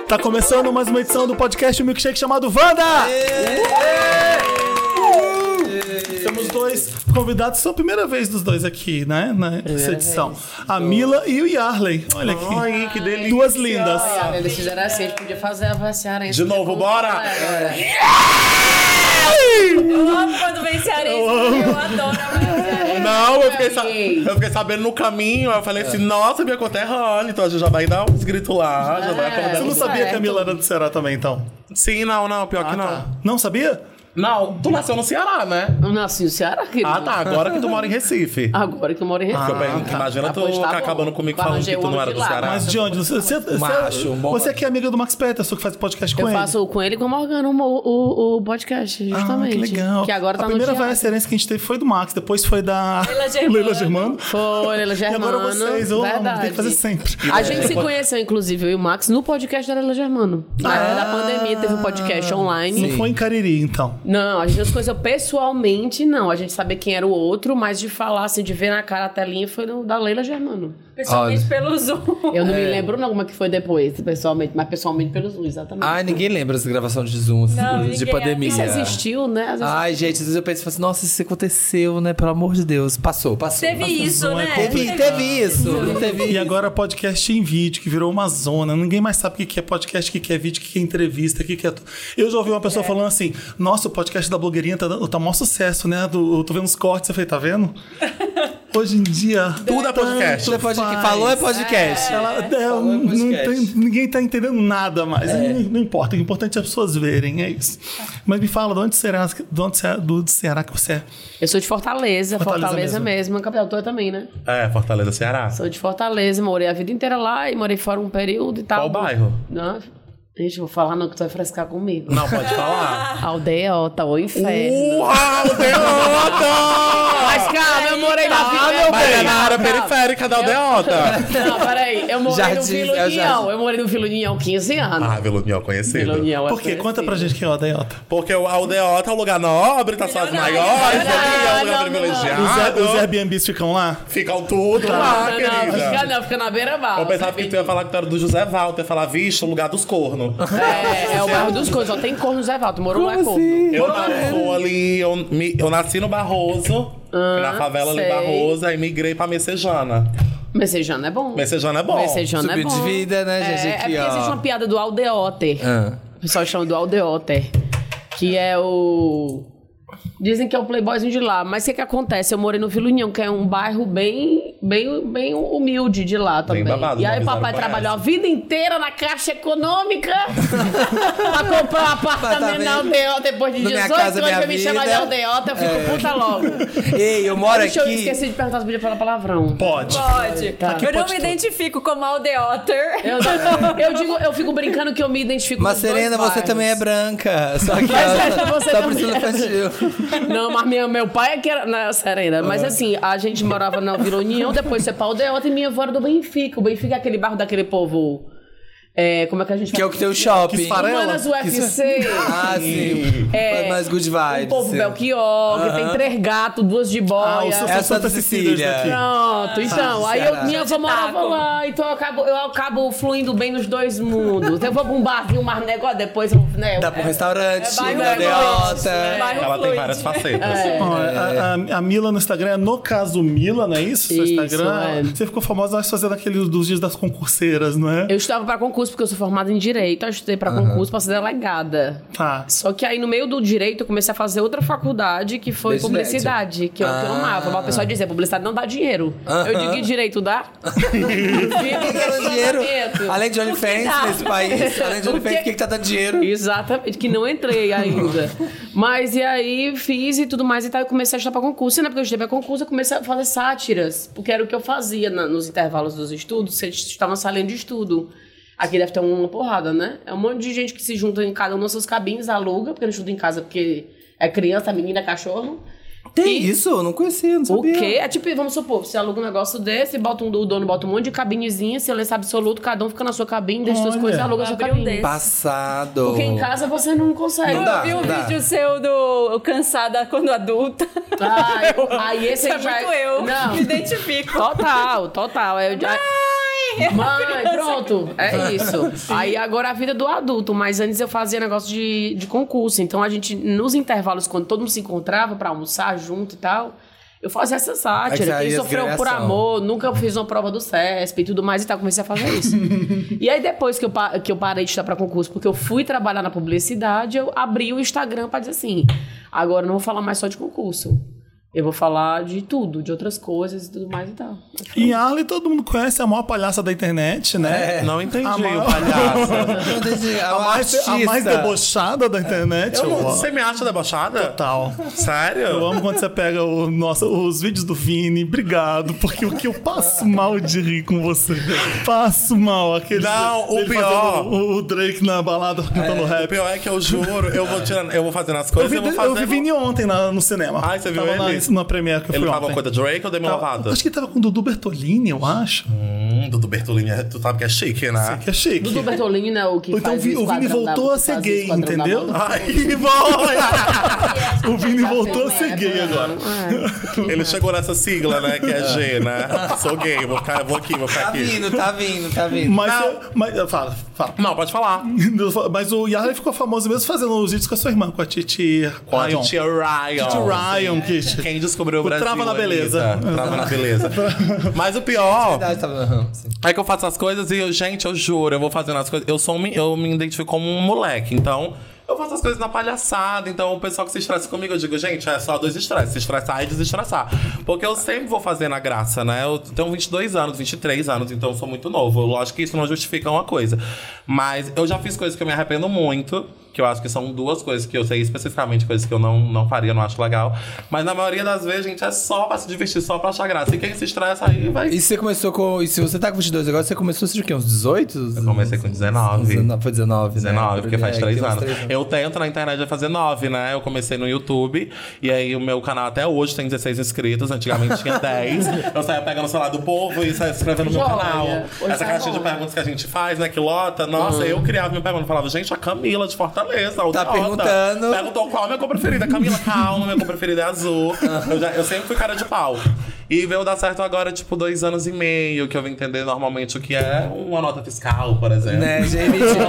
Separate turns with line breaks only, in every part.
Tá começando mais uma edição do podcast Milkshake chamado Wanda! Temos dois convidados, são a primeira vez dos dois aqui, né? Nessa edição. A Mila e o Yarley. Olha aqui.
Ai, que delícia.
Duas lindas.
Eles fizeram assim, a gente podia fazer a voz cearense.
De novo, bora!
Eu amo quando vem cearense, eu adoro a
Não, eu fiquei sabendo no caminho, eu falei assim, nossa, minha conterrânea, então a gente já vai dar uns gritos lá, já vai acordar.
Você não sabia que a Mila era do Ceará também, então?
Sim, não, pior que não.
Tá. Não sabia?
Não, tu nasceu no Ceará, né?
Eu nasci no Ceará, querido.
Ah, tá, agora que tu mora em Recife.
Agora que eu moro em Recife.
Eu pergunto, imagina tu
Pois tá bom.
acabando comigo falando que tu não era do Ceará.
Mas de onde? Você que é amiga do Max Peterson, que faz podcast com
Eu
ele.
faço com ele e com o Morgano o podcast, justamente.
Que legal.
Que agora tá
a
no
primeira
teatro.
vaia cearense que a gente teve foi do Max, depois foi da
Leila
Germano.
Foi, Leila
E
Germano.
agora vocês, eu amo,
Verdade.
tem que fazer sempre.
A gente se conheceu, inclusive, eu e o Max, no podcast da Leila Germano. Na época da pandemia, teve um podcast online.
Não foi em Cariri, então.
Não, a gente não se conheceu pessoalmente, não. A gente sabia quem era o outro, mas de falar, assim, de ver na cara a telinha foi da Leila Germano.
Pessoalmente pelo Zoom.
Eu não me lembro não como é que foi depois, pessoalmente, mas pessoalmente pelo Zoom, exatamente.
Ai, ninguém lembra dessa gravação de Zoom,
Não,
de
ninguém.
pandemia.
Isso existiu, né? Às vezes-
Ai, gente, às vezes eu penso, assim, nossa, isso aconteceu, né? Pelo amor de Deus. Passou.
Teve isso,
Zoom é
né?
Teve isso, não teve
E agora podcast em vídeo, que virou uma zona. Ninguém mais sabe o que é podcast, o que é vídeo, o que é entrevista, o que é... Eu já ouvi uma pessoa falando assim, nossa, o podcast da blogueirinha tá maior sucesso, né? Eu tô vendo os cortes, eu falei, tá vendo? Hoje em dia...
Tudo é podcast.
Tudo é podcast. Falou é podcast.
Ninguém tá entendendo nada mais. Não importa, o importante é as pessoas verem, é isso. Mas me fala, de onde será do Ceará que você é?
Eu sou de Fortaleza
Fortaleza
mesmo. A capital tua também, né?
É, Fortaleza, Ceará.
Sou de Fortaleza, morei a vida inteira lá e morei fora um período e tal.
Qual bairro?
Não, gente, vou falar não, que tu vai frescar comigo.
Não, pode falar.
Aldeota, o inferno.
Uau, Deota!
Mas, cara, eu morei na vida...
Mas é na área periférica da Aldeota.
Não, peraí. Eu morei no
Jardim,
Vila
é o
União.
Jardim.
Eu morei no Vila União 15 anos.
Ah, Vila União conhecido.
Vila União é
Por quê? Conta pra gente quem é o Aldeota.
Porque o Aldeota é um lugar nobre, tá só as maiores, ali é um lugar privilegiado.
Os Airbnbs ficam lá?
Ficam tudo lá, querida.
Fica na beira-mar.
Eu pensava que tu ia falar que tu era do José Walter, ia falar, vixe, o lugar dos cornos.
É o bairro dos cornos. Só tem corno no Zé Valdo. Morou lá é corno.
Eu nasci ali, eu nasci no Barroso, na favela ali
sei.
Barroso, aí migrei pra Messejana.
Messejana é bom.
Messejana é bom.
Messejana é
Subiu
bom.
de vida, né, gente?
É
Aqui,
porque existe
ó.
uma piada do Aldeoter. O pessoal chama do Aldeoter. Que é o... Dizem que é o playboyzinho de lá. Mas o que acontece? Eu morei no Vila União, que é um bairro bem humilde de lá também.
Bem babado,
E aí
não
papai
avisaram
trabalhou a vida inteira na Caixa Econômica pra comprar um apartamento na Aldeota depois de
Na Minha
18
Casa,
anos
Minha
pra me chamar de
Vida.
Aldeota. Eu fico puta logo.
Ei, eu moro
Deixa eu
aqui.
esqueci de perguntar se podia falar palavrão.
Pode.
Pode.
Tá.
Eu não
pode
me
tudo.
identifico como Aldeoter.
Eu fico brincando que eu me identifico
Mas
com os dois
Serena, você
bairros.
também é branca. Só que
você
só
também
precisa
é.
infantil.
Não, mas meu pai é que era... Não, Serena. Mas assim, a gente morava na Vila União, depois você pau Aldeota e minha avó era do Benfica. O Benfica é aquele bairro daquele povo... como é que a gente
Que é o que tem o shopping.
Humanas UFC.
Ah, sim. Mais good vibes.
Um povo
sim.
Belchior, que tem 3 gatos, 2 de boia.
o seu
É a
Santa
Santa Cecília.
daqui.
Pronto, então, aí
Ceará.
minha avó morava lá, então eu acabo fluindo bem nos dois mundos. Eu vou pra um barzinho, mais negócio, depois eu, né?
Dá pro restaurante,
bairro
da Aldeota.
Bairro
Ela tem
fluide.
várias facetas.
Ó, a Mila no Instagram é no caso Mila, não é isso? Seu
Isso,
Instagram.
é.
Você ficou famosa acho, fazendo aquele dos dias das concurseiras, não é?
Eu estudava pra concurso porque eu sou formada em Direito, eu estudei pra concurso pra ser delegada.
Tá.
Só que aí no meio do Direito eu comecei a fazer outra faculdade que foi
Desde
Publicidade, que eu amava. Mas o pessoal dizia, publicidade não dá dinheiro. Eu digo que Direito dá.
Dinheiro. Além de OnlyFans nesse país, além de OnlyFans, o que tá dando dinheiro?
Exatamente, que não entrei ainda. Mas e aí fiz e tudo mais e tal, eu comecei a estudar pra concurso. E na época que eu estudei pra concurso, eu comecei a fazer sátiras, porque era o que eu fazia nos intervalos dos estudos, você estava na salinha de estudo. Aqui deve ter uma porrada, né? É um monte de gente que se junta em cada uma das suas cabines, aluga, porque não estuda em casa, porque é criança, menina, cachorro.
Tem isso? Eu não conhecia, não
O
sabia.
quê? É tipo, vamos supor, você aluga um negócio desse, o dono bota um monte de cabinezinha, silêncio absoluto, cada um fica na sua cabine, deixa suas
Olha.
coisas e aluga a sua
Abriu um
cabine.
desse.
Passado.
Porque em casa você não consegue.
Não dá.
Eu vi um vídeo seu do Cansada quando adulta.
Aí esse
Isso é
aí já
muito eu.
Não.
Me identifico.
Total. Mãe, pronto, é isso. Aí agora a vida do adulto, mas antes eu fazia negócio de concurso. Então a gente, nos intervalos, quando todo mundo se encontrava pra almoçar junto e tal, eu fazia essa sátira.
Aí
Quem sofreu por amor, nunca fiz uma prova do CESP e tudo mais e tal, comecei a fazer isso. E aí depois que eu parei de estudar pra concurso, porque eu fui trabalhar na publicidade, eu abri o Instagram pra dizer assim, agora eu não vou falar mais só de concurso. Eu vou falar de tudo, de outras coisas e tudo mais e tal.
E Arley todo mundo conhece, a maior palhaça da internet, né?
Não entendi
A
o
maior-
palhaço.
A mais debochada da internet.
Você me acha debochada?
Total.
Sério?
Eu amo quando você pega os vídeos do Vini. Obrigado, porque o que eu passo mal de rir com você. Passo mal. Aquele
Não, o
dele
pior-
fazendo o Drake na balada cantando
O
rap.
pior é que eu juro, eu vou fazendo as coisas e eu vou
Eu
fazendo...
vi Vini ontem no cinema.
Ai, você viu
Tava
ele?
Na premiere que eu
Ele
fui
tava
ontem.
com a Drake ou Demi Lovato?
Acho que tava com o Dudu Bertolini, eu acho.
Dudu Bertolini, tu sabe que é chique, né?
Que é chique.
Dudu Bertolini, né, o que
Ou então
faz
o Vini
Esquadrão
voltou
da-
a ser
faz
gay,
Esquadrão da
entendeu?
Moda.
Ai, que bom!
O Vini voltou a ser gay agora.
Ele chegou nessa sigla, né? Que é G, né? Sou gay, vou ficar
Tá
aqui.
vindo, tá vindo, tá vindo.
Fala.
Não, pode falar.
Mas o Yarley ficou famoso mesmo fazendo os vídeos com a sua irmã, com a Titi
Com a
Ryan.
Tia Ryan.
Titi Ryan, que...
Quem descobriu o
O
Brasil?
Trava na Beleza.
Anitta. Trava na beleza. Mas o pior
Verdade, tava... sim.
é que eu faço as coisas e eu, gente, eu juro, eu vou fazendo as coisas. Eu me identifico como um moleque, então eu faço as coisas na palhaçada. Então o pessoal que se estressa comigo, eu digo, gente, é só dois estresses: se estressar e desestressar. Porque eu sempre vou fazer na graça, né? Eu tenho 22 anos, 23 anos, então eu sou muito novo. Lógico que isso não justifica uma coisa. Mas eu já fiz coisas que eu me arrependo muito. Que eu acho que são duas coisas que eu sei especificamente, coisas que eu não faria, não acho legal. Mas na maioria das vezes, gente, é só pra se divertir, só pra achar graça. E quem se estressa aí vai...
E você começou com... E se você tá com 22 agora, você começou de quê? Uns 18?
Eu comecei com 19.
Foi 19, né?
19, porque faz
É,
3
tem uns
anos.
3
Eu tento na internet vai fazer 9, né? Eu comecei no YouTube. E aí o meu canal até hoje tem 16 inscritos. Antigamente tinha 10. Eu saía pegando o celular do povo e saía escrevendo no meu
Joia.
canal.
Hoje
Essa
tá
caixinha de
bom.
perguntas que a gente faz, né? Que lota. Nossa, eu criava minha pergunta. Falava, gente, a Camila de Fortaleza.
Tá perguntando.
Perguntou qual é a minha cor preferida. Camila, calma, minha cor preferida é azul. Eu sempre fui cara de pau. E veio dar certo agora, tipo, 2 anos e meio, que eu vim entender normalmente o que é uma nota fiscal, por exemplo.
Né, você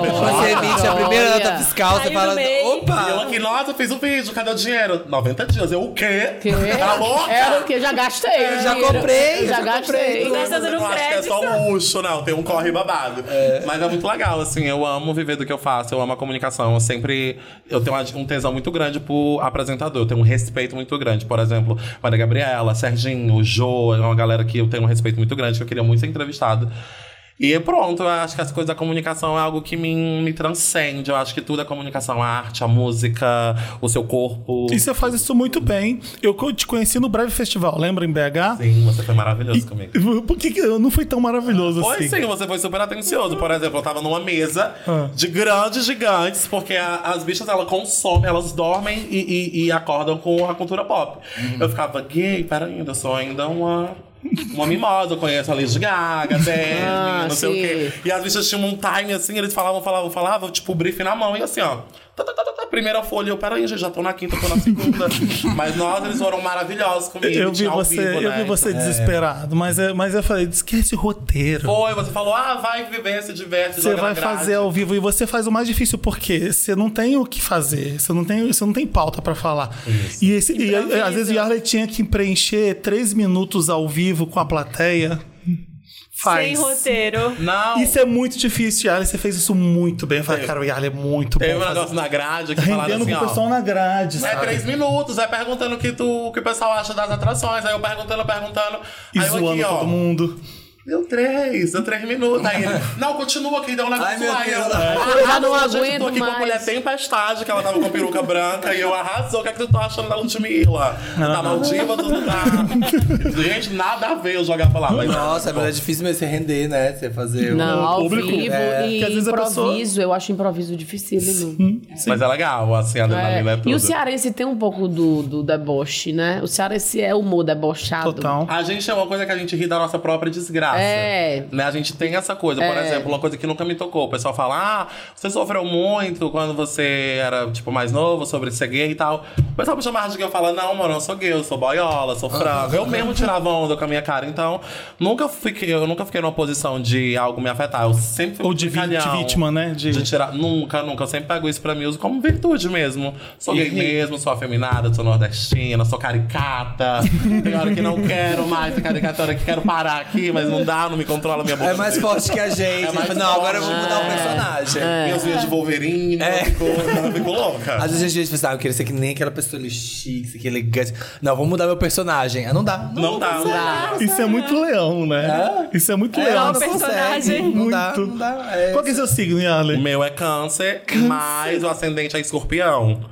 emite a primeira
Olha.
nota fiscal, você
Aí
fala...
no meio.
E eu
Opa!
aqui, nossa, eu fiz um vídeo, cadê o dinheiro? 90 dias. Eu, o quê?
Que?
Tá louca?
É o que? Já gastei.
Já
dinheiro.
comprei,
Já
já
gastei.
comprei.
Mas tá dando
Eu acho que é
crédito.
só um luxo, não. Tem um corre babado. Mas é muito legal, assim. Eu amo viver do que eu faço. Eu amo a comunicação. Eu tenho um tesão muito grande por apresentador. Eu tenho um respeito muito grande. Por exemplo, Maria Gabriela, Serginho, o Jô. É uma galera que eu tenho um respeito muito grande, que eu queria muito ser entrevistado. E pronto, eu acho que as coisas da comunicação é algo que me transcende. Eu acho que tudo é comunicação. A arte, a música, o seu corpo.
E você faz isso muito bem. Eu te conheci no Breve Festival, lembra, em BH?
Sim, você foi maravilhoso comigo.
Por que eu não fui tão maravilhoso
Foi
assim?
sim, você foi super atencioso. Por exemplo, eu tava numa mesa de grandes gigantes, porque as bichas, elas consomem, elas dormem e acordam com a cultura pop. Eu ficava, gay, peraí, eu sou ainda uma mimosa, eu conheço a Lady Gaga, Demi, não sei o quê. E as bichas tinham um time assim, eles falavam, tipo, o briefing na mão, e assim, ó. Primeira folha, eu, peraí, gente, já tô na quinta, tô na segunda. Mas eles foram maravilhosos comigo.
Eu vi
tinha ao
você,
vivo,
eu vi
né?
você desesperado, mas eu falei, esquece o roteiro.
Foi, você falou, vai viver, se diverte,
Você
joga
vai
na grade.
fazer ao vivo e você faz o mais difícil porque você não tem o que fazer, você não tem pauta pra falar. E às vezes o Yarley tinha que preencher 3 minutos ao vivo com a plateia. Faz.
Sem roteiro.
Não.
Isso é muito difícil, Yarley. Você fez isso muito bem. Eu falei, cara, o Yarley é muito
Teve
bom.
um negócio na grade que falaram
Rendendo
assim,
com o pessoal
ó.
na grade,
É
sabe?
3 minutos, perguntando o que o pessoal acha das atrações. Aí eu perguntando.
E
Aí eu
zoando
aqui, ó.
todo mundo.
Deu 3 minutos. Aí ele, não, continua aqui, deu um negócio
Ai, meu
lá.
Deus.
Eu já não
gente, eu
aguento
tô aqui com a
mais.
mulher tempestade, que ela tava com peruca branca, e eu arrasou. O que é que tu tá achando da Ludmilla? Tá Maldiva, tu não tá. Gente, nada a ver eu jogar pra lá. Mas,
Nossa, mas é difícil mesmo você render, né? Você fazer...
Não, ao
público.
vivo e
que às vezes a
improviso.
pessoa-
Eu acho improviso dificílimo.
mas é legal, assim, a adrenalina é tudo.
E o cearense tem um pouco do deboche, né? O cearense é humor debochado.
Total.
A gente é uma coisa que a gente ri da nossa própria desgraça. Né? A gente tem essa coisa. Por exemplo, uma coisa que nunca me tocou. O pessoal fala, você sofreu muito quando você era, tipo, mais novo, sobre ser gay e tal. O pessoal me chamava de gay, eu falava, não, mano, eu não sou gay, eu sou boiola, sou frango. Eu mesmo tirava onda com a minha cara. Então, eu nunca fiquei numa posição de algo me afetar. Eu sempre fui
Ou de vítima, né?
De tirar. Nunca. Eu sempre pego isso pra mim, uso como virtude mesmo. Sou gay mesmo, sou afeminada, sou nordestina, sou caricata. Tem hora que não quero mais ser caricata, tem hora que quero parar aqui, mas não dá, não me controla a minha boca.
É mais forte que a gente.
É mais
Não,
forte.
agora eu vou mudar o personagem.
Minhas veias de Wolverine, ela ficou louca.
Às vezes a gente pensa, eu queria ser que nem aquela pessoa ali chique, que elegante. Não, vou mudar meu personagem. Não dá.
Não dá.
Isso é muito leão, né? Isso é muito leão.
Não
personagem.
consegue. Não dá,
Muito.
não dá.
Qual que é seu signo,
O
Yale?
meu é câncer, mas o ascendente é escorpião.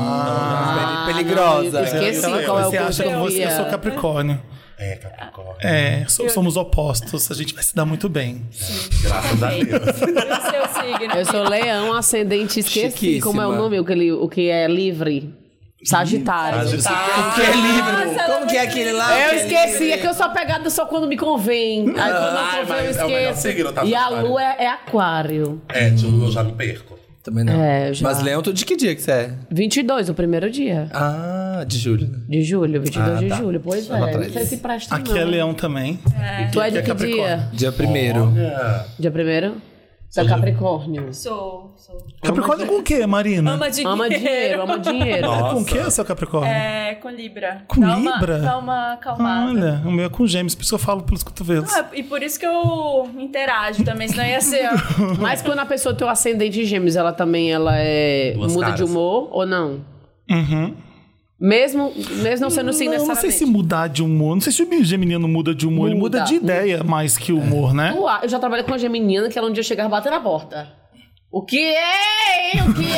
Peligrosa.
Eu esqueci qual é o
Você acha como você? Eu sou
Capricórnio.
Capricórnio.
É, Capricórnio.
Somos opostos. A gente vai se dar muito bem.
Graças a Deus.
E o seu signo?
Eu sou leão, ascendente, esqueci
Chiquíssima.
como é o nome, o que é livre. Sagitário.
O que é livre? Como que é aquele lá?
Eu
que é
esqueci,
livre?
é que eu sou apegada só quando me convém. Aí quando
Ai,
eu convém, eu
mas é o melhor
esqueço.
signo, tá,
E a
Sagitário?
lua é aquário.
Tipo, eu já me perco.
Também não.
É, já.
Mas Leão, de que dia que você é?
22, o primeiro dia.
Ah, de julho. Né?
De julho, 22 de
tá.
julho. Pois
Só lá
é,
atrás.
não sei se presta
Aqui
não.
é leão também.
Tu é de
é
que
Capricórnio.
dia?
Dia 1º.
Dia 1º? Você é Capricórnio.
Sou.
Capricórnio com o quê, Marina?
Ama dinheiro.
Ama dinheiro, ama dinheiro.
Nossa.
Com o quê, seu Capricórnio?
É, com Libra.
Com Libra?
Dá uma acalmada.
Olha, o meu é com gêmeos, por isso que eu falo pelos cotovelos.
E por isso que eu interajo também, senão ia ser...
Mas quando a pessoa tem o ascendente em gêmeos, ela também
Duas
muda
caras.
de humor ou não?
Uhum.
Mesmo não sendo assim
Não sei
necessariamente.
se mudar de humor. Não sei se o geminiano muda de humor. Ele muda
Muda.
de ideia mais que humor, né?
Eu já trabalhei com uma geminiana que ela um dia chegava e bater na porta. O que é? O que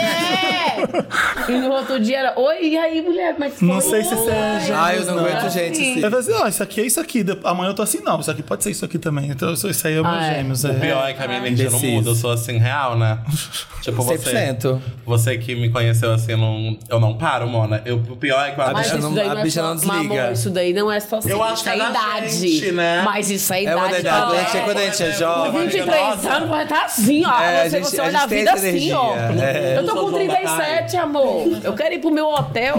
é? E no outro dia era, oi, e aí, mulher, como é que foi?
Não sei se você é gêmeos,
Ah, eu não
não.
aguento gente assim.
Eu falei assim, isso aqui é isso aqui. Amanhã eu tô assim, não. Isso aqui pode ser isso aqui também. Então, isso aí é o meu
é.
gêmeos.
O pior é que a minha energia não
Indeciso.
muda, eu sou assim, real, né? Tipo,
100%.
você que me conheceu assim, eu não paro, Mona. O pior é que eu
A
Mas
bicha
isso
não-
daí
a
não é
bicha
só,
não desliga.
Amor, isso daí não é só assim,
Eu acho
isso
que
é
é da
idade.
gente, né?
Mas isso é
É uma
idade.
idade.
ó.
Quando a gente é jovem.
23
Nossa.
anos vai estar assim, ó.
É,
você
a
olha a
gente tem
vida
essa
assim, ó.
energia. É.
Eu tô com 37, amor. Eu quero ir pro meu hotel.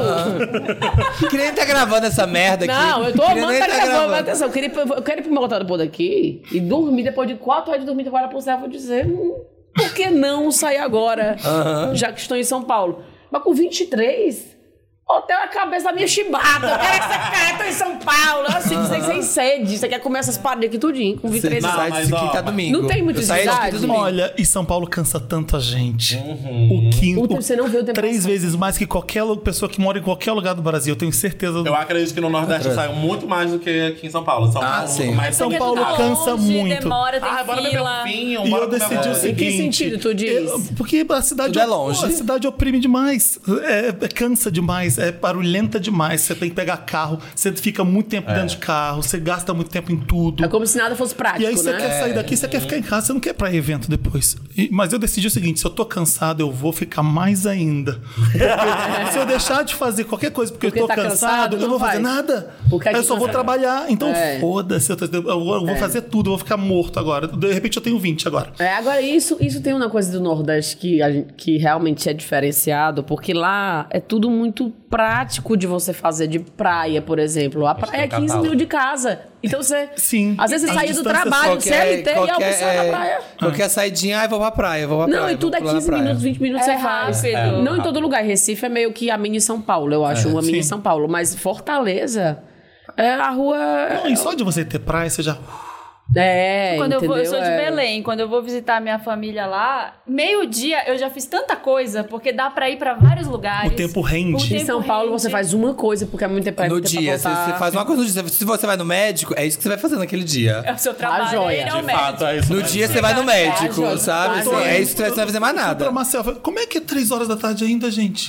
Que nem tá gravando essa merda aqui.
Não, eu tô
Que
amando
nem
tá gravando. Mas atenção, eu quero ir pro meu hotel depois daqui e dormir. Depois de 4 horas de dormir, eu vou olhar pro céu e vou dizer, por que não sair agora? Já que estou em São Paulo. Mas com 23... Hotel é a cabeça da minha chibata. Eu quero que você quer, tô em São Paulo. Assim, sem sede. Você quer comer essas paradas aqui tudinho, com 23
Você
Não,
sai
mas,
de
ó,
quinta a domingo.
Não tem muita
Eu saí de
idade.
quinta a domingo.
Olha, e São Paulo cansa tanto a gente. O quinto.
Puta, você não viu o tempo
3
passado.
vezes mais que qualquer pessoa que mora em qualquer lugar do Brasil. Eu tenho certeza.
Eu acredito que no Nordeste eu saio muito mais do que aqui em São Paulo. São Paulo
sim.
mais
São
Porque
Paulo
é tudo
cansa
longe,
muito.
demora, tem
bora beber
fila.
um vinho,
E
bora
eu
comer
decidi o
uma-
seguinte.
Em que sentido tu diz?
Porque a cidade
Tudo é longe.
A cidade oprime demais. Cansa demais. É barulhenta demais. Você tem que pegar carro. Você fica muito tempo dentro de carro. Você gasta muito tempo em tudo.
É como se nada fosse prático,
E aí você
né?
quer sair daqui, você quer ficar em casa, você não quer ir pra evento depois. Mas eu decidi o seguinte, se eu tô cansado, eu vou ficar mais ainda. Porque se eu deixar de fazer qualquer coisa porque
Porque
eu tô
tá cansado,
cansado, eu não
não
vou fazer
vai.
nada.
Porque
Aí eu
aqui
só vou
cansa-
trabalhar. Então
É.
foda-se, eu vou fazer tudo, eu vou ficar morto agora. De repente eu tenho 20 agora.
Agora, isso tem uma coisa do Nordeste que realmente é diferenciado, porque lá é tudo muito prático de você fazer de praia, por exemplo. A praia é 15 mil de casa. Então você.
Sim.
Às vezes você
As
saía do
distâncias-
trabalho, CLT e almoçar na praia.
Qualquer saidinha, vou pra praia, vou pra
Não,
praia.
e tudo é
vou pular na
15
praia.
minutos, 20 minutos
É
você faz.
rápido.
Não em todo lugar. Recife é meio que a mini São Paulo, eu acho. Uma mini
sim.
São Paulo. Mas Fortaleza é a rua.
Não, e só de você ter praia, você já...
Quando eu
entendeu?
sou de Belém, quando eu vou visitar minha família lá, meio-dia eu já fiz tanta coisa, porque dá pra ir pra vários lugares.
O tempo rende.
O
Em
tempo
São Paulo
rende.
você faz uma coisa, porque é muito tempo pra
No
muito tempo
dia,
pra voltar.
você faz uma coisa no dia. Se você vai no médico, é isso que você vai fazer naquele dia.
É o seu trabalho,
joia.
ele é o
De
médico.
fato, é isso.
No
mesmo.
dia você vai no médico,
joia.
sabe?
Tá,
Assim,
joia.
é isso que você não vai fazer mais
Fui pra
nada.
Marcel, eu falei, como é que é 3 horas da tarde ainda, gente?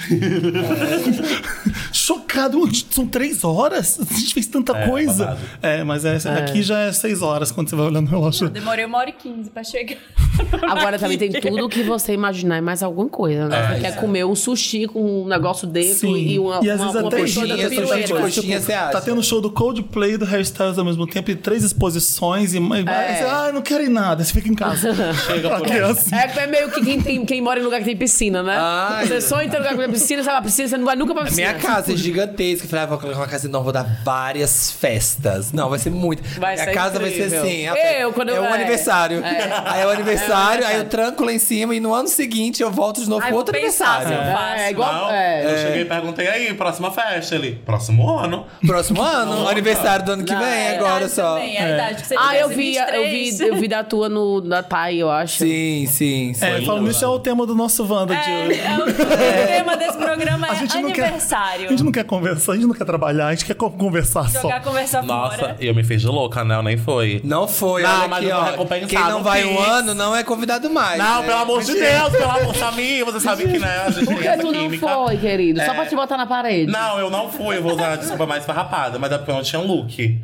Chocado. São 3 horas? A gente fez tanta coisa.
babado.
Mas aqui já é 6 horas quando você vai olhando no relógio.
Demorei 1h15 pra chegar.
Agora também tem tudo que você imaginar e mais alguma coisa, né? Você quer comer um sushi com um negócio dentro
Sim.
e uma
E às vezes até
pessoa
gira,
dando
essa
pirueta.
gente
coxinha, você acha?
Tá tendo show do Coldplay e do Harry Styles ao mesmo tempo e 3 exposições e você, não quero ir nada, você fica em casa.
Chega por
Aqui, assim.
É meio que quem mora em lugar que tem piscina, né?
Ai.
Você só entra em lugar que tem piscina, você vai pra piscina, você não vai nunca pra
A
piscina.
minha casa é gigantesca. Eu falei, vou colocar uma casa enorme, vou dar várias festas. Não, vai ser muito.
Vai
Minha
ser
casa vai ser
incrível.
assim.
Quando
é
eu-
um aniversário. Aí é o aniversário, aí eu tranco lá em cima e no ano seguinte eu volto de novo
Ai,
pro
vou
outro
pensar se eu
aniversário.
faço.
É igual.
Não,
é.
eu cheguei e perguntei aí, próxima festa ali. Próximo ano.
Próximo ano, aniversário do ano que
Não,
vem,
é
agora só.
Também, a idade que você
Eu
tivesse
vi, eu vi da tua da Thay, eu acho.
Sim, sim.
Falando nisso, é o tema do nosso Wanda de hoje.
O tema desse programa é
A gente não quer-
aniversário.
A gente não quer conversar, a gente não quer trabalhar, a gente quer conversar só.
Jogar conversa
Nossa,
fora.
eu me fiz de louca, né? Eu nem fui.
Não foi,
Não,
olha
mas
aqui,
eu vou
ó.
recompensar
Quem não
no
vai um
Pix.
ano não é convidado mais.
Não,
né?
pelo amor de Deus, pelo amor de Deus. Você sabe que, né, a gente
Por
tem
que
essa
tu não
química.
foi, querido? Só pra te botar na parede.
Não, eu não fui. Eu vou usar a desculpa mais farrapada, mas é porque eu não tinha um look.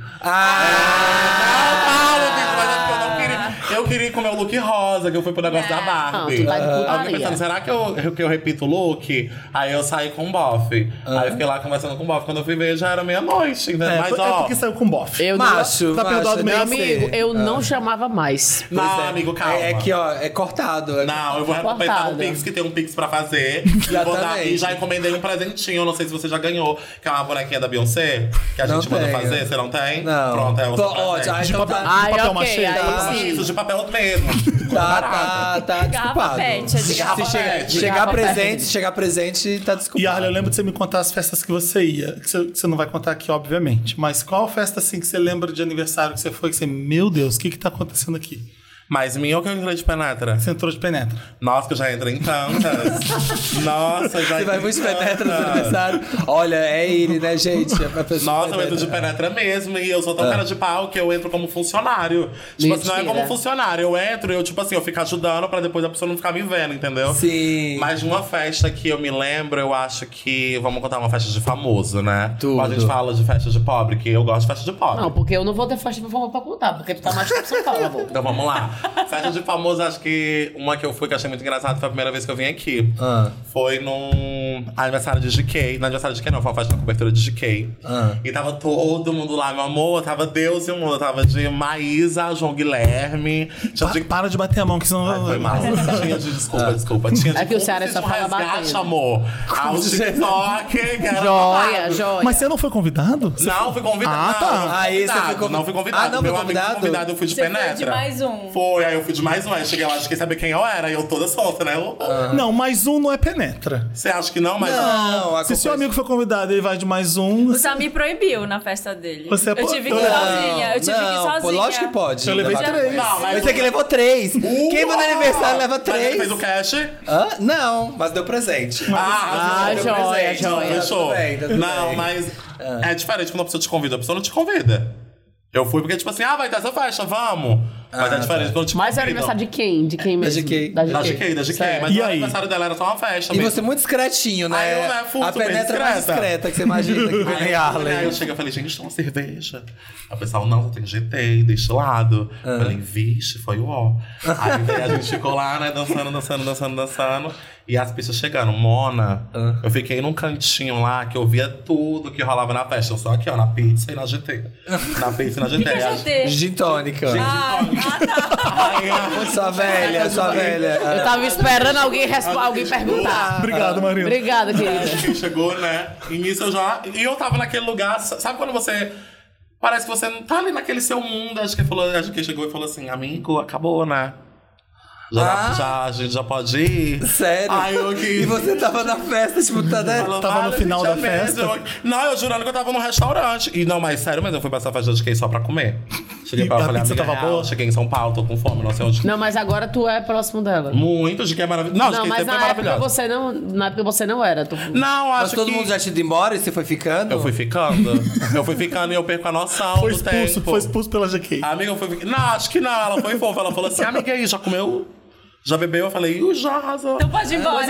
Ah!
Não, Vitor, mas é porque eu não queria. Eu queria comer o look rosa, que eu fui pro negócio da Barbie.
Não, tu tá de
Aí eu
putaria.
fiquei pensando, será que eu repito o look? Aí eu saí com o bofe. Aí eu fiquei lá conversando com o bofe. Quando eu fui ver, já era meia-noite, entendeu? Mas,
É
ó...
porque saiu com bofe.
Eu
Macho,
Tá perdoado
Meu
mesmo.
amigo, eu não chamava mais.
Não,
Pois é.
amigo, calma.
É que, ó, é cortado.
Não, eu vou recompensar
Cortado.
no Pix, que tem um Pix pra fazer.
Exatamente.
E já encomendei um presentinho, eu não sei se você já ganhou, que é uma bonequinha da Beyoncé, que a
Não
gente manda
tenho.
fazer. Você não tem?
Não.
Pronto, é o seu
Ó,
presente.
então tá.
Ai,
papel
ok,
machê,
aí
tá?
sim.
Isso, de papel mesmo.
Tá
Garrafa
desculpado.
pet, é de garrafa
Se chegar,
pet.
chegar
Garrafa
presente,
pet.
chegar presente, tá desculpado.
E Arlen, eu lembro de você me contar as festas que você ia. Que você não vai contar aqui, obviamente. Mas qual festa, assim, que você lembra de aniversário que você foi? Que você, meu Deus, o que tá acontecendo aqui?
Mas minha ou que eu entrei de penetra?
Você entrou de penetra.
Nossa, que eu já entrei em tantas. Nossa, já
Você vai
entrei
muito
em
penetra no
tantas.
aniversário. Olha, é ele, né, gente? É pra pessoa
Nossa, eu entro de penetra mesmo. E eu sou tão cara de pau que eu entro como funcionário. Tipo assim, não é
Mentira.
como funcionário. Eu entro e eu, tipo assim, eu fico ajudando pra depois a pessoa não ficar me vendo, entendeu?
Sim.
Mas de uma festa que eu me lembro, eu acho que... Vamos contar uma festa de famoso, né?
Tudo.
Quando a gente fala de festa de pobre, que eu gosto de festa de pobre.
Não, porque eu não vou ter festa pra contar, porque tu tá mais tempo em São Paulo, amor.
Então vamos lá. Festa de famoso, acho que uma que eu fui, que eu achei muito engraçado, foi a primeira vez que eu vim aqui. Foi num aniversário de GK. Não aniversário de GK, não, foi uma festa na cobertura de GK. E tava todo mundo lá, meu amor. Tava Deus e o mundo. Tava de Maísa, João Guilherme. Tinha de...
Para de bater a mão, que senão...
Ai, foi mal. Tinha de... Desculpa. Tinha de...
É que o Ceará
Como
só
se diz um
fala
resgate,
batendo.
amor. Ao TikTok. que era
Joia,
babado.
joia.
Mas você não foi convidado?
Não, fui convidado.
Ah, tá.
Não,
Aí você foi
convidado. Não fui convidado.
Ah, não foi
Meu amigo
convidado?
foi convidado, eu fui de
Você foi
penetra.
de mais um.
Foi, aí eu fui de mais um. Aí cheguei lá, acho que saber quem eu era. E eu toda solta, né?
Não, mais um não é penetra.
Você acha que não? Mas
Não, a
Se seu
culpa é-
amigo foi convidado e ele vai de mais um...
O Samir proibiu na festa dele.
Você é
eu tive que ir
Não,
sozinha. Eu tive que ir
Não,
sozinha.
pô, lógico que pode.
Eu levei
Levar-
3.
Não,
Mas é que levou 3. Quem vai no aniversário leva
Mas ele
3.
fez o cash.
Hã? Não, mas deu presente.
Deu
joia,
presente,
joia.
Fechou.
Tudo bem, tudo
Não,
bem.
mas é diferente quando a pessoa te convida. A pessoa não te convida. Eu fui porque, tipo assim, vai ter essa festa, vamos. Mas é diferente quando te
Mas é
convidam.
aniversário de quem? De quem mesmo?
GK.
Da
Da GK.
Certo.
Mas
E
o
aí?
aniversário dela era só uma festa
E
mesmo.
você muito discretinho, né?
Ah, eu, né, fui
a
super
penetra mais
discreta.
discreta que você imagina que vem em
Aí
Arlen.
eu cheguei e falei, gente, tem uma cerveja. Aí o pessoal, não, tem GT, destilado. Falei, vixe, foi o ó. Aí a gente ficou lá, né, dançando. E as pistas chegando. Mona, eu fiquei num cantinho lá que eu via tudo que rolava na festa. Eu só aqui, ó, na pizza e na GT. Na pizza e na GT.
O que é GT?
Gin tônica.
Ah, tá.
Aí,
Sua velha.
Eu tava esperando alguém perguntar.
Obrigado, Marina.
Obrigada, querida.
quem chegou, né? E nisso eu já... E eu tava naquele lugar... Sabe quando você... Parece que você não tá ali naquele seu mundo. Acho que chegou e falou assim, amigo, acabou, né? A gente já pode ir?
Sério?
Ai, eu aqui...
E você tava na festa, tipo, tá, né?
Falou,
Tava no
"Vale,
final da
gente, é
festa?"
mesmo." Não, eu jurando que eu tava num restaurante. E não, mas sério, mas eu fui pra essa festa de quem só pra comer. Cheguei
E
pra ela,
a
falei,
pizza
amiga,
tava
real,
boa?
cheguei em São Paulo, tô com fome, não sei onde.
Não, mas agora tu é próximo dela.
Muito, de que é maravilhoso. Não, de
Não,
quem
mas
sempre é
na época
maravilhoso.
você não era. Tu...
Não,
Mas
acho
todo
que...
mundo já tinha ido embora e você foi ficando?
Eu fui ficando. E eu perco a noção
Foi
do
expulso,
tempo.
foi expulso pela GK.
A amiga foi... Não, acho que não. Ela foi fofa. Ela falou assim, amiga, aí, já comeu? Já bebeu? Eu falei, já arrasou.
Então pode ir embora.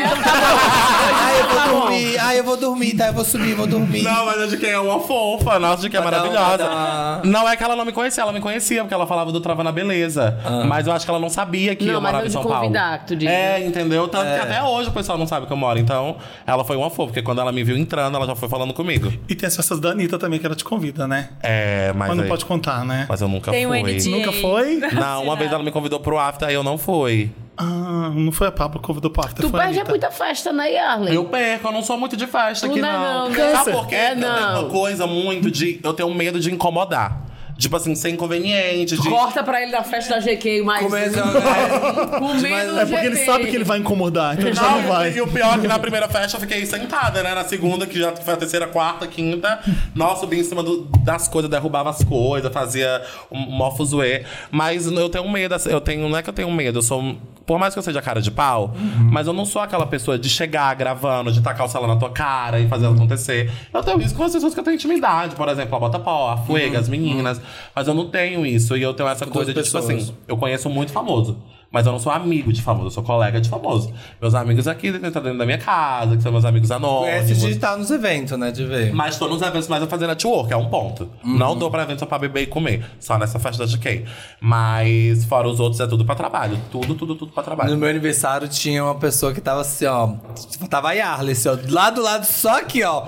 Eu vou dormir, tá? Eu vou subir, vou dormir.
Não, mas a de quem é uma fofa. Nossa, de quem é maravilhosa. Não é que ela não me conhecia, ela me conhecia, porque ela falava do Trava na Beleza. Mas eu acho que ela não sabia que eu morava em São Paulo.
Que tu diz.
Entendeu? Tanto que até hoje o pessoal não sabe que eu moro. Então, ela foi uma fofa, porque quando ela me viu entrando, ela já foi falando comigo.
E tem as festas da Anitta também, que ela te convida, né?
Mas
não pode contar, né?
Mas eu nunca
Tem
fui.
um NDA.
Nunca foi?
Não, uma vez ela me convidou pro after, aí eu não fui.
Não foi a Pablo que convidou pro after,
Tu
foi a
perde
Anitta.
muita festa, né, Yarley?
Eu perco, eu não sou muito de festa
Tu
aqui,
não é
não.
não,
Cansa.
Sabe por quê? Eu tenho
não.
uma coisa muito de... Eu tenho medo de incomodar. Tipo assim, ser inconveniente.
Corta pra ele da festa da GQ, mas...
Começa,
Com medo do
É porque ele
GP.
sabe que ele vai incomodar, então ele já não vai.
E o pior é que na primeira festa eu fiquei sentada, né? Na segunda, que já foi a terceira, quarta, quinta. Nossa, subi em cima das coisas, derrubava as coisas, fazia um mó fuzuê. Mas eu tenho medo, não é que eu tenho medo, eu sou... Por mais que eu seja cara de pau, mas eu não sou aquela pessoa de chegar gravando, de tacar o celular na tua cara e fazer acontecer. Eu tenho isso com as pessoas que eu tenho intimidade, por exemplo, a Botapó, a Fuega, as meninas. Mas eu não tenho isso. E eu tenho essa coisa de, tipo assim, eu conheço muito famoso. Mas eu não sou amigo de famoso, eu sou colega de famoso. Meus amigos aqui dentro da minha casa, que são meus amigos anônimos.
Conhece de estar nos eventos, né? De ver.
Mas tô nos eventos mais a fazer network, é um ponto. Não tô pra evento só pra beber e comer. Só nessa festa de quem. Mas fora os outros é tudo pra trabalho. Tudo pra trabalho.
No meu aniversário tinha uma pessoa que tava assim, ó. Tava a Yarley, assim, ó. Lá do lado, só aqui, ó.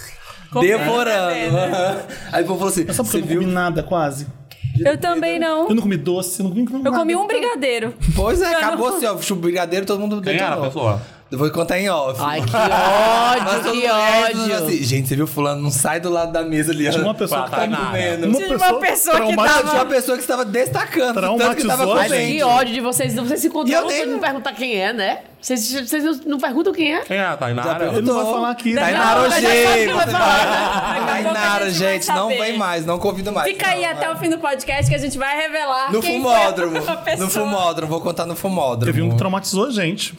Devorando. Aí o povo falou assim:
Sabe porque
você
eu não
viu?
comi nada, quase?
Eu também não.
Eu não comi doce, não comi nada.
Eu comi um brigadeiro.
Pois é, acabou assim, ó. O brigadeiro, todo mundo
Quem era a
detonou.
pessoa?
Eu vou contar em off.
Ai, que
Mas
ódio,
todo
que
mundo- todo mundo
ódio.
assim, gente, você viu fulano? Não sai do lado da mesa ali.
Tinha uma pessoa que
Tá
tava
comendo.
Uma
Tinha uma pessoa que
traumatizada.
Tinha uma pessoa que estava destacando. Tanto que tava
Traumatizou a
Ai,
comendo.
que ódio de vocês. Vocês se
E eu
controlam
nem-
pra não perguntar quem é, né? Vocês não perguntam quem é?
Quem é a Tainara?
Ele não vai falar aqui. né?
Tainara
Não, mas já sabe
Ojei.
que vai falar, né?
Daqui a pouco a
Tainara,
gente vai
gente, não
saber.
vem mais. Não convido mais.
Fica aí
Não,
até
é.
o fim do podcast que a gente vai revelar
No
quem
fumódromo.
foi a pessoa.
No fumódromo. Vou contar no fumódromo.
Teve um que traumatizou a gente.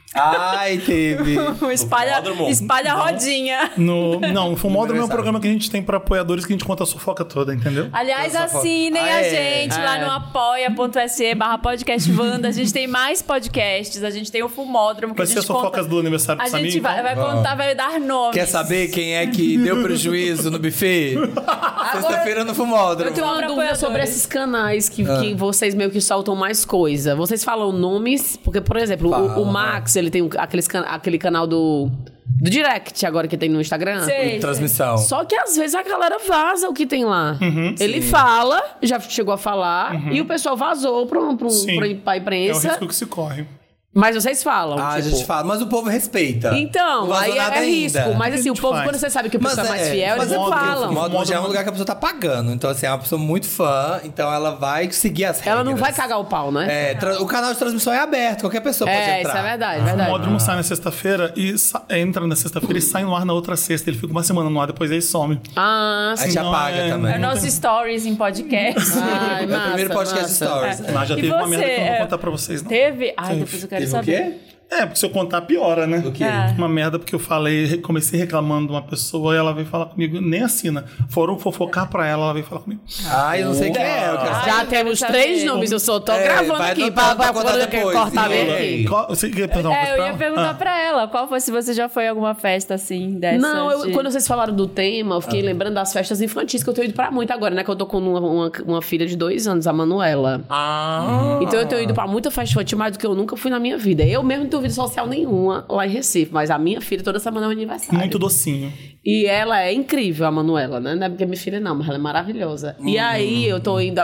Ai, teve.
Fumódromo?
Espalha a rodinha.
Não, o Fumódromo é um
Aniversário.
programa que a gente tem pra apoiadores que a gente conta a fofoca toda, entendeu?
Aliás,
Eu só falo-
assinem
Ah,
a
é.
gente lá no apoia.se/podcastvanda. A gente tem mais podcasts, a gente tem o Fumódromo. Que
Vai
a
ser
gente
as fofocas
conta...
do aniversário
A
do Samir,
gente vai
então?
contar, vai dar nomes.
Quer saber quem é que deu prejuízo no buffet? Sexta-feira no
Eu
fumódromo.
tenho uma
Pra
dúvida
apoiadores.
sobre esses canais que vocês meio que soltam mais coisa. Vocês falam nomes, porque, por exemplo, o Max, ele tem aquele canal do Direct agora que tem no Instagram.
Sei,
Transmissão.
Só que às vezes a galera vaza o que tem lá. Ele fala, já chegou a falar, e o pessoal vazou pra
Sim.
pra
É o
imprensa.
risco que se corre.
Mas vocês falam,
Ah, a
tipo...
gente fala, mas o povo respeita.
Então,
Não vazou
aí
nada
é
ainda.
risco. Mas
O que
assim,
a
o
gente
povo,
faz?
quando você sabe que o pessoal é mais fiel,
mas
eles não
porque
falam.
O fumódromo já é um lugar que a pessoa tá pagando. Então, assim, é uma pessoa muito fã, então ela vai seguir as regras.
Ela não vai cagar o pau, né?
É, o canal de transmissão é aberto, qualquer pessoa pode entrar.
Isso é verdade,
O
verdade.
Fumódromo sai na sexta-feira e entra na sexta-feira e sai no ar na outra sexta. Ele fica uma semana no ar, depois ele some.
Ah,
Aí
sim.
te
não,
apaga
é-
também.
É o nosso stories em podcast.
Ai,
É o primeiro podcast
massa.
Stories.
Mas já
E
teve uma
você,
merda que eu não vou
é-
contar pra vocês, não.
Teve? Ai, depois eu quero
Teve o
saber.
quê?
É, porque se eu contar, piora, né?
O quê?
Ah.
Uma merda porque eu falei, comecei reclamando de uma pessoa e ela veio falar comigo, nem assina. Foram fofocar pra ela, ela veio falar comigo.
Ah, eu não sei quem é. Eu quero
Ai,
Já
eu
temos
quero
3
saber.
nomes, eu só tô
É,
gravando
vai
aqui
anotando
pra
pra contar
quando eu
depois.
cortar bem
E
aqui.
aí?
Você quer perguntar uma coisa
Eu
pra
ia
ela?
perguntar pra ela, qual foi se você já foi a alguma festa assim dessa?
Não,
de-
quando vocês falaram do tema, eu fiquei lembrando das festas infantis que eu tenho ido pra muito agora, né? Que eu tô com uma filha de 2 anos, a Manuela. Então eu tenho ido pra muita festa infantil mais do que eu nunca fui na minha vida. Eu mesmo não tenho vida social nenhuma lá em Recife, mas a minha filha toda semana é um aniversário.
Muito docinho.
E ela é incrível, a Manuela, né? Não é porque é minha filha, não, mas ela é maravilhosa. E aí eu tô indo.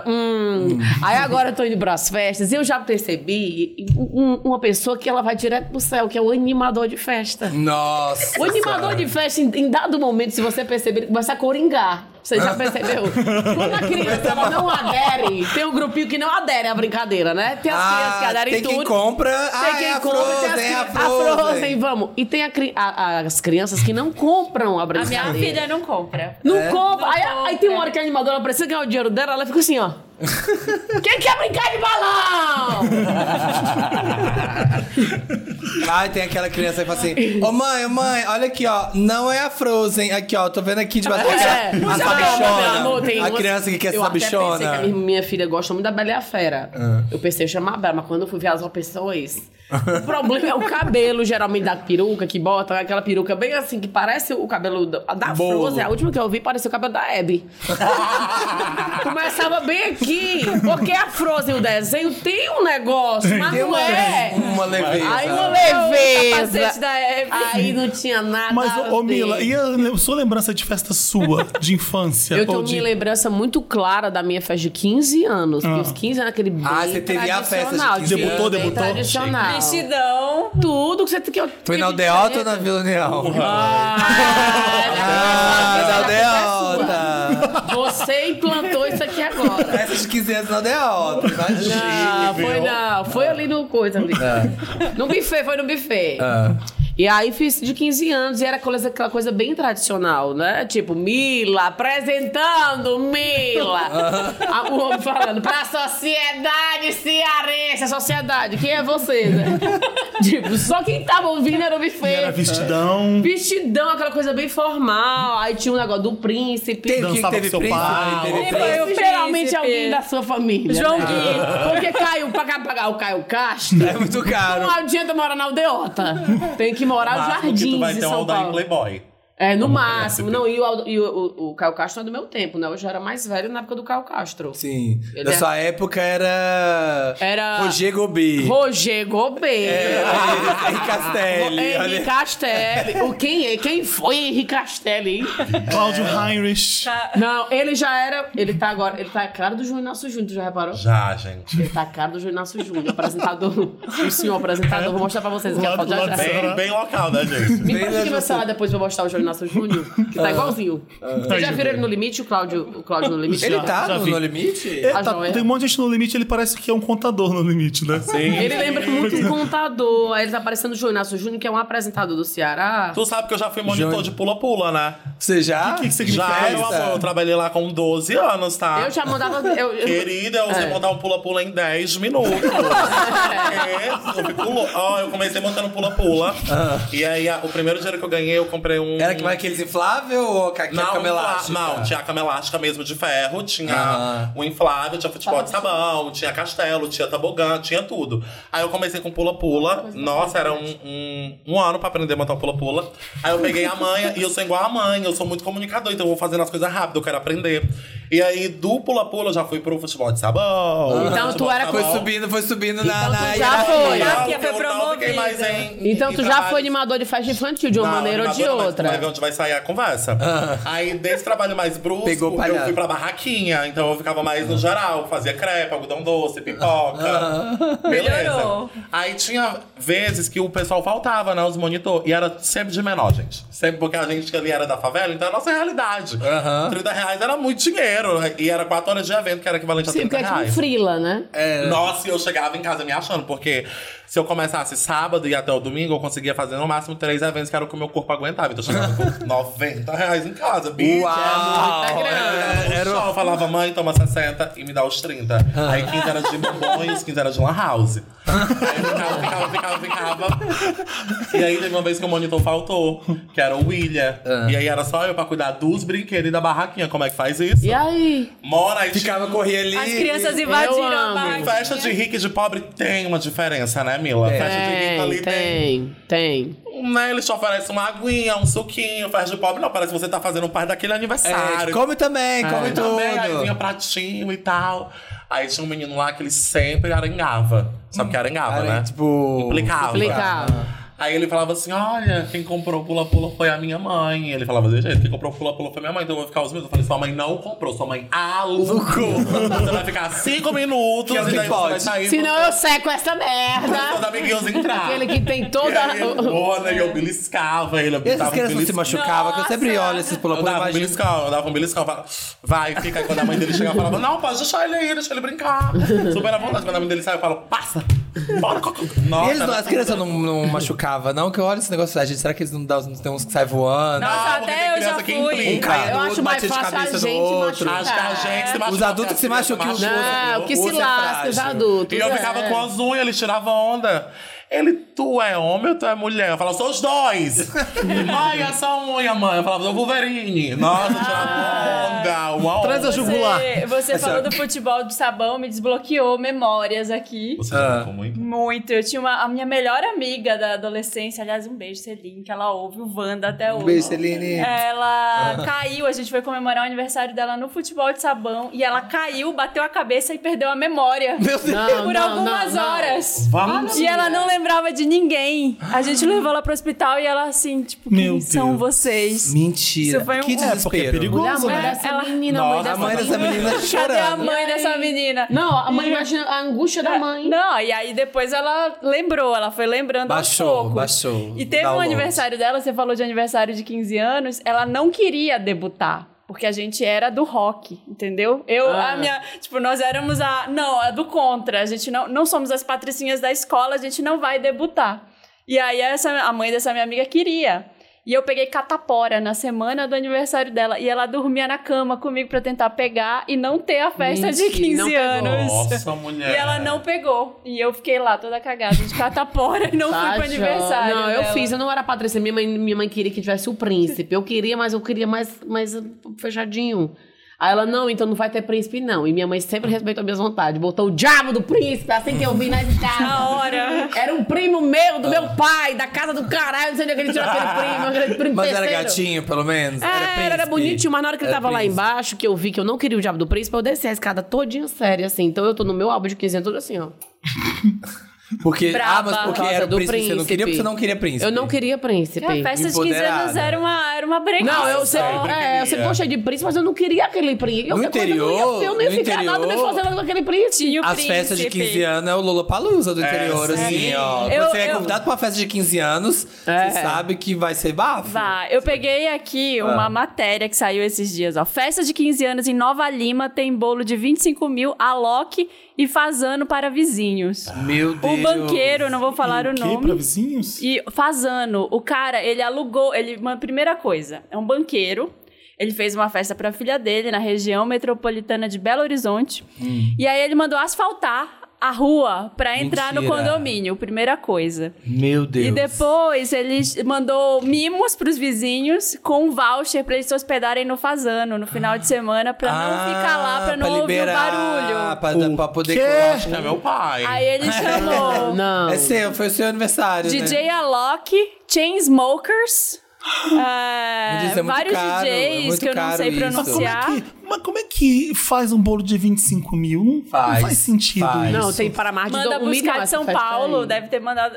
Aí agora eu tô indo pras festas e eu já percebi uma pessoa que ela vai direto pro céu, que é o animador de festa.
Nossa.
O animador
Senhora.
de festa, em dado momento, se você perceber, ele começa a coringar. Você já percebeu? Quando a criança ela não adere, tem um grupinho que não adere à brincadeira, né? Tem as crianças que aderem
tem
tudo.
quem compra.
Tem quem
a
compra,
Frozen,
a Frozen, vamos. E tem as crianças que não compram a
A
brincadeira.
minha filha não compra.
Não compra.
Não
Aí
compra.
tem uma hora que a animadora precisa ganhar o dinheiro dela, ela fica assim, ó. Quem quer brincar de balão?
Ai, tem aquela criança que fala assim: ô mãe, olha aqui, ó. Não é a Frozen. Aqui, ó. Tô vendo aqui de baixo. A sabichona. A criança que quer ser sabichona.
Eu pensei que a minha filha gosta muito da Bela e a Fera. Eu pensei em chamar a Bela, mas quando eu fui ver as opções, o problema é o cabelo, geralmente, da peruca que bota. Aquela peruca bem assim, que parece o cabelo da Frozen. A última que eu vi parecia o cabelo da Abby. Começava bem aqui. Porque a Frozen, o desenho, tem um negócio, mas não é.
Uma leveza.
Aí uma leveza.
Capacete da Abby.
Aí não tinha nada.
Mas,
a
ô
ver.
Mila, e a sua lembrança de festa sua, de infância?
Eu tenho
ou de...
minha lembrança muito clara da minha festa de 15 anos. Porque os 15 anos, aquele bem
você teve a festa de
tradicional,
15
anos.
bem
Debutou?
tradicional.
Vestidão.
Tudo que você tem que...
Foi na Aldeota ou na Vila União? Na Aldeota.
Você implantou isso aqui agora.
Festa de 15 anos na Aldeota. Imagina.
Foi ali no coisa ali. No buffet, foi no buffet. E aí fiz de 15 anos e era aquela coisa bem tradicional, né? Tipo, Mila, apresentando Mila. O homem falando, pra sociedade cearense, a sociedade, quem é você, né? Tipo, só quem tava ouvindo era o buffet.
Era vestidão.
Vestidão, aquela coisa bem formal. Aí tinha um negócio do príncipe.
Teve quem
Dançava
teve
com seu
príncipe?
pai.
Teve
Foi
príncipe.
o
Geralmente
príncipe.
alguém da sua família.
João
né?
Gui.
Porque Caio, pra pagar o Caio Castro,
É muito caro.
não adianta morar na Aldeota. Tem que morar nos
Máximo que tu
jardins
vai
de
ter um
São
Aldair
Paulo.
Playboy.
É, no máximo. Não, e o Caio Castro não é do meu tempo, né? Eu já era mais velho na época do Caio Castro.
Sim.
Ele
Da
é-
sua época era... Roger Gobet.
Roger Gobet.
Henrique Castelli.
Henrique Castelli. Quem foi Henrique Castelli, hein?
Cláudio Heinrich.
Não, ele já era... Ele tá a cara do João Inácio Júnior, tu já reparou?
Já, gente.
Ele tá a cara do João Inácio Júnior, apresentador. O senhor apresentador, vou mostrar pra vocês aqui a foto já.
Bem local, né, gente?
Me conta aqui meu celular, depois eu vou mostrar o João Inácio Júnior, que tá igualzinho. Vocês já viram ele no Limite, o Cláudio no Limite?
Ele
Já
tá
vi.
no Limite?
É,
A
tá,
joia.
tem um monte de gente no limite, ele parece que é um contador no limite, né?
Sim.
Ele lembra muito um contador. Aí ele tá parecendo o João Inácio Júnior, que é um apresentador do Ceará.
Tu sabe que eu já fui monitor de pula-pula, né?
Você já?
O que significa
Já,
isso?
meu amor, eu trabalhei lá com 12 anos, tá?
Eu já mandava...
Querida, eu sei montar um pula-pula em 10 minutos. Eu comecei montando pula-pula. E aí, o primeiro dinheiro que eu ganhei, eu comprei um...
Era que aqueles infláveis ou cama elástica?
Não, tinha a cama elástica mesmo de ferro, tinha o inflável, tinha futebol de sabão, tinha castelo, tinha tobogã, tinha tudo. Aí eu comecei com pula-pula. Nossa, era um ano pra aprender a montar o pula-pula. Aí eu peguei a manha, e eu sou igual a mãe, eu sou muito comunicador, então eu vou fazendo as coisas rápido, eu quero aprender. E aí, do pula-pula, eu já fui pro futebol de sabão.
Então tu era...
Foi subindo na
tu já foi.
Hierarquia foi
Eu não fiquei mais
promovida.
Então tu já
trabalhos-
foi animador de festa infantil, de uma
Não,
maneira ou de
animadora, mas
outra.
Vai ver onde vai sair a conversa. Aí, desse trabalho mais brusco,
Pegou
eu
palhaço.
fui pra barraquinha. Então, eu ficava mais no geral. Fazia crepe, algodão doce, pipoca. Beleza.
Melhorou.
Aí, tinha vezes que o pessoal faltava, né? Os monitor. E era sempre de menor, gente. Sempre porque a gente que ali era da favela. Então, é a nossa realidade. R$30 era muito dinheiro. E era 4 horas de evento, que era equivalente a
Sim, porque é
R$30.
tipo frila, né?
Nossa, e eu chegava em casa me achando, porque se eu começasse sábado e até o domingo, eu conseguia fazer no máximo 3 eventos, que era o que o meu corpo aguentava. Então eu chegava com R$90 em casa, bicho.
Uau!
Eu falava, mãe, toma 60 e me dá os 30. Aí 15 era de bombom e os 15 era de lan house. Aí ficava. E aí teve uma vez que o monitor faltou, que era o William. E aí era só eu pra cuidar dos brinquedos e da barraquinha. Como é que faz isso?
E aí?
Mora aí.
Ficava, corria ali.
As crianças invadiram
Eu
a
amo.
barraquinha.
Festa de rico e de pobre tem uma diferença, né, Mila? Festa de rico ali
Tem.
né, eles te oferecem uma aguinha, um suquinho. Festa de pobre não, parece que você tá fazendo parte daquele aniversário.
Come também, come tudo.
Também, aí vinha pratinho e tal. Aí tinha um menino lá que ele sempre arengava. Sabe o que é arengava, né?
Tipo...
Implicava.
Aí ele falava assim, olha, quem comprou o pula-pula foi a minha mãe. Ele falava desse jeito, quem comprou o pula-pula foi minha mãe, então eu vou ficar os meus. Eu falei, sua mãe não comprou, sua mãe alugou. Você vai ficar 5 minutos
Que
e daí você
pode.
vai sair.
Senão eu seco essa merda.
Os amiguinhos entrar.
Aquele que tem toda...
E aí, e eu beliscava ele.
E essas crianças não se machucavam, que eu sempre olho esses
Eu
pula-pula e
dava um
imagino.
beliscão, falava, vai, fica. Aí quando a mãe dele chegava, eu falava, não, pode deixar ele aí, deixa ele brincar. Super à vontade. Quando a mãe dele sai, eu falo, passa. Nossa,
E eles as crianças não machucavam, não? Que eu olho esse negócio, gente, será que eles não tem uns que saem voando?
Nossa,
Não, porque tem
até eu
criança
já
que
fui.
implica.
Um cai
Eu
no
acho
outro,
mais
batia de
fácil a
cabeça no
gente
outro.
machucar.
Acho que a gente se machuca.
Os adultos que se machucam, os
Não, o que se
outro é
lasca, os
frágil.
adultos.
E eu ficava com as unhas, ele tirava onda. Ele, tu é homem ou tu é mulher? Eu falava, sou os dois. Mãe, essa unha, mãe. Eu falava, sou Wolverine. Nossa, eu tirava onda, uma onda.
Traz a jugular.
Você falou do futebol de sabão, me desbloqueou memórias aqui.
Você já ficou muito?
Muito. Eu tinha a minha melhor amiga da adolescência, aliás, um beijo, Celine, que ela ouve o Wanda até hoje.
Beijo, Celine.
Ela caiu, a gente foi comemorar o aniversário dela no futebol de sabão e ela caiu, bateu a cabeça e perdeu a memória.
Meu Deus.
Não,
Por
não,
algumas
não, não.
horas.
Vamos.
E ela não lembrava de ninguém. A gente levou ela pro hospital e ela assim, tipo,
Meu
quem são
Deus.
vocês?
Mentira.
Isso foi um-
Que
É, porque é
desespero.
perigoso,
Olha a mãe
né?
dessa
Ela-
menina,
Nossa,
A mãe dessa menina
Cadê a
chorando.
mãe dessa menina?
Não, a mãe imagina a angústia da mãe.
Não, e aí depois ela lembrou, ela foi lembrando
Baixou,
aos poucos.
baixou.
E teve um
Download.
aniversário dela, você falou de aniversário de 15 anos, ela não queria debutar. Porque a gente era do rock, entendeu? Nós éramos a do contra. A gente não somos as patricinhas da escola, a gente não vai debutar. E aí a mãe dessa minha amiga queria. E eu peguei catapora na semana do aniversário dela. E ela dormia na cama comigo pra tentar pegar e não ter a festa de
Mentira,
15
não pegou.
anos.
Nossa, mulher.
E ela não pegou. E eu fiquei lá toda cagada de catapora e não fui pro
Tadinha.
aniversário.
Não, eu
dela.
fiz, eu não era Patrícia. Minha mãe queria que tivesse o príncipe. Eu queria mais fechadinho. Aí ela, não, então não vai ter príncipe, não. E minha mãe sempre respeitou minhas vontades. Botou o diabo do príncipe, assim que eu vi na escada.
Na hora.
Era um primo meu, do meu pai, da casa do caralho. Não sei onde é que ele tirou aquele primo
Mas era
terceiro.
gatinho, pelo menos?
Era
príncipe?
bonitinho, mas na hora que ele
Era
tava lá
príncipe.
embaixo, que eu vi que eu não queria o diabo do príncipe, eu desci a escada todinha séria, assim. Então eu tô no meu álbum de 15 anos, tudo assim, ó.
Porque,
Braba.
mas porque
Por causa
era o
do
príncipe, você não queria porque você não queria príncipe.
Eu não queria príncipe.
A festa de 15 anos era uma breguice.
Não, eu sempre,
queria.
eu sempre gostei de príncipe, mas eu não queria aquele príncipe.
No interior,
eu nem
no
ficar nada nem
interior,
fazendo com aquele príncipe.
Tinha o
As
príncipe.
festas de 15 anos é o Lollapalooza do interior,
sim.
assim, ó.
Eu-
Quando você é
eu-
convidado pra uma festa de 15 anos,
É.
você sabe que vai ser bafo.
Vá, eu peguei aqui uma matéria que saiu esses dias, ó. Festa de 15 anos em Nova Lima tem bolo de 25 mil, Alok e Fazano para vizinhos.
Meu Deus.
O banqueiro, não vou falar o
O quê?
nome.
Pra vizinhos?
E Fazano, o cara, ele alugou, uma primeira coisa, é um banqueiro. Ele fez uma festa pra filha dele na região metropolitana de Belo Horizonte. E aí ele mandou asfaltar a rua pra entrar no
Mentira.
condomínio, primeira coisa.
Meu Deus.
E depois ele mandou mimos pros vizinhos com um voucher pra eles se hospedarem no Fazano no final de semana pra não ficar lá, pra não ouvir o barulho.
Pra poder...
quê?
Acho que é meu pai.
Aí ele chamou
Não.
É seu, foi o seu aniversário,
DJ
né?
Alok, Chainsmokers,
Me diz, é muito
vários
caro, é
DJs
muito
que eu não
caro
sei
isso.
pronunciar.
Mas como é que faz um bolo de 25 mil? Não faz sentido
faz.
isso.
Não, tem para mais de
Manda
um milhão
buscar de
essa
São
festa
Paulo,
aí.
deve ter mandado.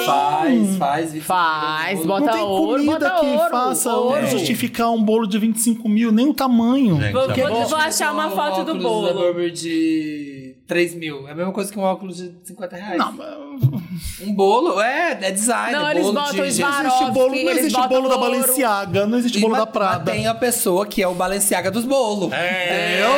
Faz.
Faz,
Não
bota
tem
ouro,
comida
bota
que
ouro.
faça
ouro.
justificar um bolo de 25 mil, nem o tamanho.
Gente,
Vou,
é
vou-
bom.
vou achar uma foto do bolo.
Burberry de 3 mil. É a mesma coisa que um óculos de 50 reais.
Não, mas
Um bolo, é design.
Não,
bolo
eles botam
de...
os
não existe
Swarovski,
bolo, não
eles
existe
botam
bolo da
ouro.
Balenciaga, não existe bolo da
Mas
Prada.
tem a pessoa que é o Balenciaga dos bolos. Entendeu?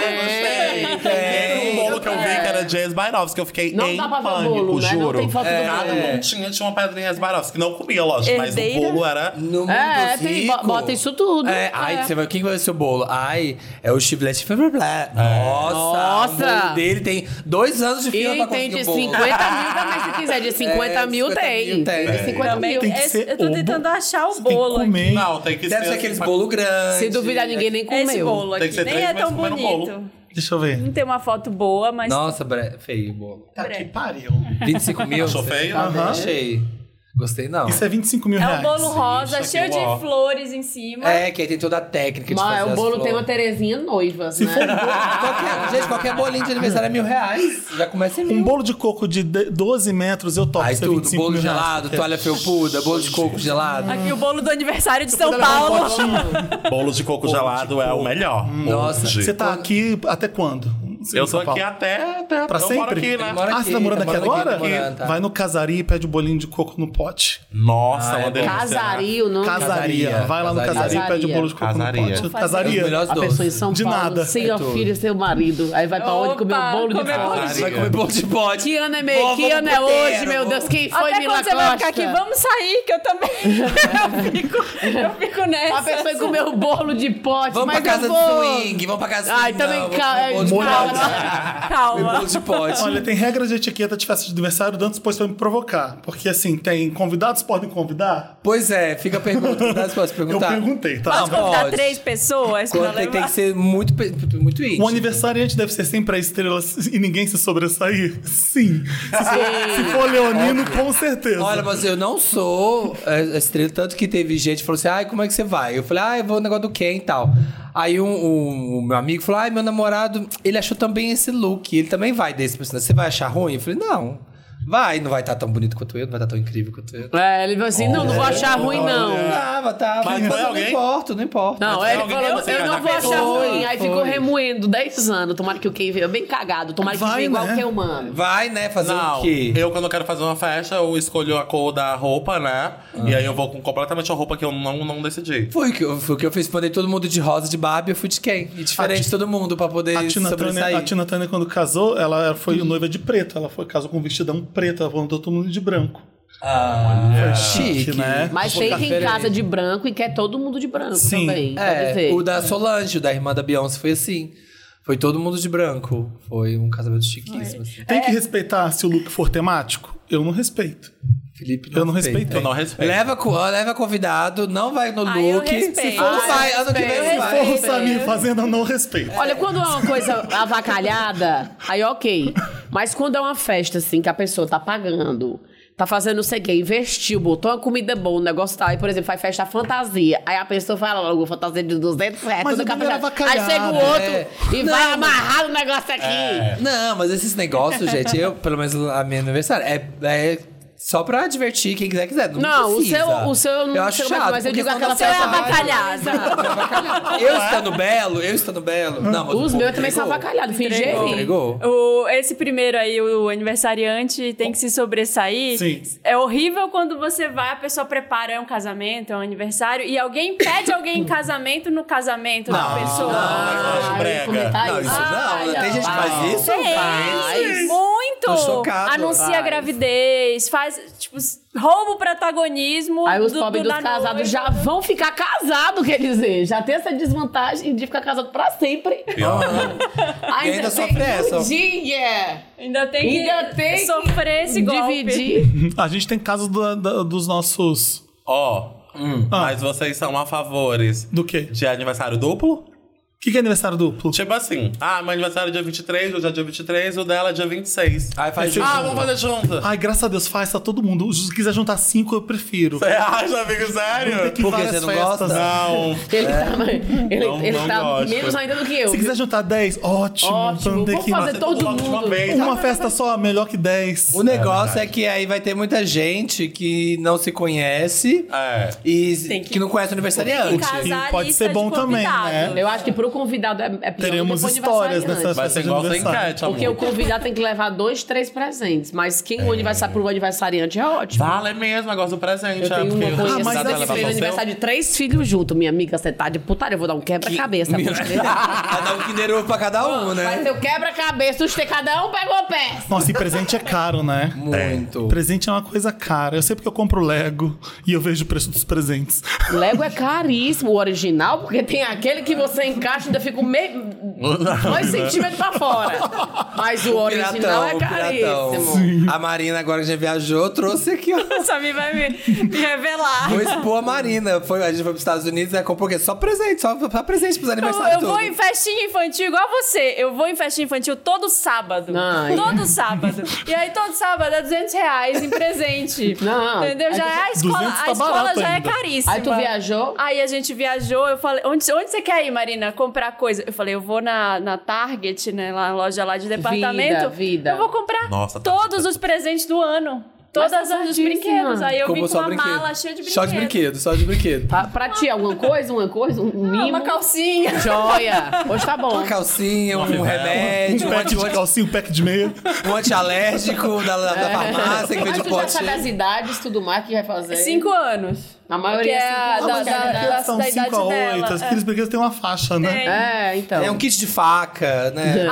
Tem um bolo que eu vi que era de Esbairovski, que eu fiquei
Não
em
dá pra ver o
pânico,
bolo, né? Não
juro.
tem foto do
Cada
bolo.
um tinha uma pedrinha Esbairovski, que não comia, lógico, mas o
Herdeira.
bolo era...
No mundo
Tem,
rico,
bota isso tudo.
Ai, você vai, quem vai ser o bolo? Ai, é o Chivlete Blá. Nossa,
Nossa.
o bolo dele tem 2 anos de fila
E
pra
tem
conseguir
de
o bolo.
50 mil também, se quiser. De 50 mil
50
tem.
mil tem.
De 50
Também,
mil.
Tem que ser
eu tô
ovo.
tentando achar o
Você tem que
bolo aqui.
comer.
Não, tem que
Deve ser aqueles bolo grandes.
Se duvidar, ninguém nem comeu.
Esse bolo
Tem
aqui
que ser
nem
3
é tão
meses comendo
bonito.
bolo.
Deixa eu ver.
Não tem uma foto boa, mas
Nossa, feio o bolo.
Tá que pariu.
25 mil?
Achou feio?
Aham. Achei. Gostei, não.
Isso é 25 mil
é
reais.
um bolo rosa,
isso
cheio
aqui,
de
ó.
flores em cima.
É, que aí tem toda a técnica de
Mas
fazer
o
as
bolo tem
flores.
uma Terezinha noiva,
Se
né?
for um bolo,
Gente, qualquer bolinho de aniversário é R$1.000. Já começa em 1.000.
um bolo de coco de 12 metros, eu topo
Aí
ser
tudo,
25
bolo
mil reais.
gelado, toalha felpuda, bolo de coco gelado.
Aqui o bolo do aniversário de São Paulo.
Bolo de coco gelado é o melhor.
Nossa,
Hoje.
Você tá aqui até quando?
Eu tô aqui até
Pra
eu
sempre?
moro aqui, né?
Ele mora
Você tá morando aqui agora?
tá.
Vai no casaria e pede o bolinho de coco no pote.
Nossa,
Ah,
uma
é
delícia.
Casaria, o nome.
Casaria. Vai lá no casaria e pede o bolo de coco
Casaria.
no pote.
Os
Casaria.
melhores
A pessoa em
doces.
São
De
Paulo,
nada.
sem a
tudo.
filha, seu marido. Aí vai pra onde comer o bolo de
comer bolo
pote.
de
Vai comer bolo de pote.
Que ano é,
Vamos
que ano é
pro
hoje,
puteiro,
meu Deus? Quem foi
Até
Mila
quando você vai ficar
Costa?
aqui? Vamos sair, que eu também. eu fico nessa.
A pessoa comer o bolo de pote,
Vamos
mas
pra casa
eu
do
vou...
swing, vamos pra casa do
Ai,
swing.
também
não,
calma,
vamos comer bolo de pote.
calma.
Calma.
Bolo de pote.
Olha, tem regras de etiqueta de festa de aniversário, Dantas pôs pra me provocar. Porque assim, tem convidados podem convidar?
Pois é, fica a pergunta. Posso
Eu
perguntar?
perguntei, tá?
Não,
Pode convidar
pode.
3 pessoas pra
Quando tem
levar.
que ser muito íntimo.
O aniversariante deve ser sempre a estrela e ninguém se sobressair? Sim. Se for leonino, com certeza.
Olha, mas eu não sou estrela, tanto que teve gente que falou assim, ai, como é que você vai? Eu falei, eu vou no negócio do Ken e tal. Aí o meu amigo falou, meu namorado, ele achou também esse look, ele também vai desse personagem. Você vai achar ruim? Eu falei, não. Não vai estar tão bonito quanto eu, não vai estar tão incrível quanto eu.
Ele falou assim, não vou achar ruim, não.
Tá.
Mas foi alguém?
Não importa.
Não,
Mas
ele
alguém
falou,
que você
eu
vai
não
na
vou
festa?
achar ruim. Aí
Foi.
ficou remoendo 10 anos. Tomara que o Ken veio bem cagado. Tomara que
Vai,
veio igual
né?
que eu, mano.
Vai, né, fazer
Não,
o quê?
eu quando eu quero fazer uma festa, eu escolho a cor da roupa, né? E aí eu vou com completamente a roupa que eu não decidi.
Foi o que eu fiz. Mandei todo mundo de rosa de Barbie, eu fui de Ken. E diferente de todo mundo, pra poder sobressair.
A Tina Turner, quando casou, ela foi noiva de preto. Ela casou com um vestidão preto. Ela mandou todo mundo de branco.
Chique,
né?
Mas
Vou
tem
ficar
quem casa
diferente.
de branco e quer todo mundo de branco
Sim.
também. Quer dizer.
O da Solange, o da irmã da Beyoncé, foi assim. Foi todo mundo de branco. Foi um casamento chiquíssimo. Assim.
Tem que respeitar se o look for temático? Eu não respeito.
Felipe
Eu não
respeita.
respeitei.
Eu não respeito.
Leva convidado, não vai no
eu
look.
respeito.
Se for,
Ah,
vai.
eu
Ano que vem
respeito.
vai.
For o Samir fazendo, eu não respeito.
Olha, quando é uma coisa avacalhada, aí ok. Mas quando é uma festa, assim, que a pessoa tá pagando, tá fazendo não sei o quê, investiu, botou uma comida boa, o negócio tá aí, por exemplo, faz festa fantasia. Aí a pessoa fala logo, fantasia de 200 reais,
Mas
tudo
o bagulho era
caprichado. Aí chega o
avacalhado,
outro e
Não,
vai
mas-
amarrar o negócio aqui.
Não, mas esses negócios, gente, pelo menos a minha aniversário, é só pra divertir quem quiser.
Não,
precisa.
o seu eu não
eu acho
sei como é,
chato,
mas eu
porque
digo
senão
aquela
O seu é
festa
avacalhada.
Eu estando belo. Não, mas o
Os
povo
meus também são
entregou.
avacalhados,
Entregou.
finge.
Entregou.
Esse primeiro aí, o aniversariante, tem que se sobressair.
Sim.
É horrível quando você vai, a pessoa prepara um casamento, é um aniversário, e alguém pede alguém em casamento no casamento da pessoa.
acho brega.
Não, isso não. Tem gente que faz isso?
Tem, muito!
Tô chocado.
Anuncia
Faz.
a gravidez, faz, tipo, rouba o protagonismo.
Aí os
do-
pobres
do-
dos
da
casados
noiva.
já vão ficar casados, quer dizer. Já tem essa desvantagem de ficar casado pra sempre.
ainda sofre essa.
Dia.
Ainda tem que
Ainda tem que
sofrer esse golpe.
dividir.
A gente tem casos dos nossos...
Mas vocês são a favores
Do quê?
de aniversário duplo?
O que é aniversário duplo?
Tipo assim, meu aniversário é dia 23, o já é dia 23, o dela é dia 26.
Aí faz junto.
Vamos fazer junto.
Ai, graças a Deus, faz, tá todo mundo. Se quiser juntar 5, eu prefiro.
Você acha, amigo, sério?
Que
Por que
várias
você não
festas.
gosta?
Não.
Ele
Não
tá
gosto.
menos ainda do que eu.
Se quiser juntar 10, ótimo.
Ótimo,
Então tem
vamos
que-
fazer todo
Logo de uma
mundo.
vez.
Uma festa só, melhor que 10.
O negócio é que aí vai ter muita gente que não se conhece e
Tem
que não conhece o
Tem
aniversariante.
que casar a
pode
lista
ser
de
bom também,
convidados.
né?
Eu acho que pro convidado é pior
Teremos
do que pro
histórias
aniversariante.
nessa
Vai
festa
ser
de
igual sem
aniversário.
enquete, amor.
Porque o convidado tem que levar 2, 3 presentes. Mas quem o aniversário pro aniversariante é ótimo.
Vale mesmo, negócio do presente.
Eu tenho
porque
uma
o
conhecida
convidado vai
que
levar
fez
só o seu.
aniversário de 3 filhos junto. Minha amiga, você tá de putaria. Eu vou dar um quebra-cabeça. pra você.
Vai dar um Kinder Ovo pra cada um,
Vai
né?
ter o quebra-cabeça. Cada um pegou o pé.
Nossa, e presente é caro, né?
Muito.
Presente é uma coisa cara. Eu sei porque eu compro Lego e eu vejo o preço dos presentes.
Lego é caríssimo, o original, porque tem aquele que você encaixa e ainda fica meio 2 centímetros pra fora. Mas o original é caríssimo.
A Marina, agora que já viajou, trouxe aqui, ó.
O Samir vai me revelar.
Vou expor a Marina. A gente foi pros Estados Unidos e comprou o quê? Só presente, só presente pros aniversários.
Eu vou
todos.
em festinha infantil igual você. Eu vou em festinha infantil todo sábado.
Ai.
Todo sábado. E aí todo sábado é R$200 em presente.
Não.
Entendeu? Já é a escola.
200 tá
A escola
barato
já
ainda.
é caríssima.
Aí tu viajou?
Aí a gente viajou, eu falei, onde você quer ir, Marina? Comprar coisa? Eu falei, eu vou na Target, né? Lá na loja lá de departamento.
Vida.
Eu vou comprar
Nossa,
todos os presentes do ano. Todas
Mas tá
as dos
certíssima.
brinquedos. Aí eu vim
Como
com
só
uma
brinquedo.
mala cheia de brinquedos.
Só de brinquedo, só de brinquedo.
Pra ti, alguma coisa, um mimo?
Uma calcinha.
Joia. Hoje tá bom.
Uma calcinha, um
fivela.
remédio,
Um pack de calcinha, um pack de meia.
um antialérgico da farmácia que
Mas
vende
tu já
pote.
sabe as idades e tudo mais que vai fazer.
5 anos.
A maioria
Que é
é
a
5 anos.
São
da
5
idade
a 8.
dela,
Aqueles brinquedos têm uma faixa, né?
Então.
É um kit de faca, né?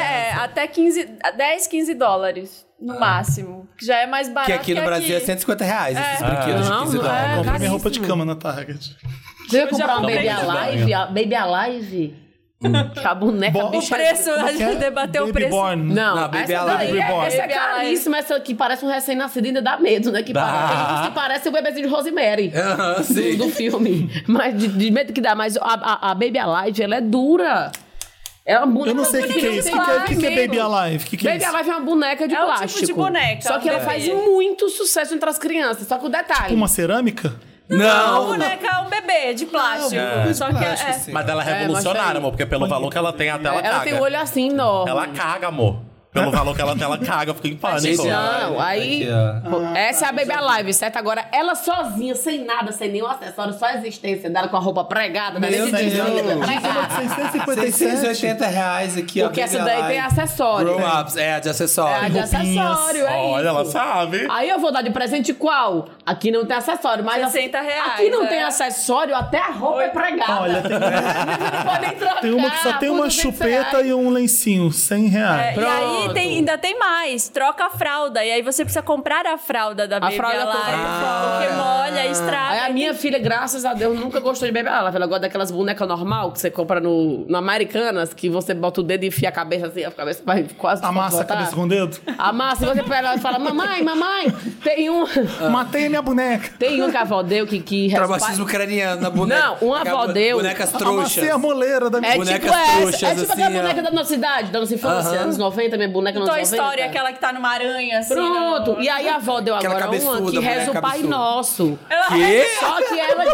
Até 10, 15 dólares. No máximo. Que já é mais barato.
Que aqui no Brasil é 150 reais, esses brinquedos de 15
Não,
dólares.
é.
Comprei minha roupa de
caríssimo.
cama na Target.
Você ia comprar uma
comprei
Baby
isso.
Alive? A Baby Alive? Que a boneca
Bom,
bicha...
O preço,
Como
a
é que
gente
é?
debateu o
Baby
preço.
Born.
Não,
Não, Baby
essa
Alive.
daí essa é
Baby Alive.
caríssima. Essa que parece um recém-nascido ainda dá medo, né? Que parece o bebezinho de Rosemary.
Aham, sim.
Do filme. Mas de medo que dá. Mas a Baby Alive, ela é dura. É uma boneca.
Eu não sei o que é isso. O que é Baby Alive? O que é
Baby
isso?
Alive é uma boneca de
É um tipo
plástico.
de boneca,
Só que ela
um
faz
bebê.
muito sucesso entre as crianças. Só que o detalhe.
Uma cerâmica?
A
Não,
boneca é um bebê de plástico. Só que
plástico,
é.
sim.
Mas ela é
mas
revolucionária,
aí-
amor, porque pelo valor que ela tem, até ela
Ela
caga.
tem o olho assim enorme.
Ela caga, amor. Pelo valor que ela tem, ela caga, eu fico em pânico.
Não, aí.
Aqui, ó.
Essa é a Baby Alive, certo? Agora, ela sozinha, sem nada, sem nenhum acessório, só a existência dela com a roupa pregada, né?
Meu
Nesse
Deus.
desenho,
Uma de
pregada.
657.
680 reais aqui, ó.
Porque essa
Baby
daí tem
Alive.
acessório.
Grow Ups, é, de
É
acessório.
a de
roupinhas.
acessório, é
Olha,
isso.
ela sabe.
Aí eu vou dar de presente qual? Aqui não tem acessório, mas
60 reais,
aqui não
é.
tem acessório, até a roupa é pregada.
Olha, tem,
não pode nem trocar.
tem uma que só tem
por
uma
200
chupeta
reais.
e um lencinho, 100 reais.
E aí
Pronto.
ainda tem mais, troca a fralda. E aí você precisa comprar a fralda da Baby
fralda
Alive.
compra
Porque molha, estraga.
Aí a minha filha, graças a Deus, nunca gostou de Baby Alive. Ela gosta daquelas bonecas normal que você compra no Americanas, que você bota o dedo e enfia a cabeça assim, a cabeça vai quase
Amassa a
botar.
cabeça com o dedo.
Amassa, e você pega ela e fala, mamãe, tem um...
Matei a minha boneca.
Tem um que a avó deu que
Traumatismo craniano na boneca.
Não, uma avó deu.
Bonecas trouxas.
Amassei a moleira da minha
É
Bonecas
tipo essa,
trouxas,
é tipo aquela
assim, ó.
boneca da nossa idade, da nossa infância, anos 90, minha boneca nos
Toy
90.
Story, aquela que tá numa aranha, assim.
Pronto,
no-
e aí a avó deu
Aquela
agora uma
cabeçuda,
que reza
boneca
o Pai
cabeçuda.
Nosso.
Quê?
Só que ela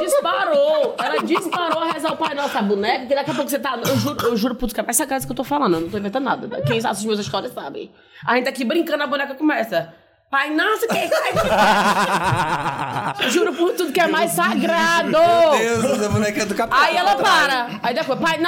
disparou a rezar o Pai Nosso, a boneca, que daqui a pouco você tá... Eu juro por Deus, essa casa que eu tô falando, eu não tô inventando nada. Quem assiste meus histórias sabe. A gente aqui brincando, a boneca começa... Pai Nosso, que juro por tudo que é mais sagrado.
Meu Deus, essa boneca é do capitão.
Aí ela para. Aí depois, Pai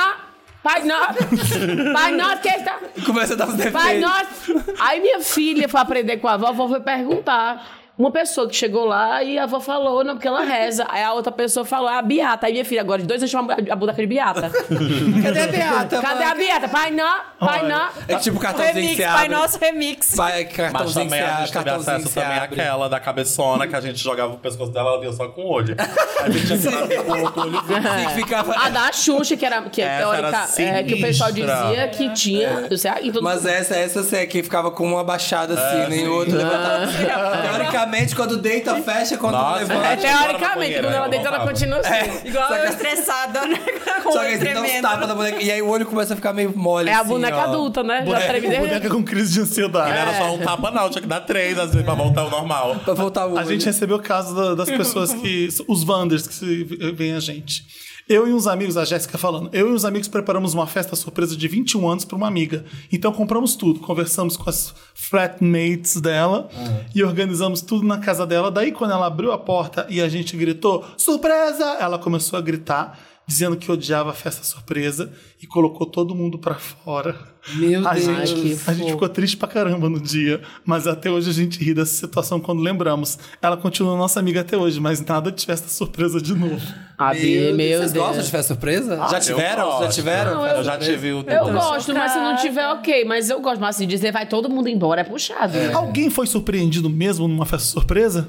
Nosso, que está...
Começa a dar os defeitos.
Pai Nosso. Aí minha filha foi aprender com a avó foi perguntar. Uma pessoa que chegou lá e a avó falou, não, porque ela reza. Aí a outra pessoa falou, é a Beata. Aí minha filha, agora de 2 anos, chama a boneca de Beata.
Cadê a Beata?
Cadê a Beata? Pai Nosso.
É tipo cartãozinho que
Remix,
você
Pai
abre.
Nosso Remix.
Pai,
Mas
cartãozinho que
também
você
a
abre.
gente teve
Cartãozinho que
acesso
você
também
abre.
àquela da cabeçona, que a gente jogava o pescoço dela, ela vinha só com o olho. Aí a gente tinha que saber com o olho.
Sim, que ficava...
A da Xuxa, que era que,
Essa
teórica,
era
que o pessoal
sinistra.
dizia que tinha. E todo
Mas essa assim, que ficava com uma baixada assim, nem outra levantava. Teoricamente, quando deita, fecha, quando
Nossa,
levanta.
É,
Ela na
teoricamente,
banheira,
quando ela
ela
deita, ela
voltava.
continua assim.
Igual
Só
eu
que-
estressada, né? Com o
Só que
olho
aí você dá uns
tremendo.
tapas na boneca. E aí o olho começa a ficar meio mole.
É a
assim,
boneca
ó.
adulta, né? Já treme desde...
Boneca com crise de ansiedade.
Não era só um tapa, não. Tinha que dar 3, às vezes, pra voltar ao normal.
Pra voltar o olho.
A gente recebeu o caso das pessoas que... Os Wanders que vêm a gente. Eu e uns amigos, a Jéssica falando, eu e uns amigos preparamos uma festa surpresa de 21 anos para uma amiga. Então compramos tudo, conversamos com as flatmates dela e organizamos tudo na casa dela. Daí quando ela abriu a porta e a gente gritou, surpresa! Ela começou a gritar, dizendo que odiava a festa surpresa e colocou todo mundo pra fora.
Meu
A
Deus.
gente ficou triste pra caramba no dia, mas até hoje a gente ri dessa situação quando lembramos. Ela continua nossa amiga até hoje, mas nada de festa surpresa de novo.
Ah, meu
Vocês
Deus.
gostam de festa surpresa? Já
eu
tiveram? Já
gosto.
tiveram?
Não,
Eu já tive o...
Eu gosto, mas se não tiver, ok. Mas eu gosto. Mas se dizer vai todo mundo embora, é puxado. né?
Alguém foi surpreendido mesmo numa festa surpresa?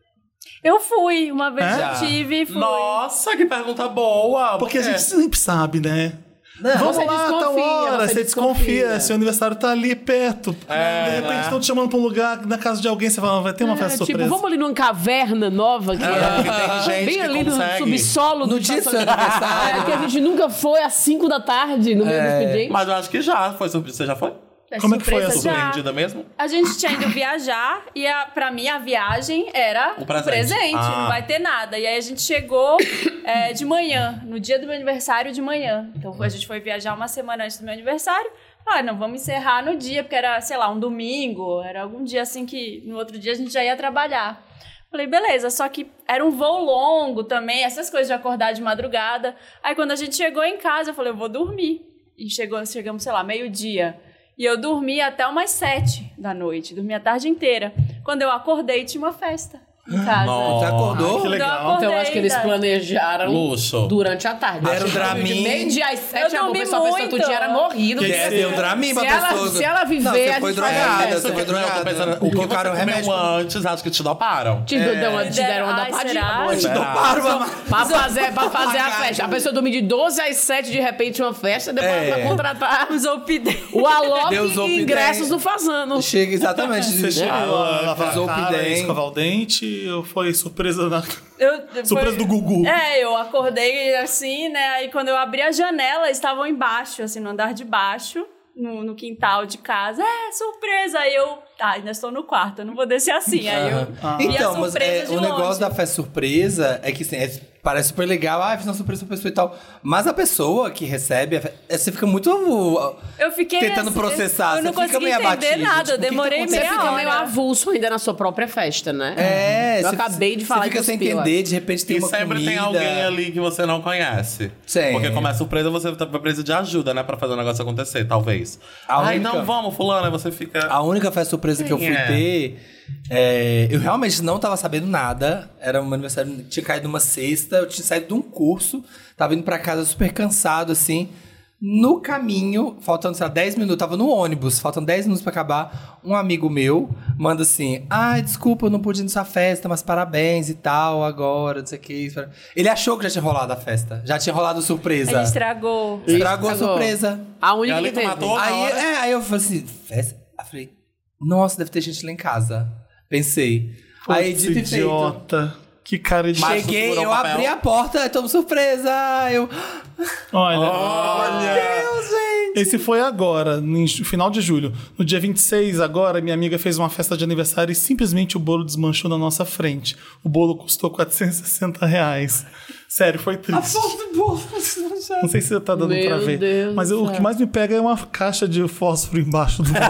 Eu fui, uma vez
É?
eu tive e fui.
Nossa, que pergunta boa.
Porque a gente sempre sabe, né? Vamos
Você
lá, tal
desconfia,
hora,
você
você desconfia.
desconfia.
Seu aniversário tá ali perto. De repente
né?
estão te chamando pra um lugar na casa de alguém, você fala, vai ter uma festa
Tipo,
surpresa.
vamos ali numa caverna nova que
Porque tem gente
bem
que
ali no
consegue.
subsolo
No
do
dia do seu
estacionamento.
aniversário.
É, que a gente nunca foi às 5 da tarde no mesmo expediente.
Mas eu acho que já foi surpresa. Você já foi?
Como é que foi
Surpresa
essa?
já.
Surpreendida mesmo?
A gente tinha ido viajar e pra mim a viagem era
O
o
presente.
presente,
Ah.
não vai ter nada. E aí a gente chegou de manhã, no dia do meu aniversário de manhã. Então a gente foi viajar uma semana antes do meu aniversário. Não, vamos encerrar no dia, porque era, sei lá, um domingo, era algum dia assim que no outro dia a gente já ia trabalhar. Falei, beleza, só que era um voo longo também, essas coisas de acordar de madrugada. Aí quando a gente chegou em casa, eu falei, eu vou dormir. E chegamos, sei lá, 12:00. E eu dormi até umas 7 da noite, dormi a tarde inteira. Quando eu acordei, tinha uma festa em casa.
Nossa.
Você acordou?
Que legal.
acordei,
Então eu acho que eles
né?
planejaram
Luxo.
durante a tarde.
Deram
Acho que
Dramin.
De meio-dia às 7,
Eu
amor, o
dormi
pessoal pensou que
muito.
tu tinha morrido.
Deu Dramin pra pessoa.
Se ela viver,
Não,
a
você
gente
foi
faz
drogada,
festa.
você foi
Eu tô
drogada.
pensando, o que
Colocaram
você comeu
remédio.
antes, acho que te doparam.
Te deram uma
Ai,
dopadinha,
será?
amor.
Te doparam, mamãe.
Pra fazer a festa. A pessoa dormir de 12 às 7, de repente, uma festa, depois ela vai contratar
Usou o pidê.
o Alok
Deus
e
Opidem.
ingressos do Fazano.
Chega exatamente.
Você chegou a lavar
Usou
a
o
cara,
Pidem.
escovar o dente, ou foi surpresa na...
Eu-
Surpresa do Gugu.
Eu acordei assim, né? Aí quando eu abri a janela, estavam embaixo, assim, no andar de baixo, no quintal de casa. Surpresa! Aí eu, ainda estou no quarto, eu não vou descer assim. Aí eu vi a
Então, mas
surpresa de
o negócio
longe.
da festa surpresa é que assim, parece super legal, fiz uma surpresa pra pessoa e tal. Mas a pessoa que recebe, você fica muito
Eu fiquei
tentando
assim,
processar,
Eu não
você fica
consegui
meio
entender
abatido,
nada,
tipo,
eu
o que que
demorei
tá
Você
meia
fica meio
hora.
avulso ainda na sua própria festa, né? Eu
você-
acabei de falar
Você
e
fica sem
cuspiu,
entender, de repente tem
E
uma
sempre
comida.
tem alguém ali que você não conhece.
Sempre.
Porque como é surpresa, você tá precisando de ajuda, né? Pra fazer o negócio acontecer, talvez.
A
Ai,
única-
não, vamos, fulano. Aí você fica...
A única festa surpresa que eu fui
Quem é?
ter, eu realmente não tava sabendo nada. Era um aniversário, tinha caído uma sexta, eu tinha saído de um curso, tava indo pra casa super cansado, assim. No caminho, faltando, sei lá, 10 minutos, tava no ônibus, faltando 10 minutos pra acabar, um amigo meu manda assim, desculpa, eu não pude ir nessa festa, mas parabéns e tal, agora, não sei o que. Ele achou que já tinha rolado a festa, já tinha rolado surpresa.
Ele estragou.
Estragou a surpresa.
A única
Ela
que
que
teve.
matou na hora.
Aí eu falei assim, festa? Aí eu falei, nossa, deve ter gente lá em casa. Pensei. Aí,
Putz,
dito e feito.
idiota. Que cara de...
Mas
Cheguei,
furou
eu
o papel.
abri a porta, tô surpresa. Eu,
Olha,
Deus, gente.
esse foi agora, no final de julho. No dia 26, agora, minha amiga fez uma festa de aniversário e simplesmente o bolo desmanchou na nossa frente. O bolo custou R$460. Sério, foi triste. Não sei se você tá dando
Meu
pra ver.
Deus
Mas
do
o
céu.
que mais me pega é uma caixa de fósforo embaixo do bolo.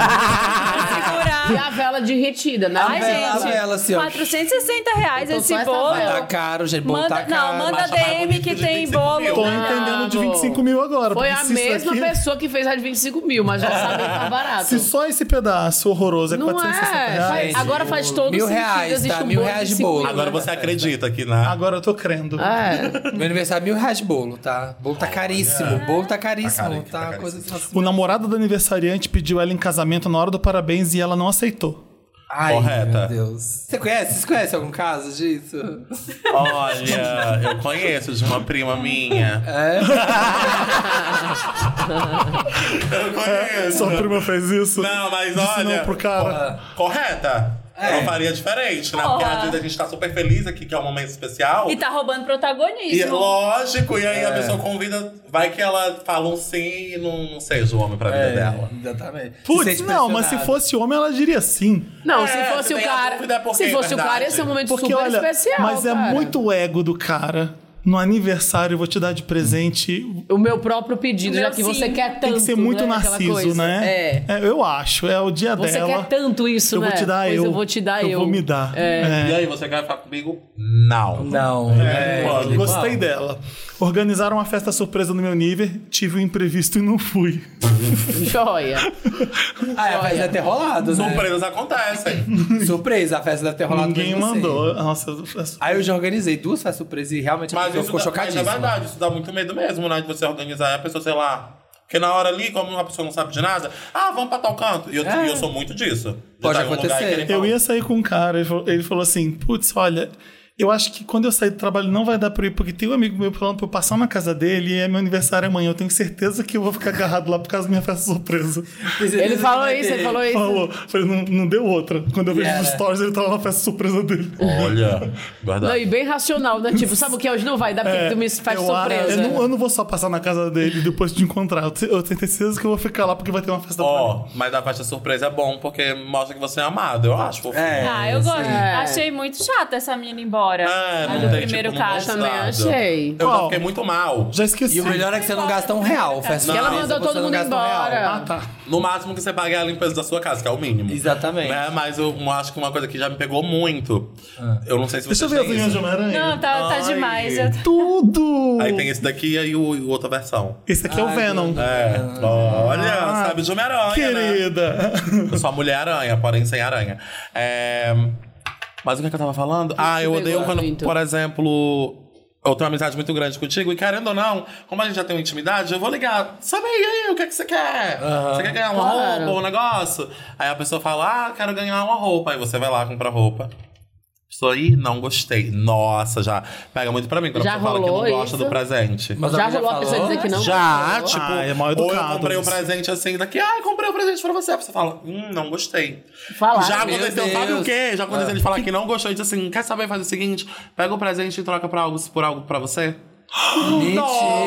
E a vela derretida, né?
Ai,
A
gente,
vela, assim, ó.
R$460
Então,
esse
só essa
bolo.
vela.
Tá caro, gente. Bolo
Manda,
tá caro.
não, manda
Mas tá mais
DM
bonito
que
de
tem
25
bolo.
mil.
Tô
Não,
entendendo de 25 mil agora.
Foi
porque
a
se isso
mesma
aqui-
pessoa que fez a de 25 mil, mas já sabe que tá barato.
Se só esse pedaço horroroso é
Não
R$460
é.
reais,
Agora faz todo
R$1.000,
sentido. Existe
tá?
um
R$1.000
bolo
de
25
bolo.
mil.
Agora você acredita que, né?
agora eu tô crendo.
É.
Meu aniversário é R$1.000 de bolo, tá? O bolo tá caríssimo. O bolo tá caríssimo.
Tá
Tá
caríssimo.
coisa assim.
O namorado do aniversariante pediu ela em casamento na hora do parabéns e ela não aceitou.
Ai,
Correta.
meu Deus. Vocês conhecem algum caso disso?
Olha, eu conheço de uma prima minha.
É?
Eu conheço.
Sua prima fez isso?
Não, mas
Disse
olha...
não pro cara.
Correta. Eu faria diferente, né? Porque às vezes a gente tá super feliz aqui, que é um momento especial.
E tá roubando
E
protagonismo.
lógico, e aí a pessoa convida... Vai que ela fala um sim e não seja o homem pra vida dela.
Exatamente. Se
Putz,
sente
não, mas se
pressionado.
fosse homem, ela diria sim.
Não,
É,
se fosse
você
o
tem a
cara.
dúvida, é porque
Se fosse
é
o cara, ia
verdade.
ser um momento
Porque,
super
olha,
especial.
mas é
cara.
muito ego do cara. No aniversário, eu vou te dar de presente.
O meu próprio pedido,
O meu
já que você
sim.
quer tanto.
Tem que ser muito
né, aquela
narciso,
coisa.
né?
É.
Eu acho. É o dia
Você
dela.
quer tanto isso,
eu
né?
vou te dar
Pois
eu.
eu vou te dar eu.
Eu vou me dar.
E aí, você quer ficar comigo? Não.
Não.
Pode, gostei dela. Organizaram uma festa surpresa no meu nível, tive um imprevisto e não fui.
Joia.
A festa deve ter rolado, né?
Surpresas acontecem.
Surpresa, a festa deve ter rolado
Ninguém
mesmo assim.
mandou. Nossa,
Aí eu já organizei 2 festas surpresas e realmente a
Mas
pessoa
isso
ficou
mas é
chocadíssima.
verdade, isso dá muito medo mesmo, né? De você organizar e a pessoa, sei lá... Porque na hora ali, como uma pessoa não sabe de nada, vamos pra tal canto. E eu sou muito disso. De
Pode
estar em um lugar e
acontecer.
querer
eu
falar.
ia sair com um cara, ele falou assim, putz, olha, eu acho que quando eu sair do trabalho não vai dar pra eu ir, porque tem um amigo meu falando pra eu passar na casa dele e é meu aniversário amanhã. Eu tenho certeza que eu vou ficar agarrado lá por causa da minha festa surpresa.
Ele falou isso, ele falou isso.
Falou. Falei, não deu outra. Quando eu vejo
Yeah.
os stories, ele tava na festa surpresa dele.
Olha,
Não,
verdade.
e bem racional, né? Tipo, sabe o que hoje não vai dar porque tu me faz
eu,
surpresa.
eu não vou só passar na casa dele depois de encontrar. Eu tenho certeza que eu vou ficar lá porque vai ter uma festa pra mim.
Ó, mas a festa surpresa é bom porque mostra que você é amado, eu acho. fofinho.
Ah, eu gosto.
É.
Achei muito chato essa menina ir embora. embora.
não
do
tem,
primeiro
tipo, não
caso.
Também
gostado.
achei.
Eu já
Qual?
fiquei muito mal.
Já esqueci.
E o melhor é que você não gasta R$1. Festa
Ela
surpresa,
mandou
você
todo
não
mundo
gasta R$1.
embora.
Ah, tá.
No máximo que você paga é a limpeza da sua casa, que é o mínimo.
Exatamente.
Né? Mas eu acho que uma coisa que já me pegou muito. Eu não sei se
Deixa
vocês
eu ver as
têm
unhas de
isso.
Homem-Aranha.
Não, tá
Ai.
demais.
Tudo!
Aí tem esse daqui e outra versão.
Esse aqui é o Venom.
Olha, sabe de Homem-Aranha, né?
Querida.
Eu sou a Mulher-Aranha, porém sem aranha. Mas o que eu tava falando? Eu odeio quando,
muito.
por exemplo, eu tenho uma amizade muito grande contigo e, querendo ou não, como a gente já tem uma intimidade, eu vou ligar. Sabe aí, o que é que você quer? Você quer ganhar uma
Claro.
roupa ou um negócio? Aí a pessoa fala, quero ganhar uma roupa. Aí você vai lá, compra roupa. Pessoa aí, não gostei. Nossa, já pega muito pra mim quando
Já
a pessoa fala que
rolou
não gosta
isso?
do presente.
Mas
Já
alguém
rolou a pessoa
falou?
dizer que não?
Já,
gostou?
tipo,
é mal
ou eu
educado
comprei um
isso.
presente assim, daqui, comprei um presente pra você. Aí você fala, não gostei.
Falar.
Já
Meu
aconteceu, sabe
Deus.
o quê? Já aconteceu de falar que não gostou e diz assim, quer saber, faz o seguinte, pega o presente e troca por algo pra você.
Mentira!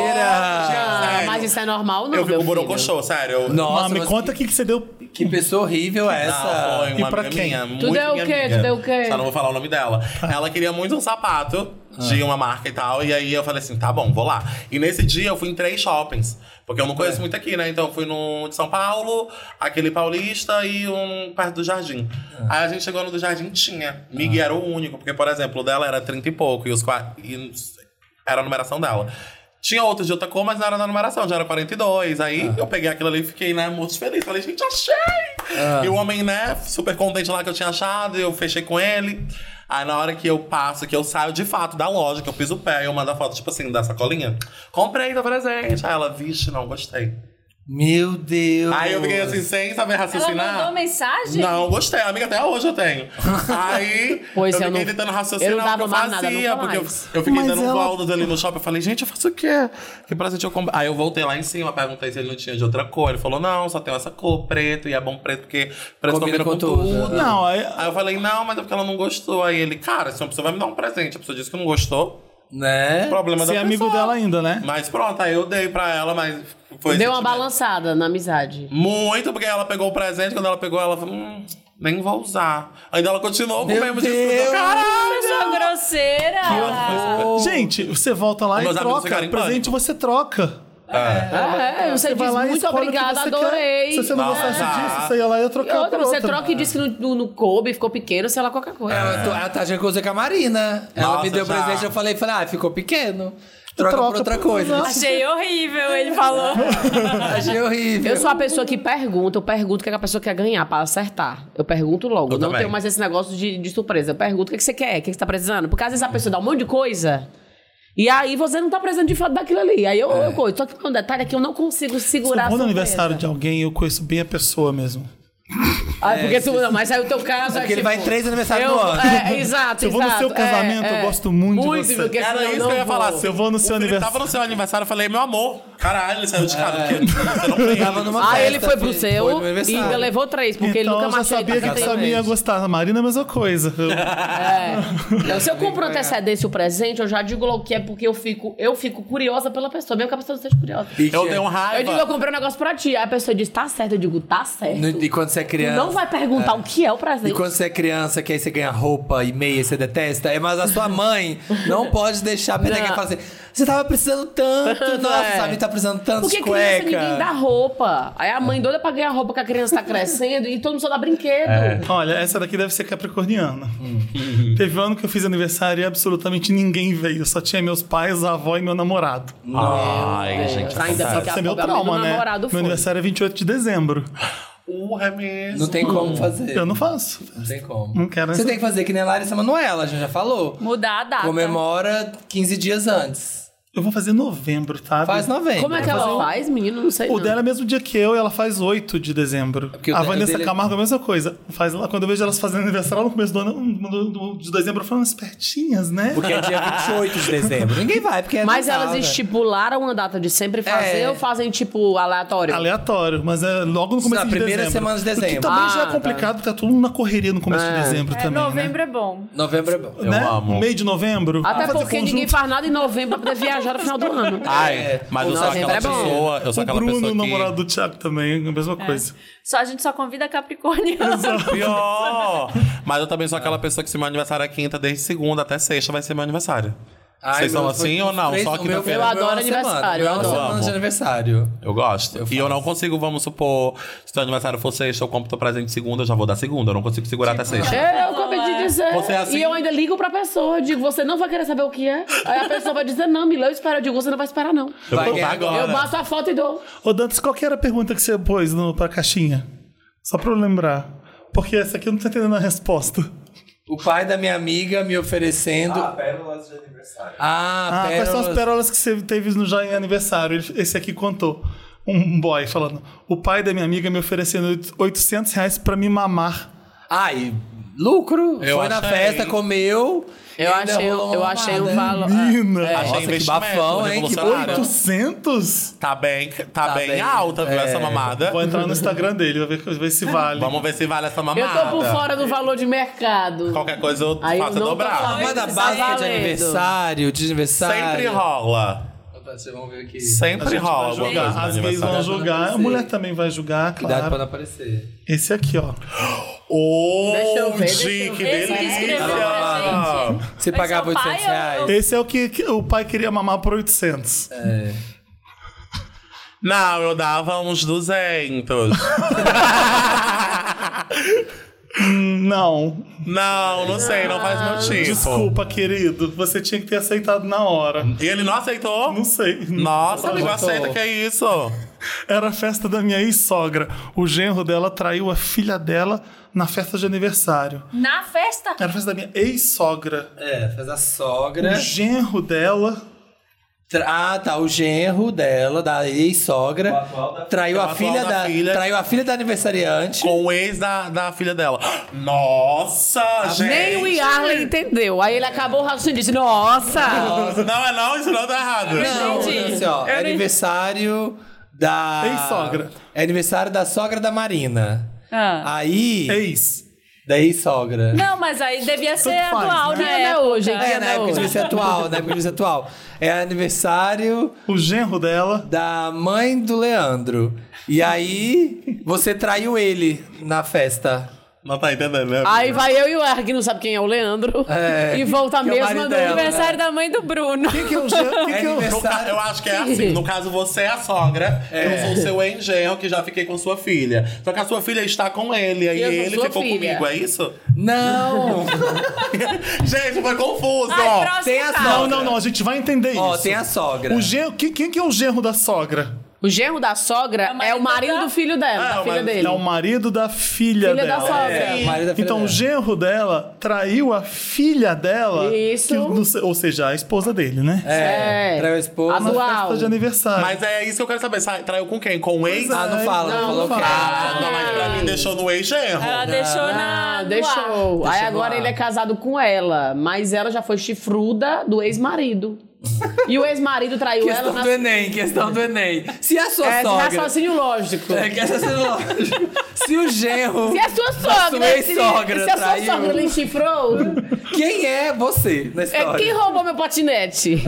Ah, mas isso é normal, não,
Eu fico
meu filho?
borocochô, sério.
Nossa,
Mas me
mas
conta o que você deu.
que pessoa horrível é
Não,
essa.
foi uma
E pra
amiga
quem?
minha,
Tu
muito
deu o
minha
quê?
amiga.
Tu deu o quê?
Só não vou falar o nome dela. Ela queria muito um sapato de uma marca e tal. E aí eu falei assim, tá bom, vou lá. E nesse dia eu fui em 3 shoppings. Porque eu não conheço muito aqui, né? Então eu fui no de São Paulo, aquele Paulista e um perto do Jardim. Aí a gente chegou no do Jardim, tinha. Miguel era o único. Porque, por exemplo, o dela era 30 e pouco. E era a numeração dela. Tinha outros de outra cor, mas não era na numeração, já era 42. Aí eu peguei aquilo ali e fiquei, né, muito feliz. Falei, gente, achei! E o homem, né, super contente lá que eu tinha achado, eu fechei com ele. Aí na hora que eu passo, que eu saio de fato da loja, que eu piso o pé, eu mando a foto, tipo assim, da sacolinha. Comprei teu presente. Aí ela, vixe, não gostei.
Meu Deus.
Aí eu fiquei assim, sem saber
Ela
raciocinar.
mandou mensagem?
Não, gostei. Amiga, até hoje eu tenho. Aí,
Pois
eu
eu
fiquei
não-
tentando
eu
raciocinar
não
o que
dava
eu
mais nada,
fazia.
nunca
Porque
mais.
eu fiquei
Mas
dando
ela-
voltas ali no shopping. Eu falei, gente, eu faço o quê? Que presente eu comprei? Aí eu voltei lá em cima, perguntei se ele não tinha de outra cor. Ele falou, não, só tem essa cor, preto. E é bom preto porque preto combina com tudo.
Não, aí.
Aí eu falei, não, mas é porque ela não gostou. Aí ele, cara, se uma pessoa vai me dar um presente, a pessoa disse que não gostou,
Né?
problema
Você
da
é amigo
pessoa.
dela ainda, né?
Mas pronto, aí eu dei pra ela, mas foi
Deu uma
sentimento.
balançada na amizade.
Muito, porque ela pegou o presente, quando ela pegou, ela falou, nem vou usar. Ainda ela continuou com o
Meu
mesmo
Deus.
discurso. Caralho!
Pessoa grosseira.
Gente, você volta lá
Meus
e
amigos
troca.
ficaram em
presente
pânico.
você troca.
Você
vai
diz
lá e
muito
escolhe o que
obrigada,
você quer.
adorei.
Se você não
Nossa.
gostasse disso, você ia lá e ia
E
trocar
outra,
por
você
outra.
troca e diz que não coube, ficou pequeno, sei lá, qualquer coisa.
Ela tá achando que eu usei com a Marina. Ela
Nossa,
me deu
já.
presente, eu falei, ficou pequeno. Troca por outra
por-
coisa.
Achei horrível, ele falou.
Achei horrível.
Eu sou a pessoa que pergunta, eu pergunto o que a pessoa quer ganhar pra acertar. Eu pergunto logo.
Eu
não
também.
tenho mais esse negócio de surpresa. Eu pergunto o que você quer, o que você tá precisando. Porque às vezes a pessoa dá um monte de coisa. E aí você não tá precisando de fato daquilo ali. Aí eu coisa. Só que um detalhe é que eu não consigo
Se
segurar
eu
a
vou no
surpresa.
aniversário de alguém, eu conheço bem a pessoa mesmo.
Ah, porque tu não, mas aí o teu caso
Porque ele vai em 3 aniversários
eu,
no ano.
Exato,
Se eu vou no
exato.
seu casamento, eu gosto muito de você.
Porque
Era
senão
isso
não
que eu ia
vou.
falar.
Se eu vou no seu
O Felipe
aniversário-
tava no seu aniversário, eu falei, meu amor, caralho, ele saiu de casa. Porque você não foi.
Tava numa
Ah,
festa,
ele foi pro
foi
seu
no meu
e
aniversário.
ainda levou 3, porque ele
Então
nunca
eu já
mais
sabia que essa minha ia gostar. A Marina é a mesma coisa.
Não, se eu compro antecedência o presente, eu já digo logo que é porque eu fico curiosa pela pessoa, mesmo que a pessoa não seja curiosa.
Eu tenho
Eu
raiva.
digo, eu comprei um negócio pra ti. Aí a pessoa diz, tá certo. Eu digo, tá certo.
E quando você é
Tu
criança.
não vai perguntar o que é o
E
presente.
quando você é criança, que aí você ganha roupa e meia e você detesta, mas a sua mãe não pode deixar a peneca
Não.
e fala assim: você tava precisando tanto, nossa,
É.
sabe, tá precisando tanto
Porque
de
criança
cueca.
ninguém dá roupa. Aí a mãe doida pra ganhar roupa que a criança tá crescendo e todo mundo só dá brinquedo.
Olha, essa daqui deve ser capricorniana. Teve um ano que eu fiz aniversário e absolutamente ninguém veio. Só tinha meus pais, a avó e meu namorado.
Ai, gente.
Ainda
acontece.
fica
Esse é meu
a mãe do
trauma, né?
namorado
Meu
foi.
aniversário é 28 de dezembro.
É mesmo.
Não tem como fazer.
Eu não faço.
Não tem como.
Não quero
Você
essa-
tem que fazer que nem a Larissa Manoela, a gente já falou.
Mudar a data.
Comemora 15 dias antes.
Eu vou fazer em novembro, tá?
Faz novembro.
Como é que ela faz, menino? Não sei.
O
não.
dela é o mesmo dia que eu e ela faz 8 de dezembro.
porque o
A
de-
Vanessa
o dele-
Camargo é a mesma coisa. Faz lá, quando eu vejo elas fazendo aniversário lá no começo do ano, de dezembro, eu falo, espertinhas, né?
Porque é dia 28 de dezembro. Ninguém vai, porque é
Mas
Natal,
elas
né?
estipularam uma data de sempre fazer
É.
ou fazem, tipo, aleatório?
Aleatório, mas é logo no começo
Na
de
primeira
dezembro.
semana de
O que
dezembro.
também já é
Ah,
complicado, porque tá todo mundo na correria no começo de dezembro também,
Novembro é bom.
Novembro é bom.
Eu
né?
amo.
Meio de novembro.
Até
fazer
porque
conjunto.
ninguém faz nada em novembro pra poder viajar. viajar no final do ano.
Ai, mas eu sou
Nossa,
aquela
é bom.
pessoa. Eu sou
O
aquela
Bruno,
pessoa
o
que.
namorado do Thiago também, a mesma coisa.
A gente só convida Capricorniano.
Pior! Mas eu também sou aquela pessoa que se meu aniversário é quinta, desde segunda até sexta vai ser meu aniversário. Vocês são assim ou não? Só quinta-feira?
Eu adoro aniversário, eu adoro.
semana de aniversário.
Eu gosto. E eu não consigo, vamos supor, se teu aniversário for sexta, eu compro teu presente segunda, eu já vou dar segunda. Eu não consigo segurar até sexta.
Eu acabei de dizer.
Você é assim?
E eu ainda ligo pra pessoa. Eu digo, você não vai querer saber o que é? Aí a pessoa vai dizer, não, Mila, eu espero. Eu digo, você não vai esperar, não.
Eu
Vai
vou
ganhar
agora.
Eu bato a foto e dou.
Ô, Dantas, qual que era a pergunta que você pôs pra caixinha? Só pra eu lembrar. Porque essa aqui eu não tô entendendo a resposta.
O pai da minha amiga me oferecendo...
pérolas de aniversário.
Quais são as pérolas que você teve no já em aniversário? Esse aqui contou. Um boy falando. O pai da minha amiga me oferecendo R$800 pra me mamar.
Ai, lucro.
Eu
Foi na
achei.
festa, comeu. e
Eu
ainda
achei,
rolou
eu
uma
achei um
mamada.
valor.
Menina.
Achei
Nossa, que
investimento
bafão, hein? Que
revolucionário.
800?
Tá bem
bem.
alta, viu, essa mamada?
Vou entrar no Instagram dele, vou ver se vale.
Vamos ver se vale essa
Eu
mamada.
tô por fora do valor de mercado.
Qualquer coisa eu
Aí eu
faço
não tô
dobrar.
falando.
Mamada
Tá
básica de
valendo.
aniversário,
Sempre rola.
Vocês vão ver aqui.
A
Sempre
gente
rola
vai
alguma
julgar.
coisa no
As gays vão
aniversário.
julgar. A mulher também vai julgar,
Cuidado pra
claro.
não aparecer.
Esse aqui, ó.
Deixa eu ver, deixa eu
Que
ver.
Esse que escreveu
delícia!
pra gente.
Você
Mas
pagava
seu pai
R$800.
Esse é o que o pai queria mamar por 800.
Não, eu dava uns 200.
Não.
Não sei, não faz meu tipo.
Desculpa, querido. Você tinha que ter aceitado na hora.
E ele não aceitou?
Não sei.
Nossa, amigo,
Aceitou.
aceita que é isso.
Era a festa da minha ex-sogra. O genro dela traiu a filha dela na festa de aniversário.
Na festa?
Era a festa da minha ex-sogra.
Faz a sogra.
O genro dela...
Tá. O genro dela, da ex-sogra,
atual da-
traiu
o
a
atual
filha
da
da
filha.
traiu a filha da aniversariante.
Com o ex da filha dela. Nossa, gente.
Nem o Yarley entendeu. Aí ele acabou o raciocínio e disse, nossa!
Não, isso não tá errado.
Não,
entendi.
assim, ó,
Eu
é
não-
aniversário da
Ex-sogra.
É aniversário da sogra da Marina.
Ah.
Aí,
Ex.
da ex-sogra.
Não, mas aí devia ser
faz,
atual,
né?
né?
Que ano é hoje? Que
É,
ano
na
é
época devia
hoje?
ser atual, na época devia ser atual. É aniversário
O genro dela...
da mãe do Leandro. E aí, você traiu ele na festa.
Não tá entendendo, né?
Aí vai eu e o Erg, que não sabe quem é o Leandro, e volta a
que é o
mesma
marido
no
dela.
Aniversário da mãe do Bruno.
Quem que é o genro? Quem que é o...
Aniversário.
Eu acho que é assim. No caso, você é a sogra. Eu sou o seu ex-genro, que já fiquei com sua filha. Só que a sua filha está com ele. Aí
Eu sou
ele
sua
ficou
filha.
comigo, é isso?
Não!
Gente, foi confuso,
Ai,
ó.
próximo
Tem a
caso.
Não, a gente vai entender
Ó,
isso.
tem a sogra.
O genro... Quem que é o genro da sogra?
O genro da sogra é o marido do filho dela, da filha dele.
É o marido da filha
Filha
dela.
da sogra.
É, o marido da filha
Então,
dela.
o genro dela traiu a filha dela.
Isso.
que não sei- ou seja, a esposa dele, né?
É.
Traiu a esposa.
A
Na
dual.
festa de aniversário.
Mas é isso que eu quero saber. Traiu com quem? Com o ex?
Ah, não fala, não falou
não
que
Ah,
é.
não, mas pra mim deixou no ex-genro.
Ela deixou na.
Ah,
no
deixou.
ar.
Aí agora ele é casado com ela, mas ela já foi chifruda do ex-marido. E o ex-marido traiu ela
Questão
na...
do Enem, questão do Enem. Se a sua
É
sogra...
raciocínio lógico.
É que essa lógico. Se o genro...
Se a sua
da
sogra,
sua ex-sogra
se a sua
traiu...
sogra lhe chifrou,
Quem é você na
é
história?
quem roubou meu patinete?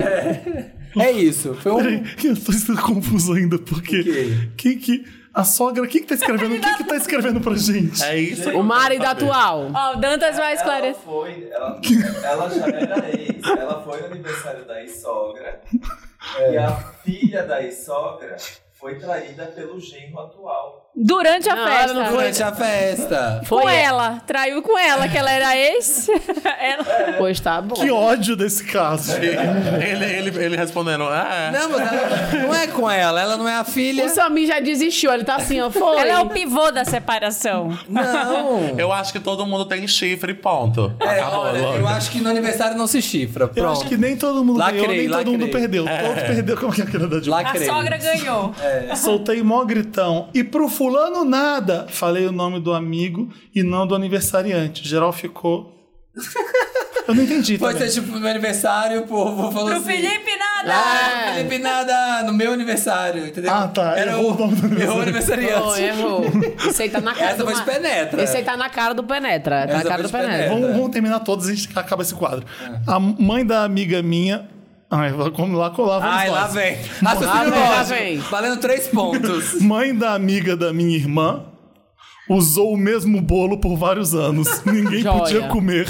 É isso. Foi um...
Eu tô confuso ainda, porque. Quem que. A sogra, quem que tá escrevendo? Quem que tá escrevendo pra gente?
É isso.
O marido atual.
Ó, o Dantas vai esclarecer.
Ela já era ex. Ela foi no aniversário da ex-sogra. E a filha da ex-sogra foi traída pelo genro atual.
Durante a
Não,
festa.
ela não foi.
Durante a festa.
Com
Foi
ela. Traiu com ela, que ela era ex. Ela...
Pois tá bom.
Que ódio desse caso.
Ele respondendo,
Não, mas ela não é com ela não é a filha.
O Samir já desistiu, ele tá assim, ó, foi.
Ela é o pivô da separação.
Não.
eu acho que todo mundo tem chifre, ponto.
É,
Acabou,
olha,
logo.
eu acho que no aniversário não se chifra. Pronto.
Eu acho que nem todo mundo ganhou,
Lacrei,
nem todo mundo
lacrei.
perdeu. Todos perderam. Como que é aquela da Dilma?
A
Lacrei.
sogra ganhou.
Soltei mó gritão. E pro fulano nada. Falei o nome do amigo e não do aniversariante. Geral ficou. Eu não entendi.
Pode
também.
ser tipo no meu aniversário, o povo falou
Pro
assim...
Felipe nada.
Ah, Felipe nada no meu aniversário, entendeu?
Ah, tá.
Era
Errou o nome do
errou o aniversariante.
Não, errou. Esse aí tá na cara
Essa
do
foi de penetra.
Esse aí tá na cara do Penetra. Tá na
Essa
cara
foi
do
de
Penetra.
penetra.
Vamos terminar todos e a gente acaba esse quadro. A mãe da amiga minha. Ai, vamos lá,
Ai, lá
nós.
vem.
Lá
Raciocínio
vem.
lógico. Valendo 3 pontos.
Mãe da amiga da minha irmã usou o mesmo bolo por vários anos. Ninguém
Joia.
podia comer.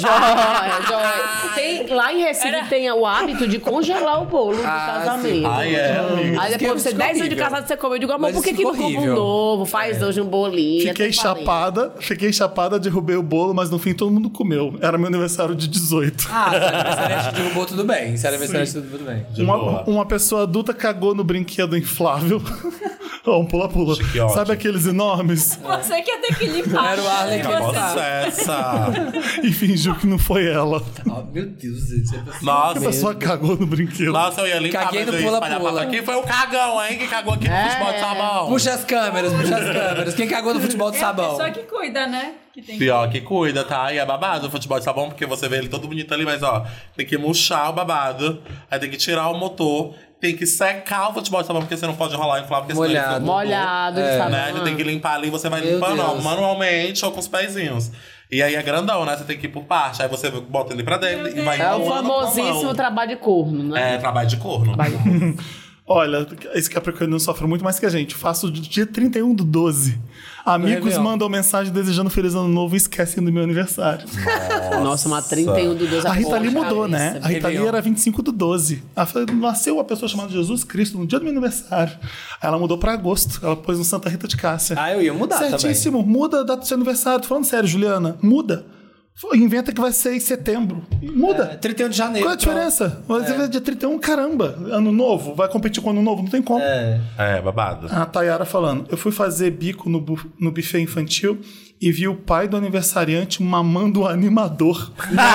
Joia. Lá em Recife tem o hábito de congelar o bolo do casamento.
Ai, é.
Aí depois você 10 anos de casado, você come. Eu digo, amor,
Mas
por que
isso
não
ficou
compra um
horrível.
novo? Faz hoje um bolinho.
Fiquei chapada, derrubei o bolo, mas no fim todo mundo comeu. Era meu aniversário de 18.
Se era aniversariante derrubou, tudo bem. Se era aniversariante, tudo bem.
Uma pessoa adulta cagou no brinquedo inflável. Ó, um pula-pula.
Chiquiote.
Sabe aqueles enormes?
Você que ia ter que limpar.
Era o Arlen que
Nossa, essa.
E fingiu que não foi ela.
Oh, meu Deus, gente.
A
Nossa.
pessoa cagou no brinquedo.
Nossa, eu ia limpar,
Caguei
mas
no
eu ia espalhar
pula-pula.
pra... Quem foi o cagão, hein? Que cagou aqui no futebol de sabão?
Puxa as câmeras. Quem cagou no futebol de
É a
sabão?
pessoa que cuida, né? Que tem
Pior que cuida, tá? E é babado o futebol de sabão, porque você vê ele todo bonito ali, mas ó, tem que murchar o babado, aí tem que tirar o motor, tem que secar o futebol de sabão, porque você não pode enrolar e inflar, porque senão ele fica
Molhado de sabão.
né? Ele tem que limpar ali, você vai
Meu
limpando ó,
Deus.
manualmente ou com os pezinhos. E aí é grandão, né? Você tem que ir por parte. Aí você bota ele pra dentro e vai
É o
enrolando com a
famosíssimo
mão.
trabalho de corno, né?
É, trabalho de corno.
Olha, esse Capricorniano sofre muito mais que a gente. Faço do dia 31/12. Amigos
Réveillon.
mandam mensagem desejando Feliz Ano Novo e esquecem do meu aniversário.
Nossa, uma 31/12.
A Rita Lee mudou,
cabeça.
né? A Rita Lee
Réveillon.
era 25/12. Ela falou, nasceu uma pessoa chamada Jesus Cristo no dia do meu aniversário. Aí ela mudou pra agosto. Ela pôs no Santa Rita de Cássia.
Ah, eu ia mudar
Certíssimo. Muda a data do seu aniversário. Tô falando sério, Juliana. Muda. Inventa que vai ser em setembro. Muda.
também. 31 de janeiro.
Qual é a diferença? Vai ser dia 31, caramba. Ano novo. Vai competir com ano novo? Não tem como.
É, babado.
A Tayara falando, eu fui fazer bico no buffet infantil e vi o pai do aniversariante mamando o animador.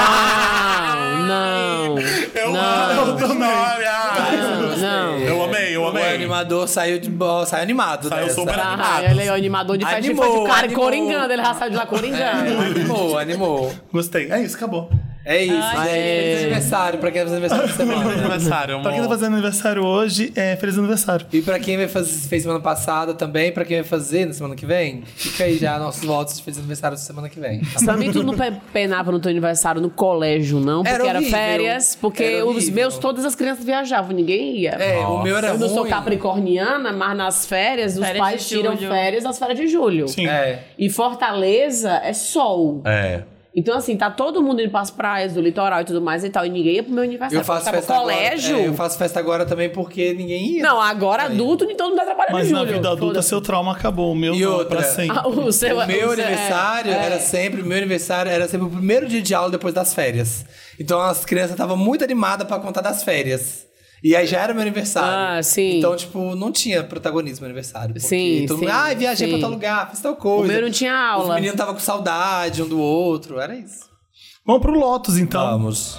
Não.
Eu também.
Não.
Eu amei.
O animador saiu animado.
Saiu
dessa.
super
Ah,
animado.
ele é o animador de festa de
Animou,
cara
animou.
coringando. Ele já saiu de lá coringando.
Animou.
Gostei. É isso, acabou.
É isso, gente.
é.
Feliz aniversário pra quem vai fazer aniversário essa semana.
Aniversário,
Pra quem tá
amor.
fazendo aniversário hoje, feliz aniversário.
E pra quem fez semana passada também, pra quem vai fazer na semana que vem, fica aí já nossos votos de feliz aniversário semana que vem. Tá bom?
Também tu não penava no teu aniversário no colégio, não? Porque era
horrível.
férias. Porque
Era
os
horrível.
meus, todas as crianças viajavam, ninguém ia.
O meu era
Eu não sou
ruim.
capricorniana, mas nas férias, os
Férias
pais
de
tiram
julho.
férias nas férias de julho.
Sim.
E Fortaleza é sol.
É.
Então, assim, tá todo mundo indo pras praias do litoral e tudo mais e tal. E ninguém ia pro meu aniversário.
Eu faço
Tava
festa
colégio.
agora. Eu faço festa agora também porque ninguém ia.
Não, agora adulto, nem todo mundo tá trabalhando
Mas
em
na
julho.
vida adulta,
Foda-se.
seu trauma acabou. O meu
E
não,
outra?
pra sempre.
Ah, o seu,
O meu
o seu-
aniversário era sempre o primeiro dia de aula depois das férias. Então as crianças estavam muito animadas pra contar das férias. E aí já era meu aniversário.
Ah, sim.
Então, tipo, não tinha protagonismo no aniversário. Porque
Sim,
todo mundo,
sim,
viajei pra
sim.
tal lugar, fiz tal coisa.
O meu não tinha aula.
Os meninos estavam com saudade um do outro, era isso.
Vamos pro Lotus, então.
Vamos.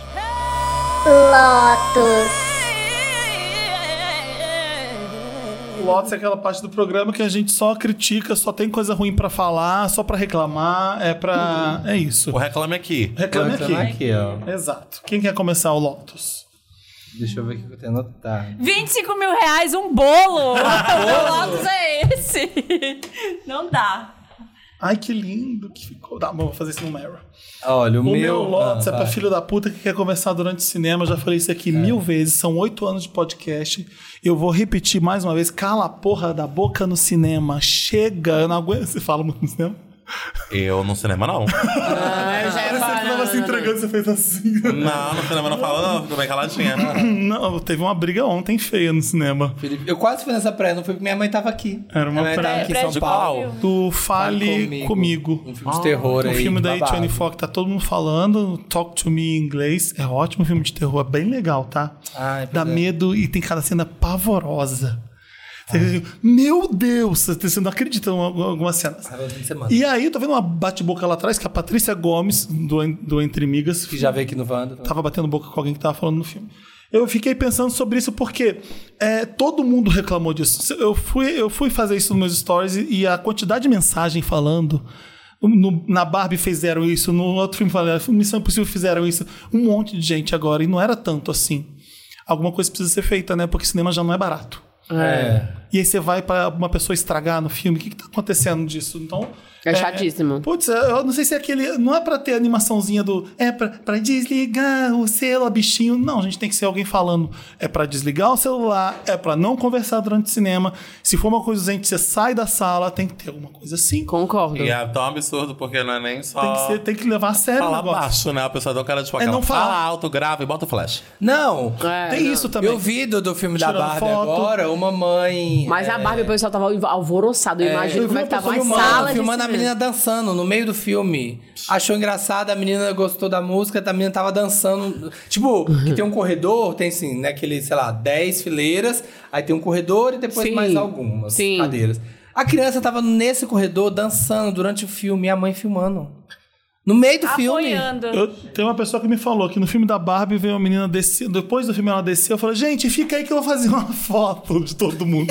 O Lotus é aquela parte do programa que a gente só critica, só tem coisa ruim pra falar, só pra reclamar, é isso.
O reclame aqui.
Reclame aqui.
Aqui, ó.
Exato. Quem quer começar o Lotus?
Deixa eu ver o que eu tenho anotado.
25 mil reais um bolo! Que Lotus é esse? Não dá.
Ai, que lindo que ficou. Tá, vou fazer isso no Meryl.
Olha,
O meu Lotus é pra
vai.
filho da puta que quer conversar durante o cinema. Eu já falei isso aqui 1000 vezes. São 8 anos de podcast. Eu vou repetir mais uma vez. Cala a porra da boca no cinema. Chega. Eu não aguento. Você fala muito no cinema?
Eu no cinema não.
Ah, eu já ia
Você
falar,
tava se entregando, você fez assim.
Não, no cinema não fala não. Fico bem caladinha.
Não, teve uma briga ontem feia no cinema.
Felipe, eu quase fui nessa praia, não fui porque minha mãe tava aqui.
Era uma
minha mãe tava
praia.
aqui em
Praia
São
de
Paulo.
qual?
Do Fale Comigo.
Um filme de terror
Um
aí.
filme da
babado.
A24 que tá todo mundo falando. Talk to Me em inglês. É ótimo filme de terror. É bem legal, tá?
Ai,
Dá
pois é.
medo e tem cada cena pavorosa. Você fica, meu Deus! Você não acredita em algumas cenas.
Ah, no fim de semana.
E aí, eu tô vendo uma bate-boca lá atrás que a Patrícia Gomes, do Entre Migas,
Que já veio aqui no Wanda.
tava batendo boca com alguém que tava falando no filme. Eu fiquei pensando sobre isso porque todo mundo reclamou disso. Eu fui fazer isso nos meus stories e a quantidade de mensagem falando. Na Barbie fizeram isso, no outro filme falaram, Missão Impossível fizeram isso. Um monte de gente agora. E não era tanto assim. Alguma coisa precisa ser feita, né? Porque cinema já não é barato. e aí você vai pra uma pessoa estragar no filme. O que tá acontecendo disso? Então...
É chatíssimo.
Putz, eu não sei se é aquele... Não é pra ter animaçãozinha do... É pra desligar o celular, bichinho. Não, a gente tem que ser alguém falando. É pra desligar o celular, é pra não conversar durante o cinema. Se for uma coisa, gente, você sai da sala, tem que ter alguma coisa assim.
Concordo.
E é tão absurdo, porque não é nem só...
Tem que levar a sério o
falar
negócio.
baixo, né? A pessoa dá um cara de
não fala.
fala alto, grava e bota o flash.
Não,
Tem isso também.
eu vi do filme da
Tirando
Barbie
foto.
agora, uma mãe...
Mas a Barbie, o pessoal tava alvoroçado. Eu imagino
eu
como
vi
é que
uma
tava
pessoa
as
filmando,
salas de
filmando a
cinema.
menina dançando no meio do filme. Achou engraçado, a menina gostou da música, a menina tava dançando. Tipo, que tem um corredor, tem assim, né, aquele, sei lá, 10 fileiras, aí tem um corredor e depois
Sim.
mais algumas
Sim.
cadeiras. A criança tava nesse corredor dançando durante o filme e a mãe filmando. No meio do filme.
Apoiando.
Tem uma pessoa que me falou que no filme da Barbie veio uma menina descer. Depois do filme ela desceu. Eu falei, gente, fica aí que eu vou fazer uma foto de todo mundo.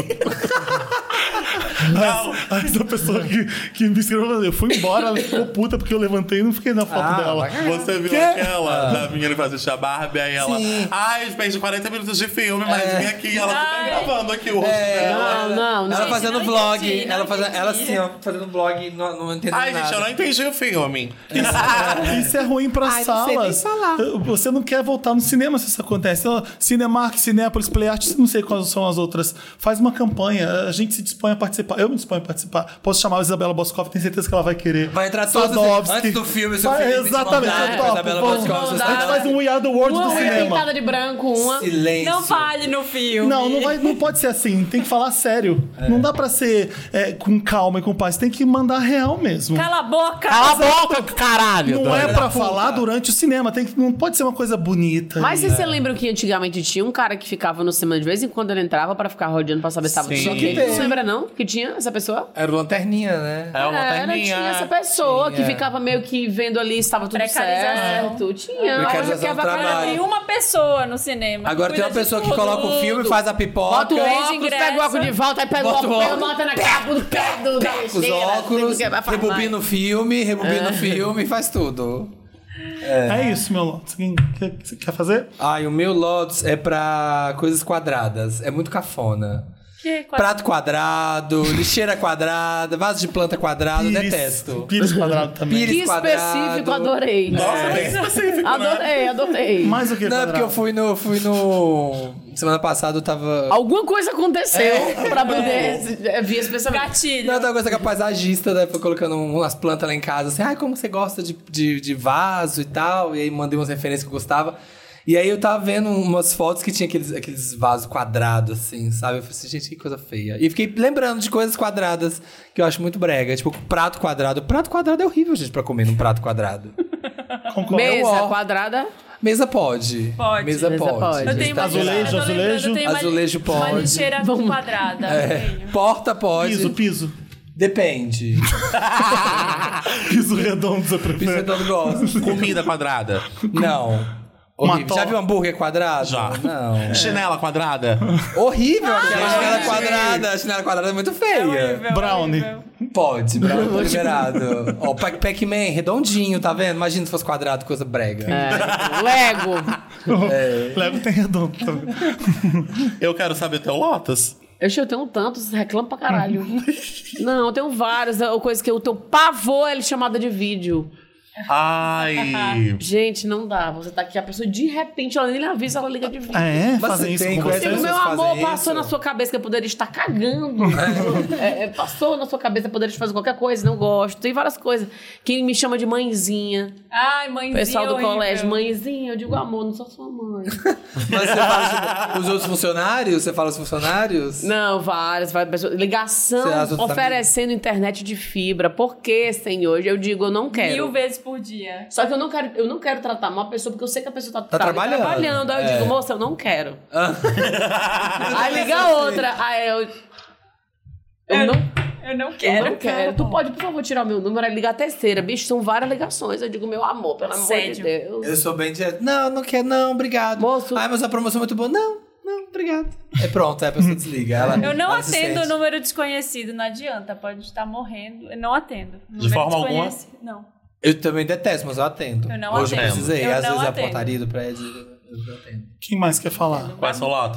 Aí essa pessoa que me escreveu, eu fui embora, ela ficou puta porque eu levantei e não fiquei na foto dela.
Você viu aquela da menina que vai assistir a Barbie, aí ela...
Sim.
Ai, perdi 40 minutos de filme, mas vem aqui e ela fica gravando aqui o rosto dela.
Não.
Ela fazendo
não
vlog.
entendi, não
Ela
entendi.
assim, ó, fazendo vlog, não entendendo
Ai,
nada.
gente, eu não entendi o filme.
Isso é ruim pra
Ai, não sei nem
salas.
falar.
Você não quer voltar no cinema se isso acontece. Então, Cinemark, Cinépolis, Play Arts, não sei quais são as outras. Faz uma campanha, a gente se dispõe a participar. Eu me disponho a participar. Posso chamar a Isabela Boscov, tenho certeza que ela vai querer.
Vai entrar todos
Sadowski.
antes do filme, seu
Vai,
filho.
exatamente, eu topo.
Isabela
Vamos-
Boscov,
A gente faz um We Are the World do
Uma
cinema.
pintada de branco, uma...
Silêncio.
Não fale no filme.
Não pode ser assim. Tem que falar sério. Não dá pra ser com calma e com paz. Tem que mandar real mesmo.
Cala a boca!
Cala a boca, caralho!
Não é pra falar durante o cinema. Não pode ser uma coisa bonita.
Mas vocês se lembram que antigamente tinha um cara que ficava no cinema de vez em quando ele entrava pra ficar rodeando pra saber se tava
Sim.
tudo ok?
Tem.
Não lembra não? Que tinha essa pessoa?
Era o Lanterninha, né?
É uma lanterninha.
Tinha essa pessoa que
Tinha.
ficava meio que vendo ali se estava tudo
Precarização.
certo. Tinha.
Precarização
Hoje
do trabalho.
Agora tem uma pessoa no cinema.
Agora tem uma
Cuida de
pessoa que
tudo.
coloca o filme, faz a pipoca.
Bota o
Vende
óculos,
ingresso.
pega o óculos de volta, aí pega o
Bota o
óculos,
óculos.
bota na capa do pé do
Os óculos, rebobina o filme, rebobina o filme e faz tudo.
É isso, meu Lotus. Você quer fazer?
Ai, o meu Lotus é pra coisas quadradas. É muito cafona.
Que
Prato quadrado, lixeira quadrada, vaso de planta quadrado, detesto.
Pires quadrado também.
Pires
Que
quadrado.
específico, adorei.
Nossa, bem específico, né?
Adorei.
Mais o que
Não, é
quadrado?
porque eu fui no... Semana passada eu tava...
Alguma coisa aconteceu pra poder vir esse pensamento.
gatilho.
Não, eu tava coisa que a paisagista, né? Foi colocando umas plantas lá em casa, assim, ai, como você gosta de vaso e tal. E aí mandei umas referências que eu gostava. E aí eu tava vendo umas fotos que tinha aqueles vasos quadrados, assim, sabe? Eu falei assim, gente, que coisa feia. E fiquei lembrando de coisas quadradas que eu acho muito brega. Tipo, prato quadrado. Prato quadrado é horrível, gente, pra comer num prato quadrado.
Concordo.
Mesa
Ó.
quadrada.
Mesa pode.
Pode.
Mesa
Mesa
pode.
pode.
Eu tenho uma
Azulejo,
eu tô lembrando,
azulejo.
eu tenho uma-
Azulejo
Uma
pode.
lixeira quadrada. Tenho.
Porta pode.
Piso.
Depende.
Piso redondo, você
Piso
prefere?
redondo gosto.
Comida quadrada.
Não. Horrível.
Uma
Já viu hambúrguer quadrado?
Já.
Não.
Chinela quadrada.
Horrível aquela chinela
gente.
quadrada. A chinela quadrada é muito feia.
Horrível,
Brownie.
horrível.
Pode, brownie liberado. Ó, o Pac-Man, redondinho, tá vendo? Imagina se fosse quadrado, coisa brega.
Lego.
Lego tem redondo também.
Eu quero saber teu Lotus.
Eu tenho tantos, reclamo pra caralho. Não, eu tenho vários. Coisa que eu tenho pavor é chamada de vídeo.
Ai.
Gente, não dá. Você tá aqui, a pessoa de repente, ela nem avisa, ela liga de vídeo.
Ah, é?
Mas
Fazem
você
isso
tem
com
coisa-
você?
Tipo,
pessoas
meu amor,
fazem
passou
isso?
na sua cabeça que eu poderia estar cagando. Passou na sua cabeça que eu poderia fazer qualquer coisa, não gosto. Tem várias coisas. Quem me chama de mãezinha.
Ai, mãezinha.
Pessoal do
horrível.
colégio, mãezinha. Eu digo, amor, não sou sua mãe.
Mas você fala tipo, os outros funcionários? Você fala os funcionários?
Não, várias pessoas. Ligação
Você acha que tá
oferecendo internet de fibra. Por que, senhor? Eu digo, eu não quero.
1000 vezes por dia.
Só que eu não quero tratar mal a pessoa, porque eu sei que a pessoa tá ali
trabalhando.
Aí eu
É.
digo, moça, eu não quero. Aí liga a outra. Aí eu não
Eu não
Eu
quero.
não quero. Tu pode, por favor, tirar o meu número e ligar a terceira. Bicho, são várias ligações. Eu digo, meu amor, pelo amor de
Assédio.
Deus.
Eu sou bem direto. Não, não quero, não, obrigado.
Moço.
Ai, mas a promoção é muito boa. Não, obrigado. É pronto, aí a pessoa desliga. Ela,
Eu não
ela se
atendo
sente.
número desconhecido, não adianta. Pode estar morrendo. Eu não atendo.
De forma alguma?
Não.
Eu também detesto, mas eu atendo.
Eu não
Hoje eu
atendo.
precisei.
Eu
Às
não
vezes é a
atendo.
portaria do prédio, eu atendo.
Quem mais quer falar?
Quais são Lotus?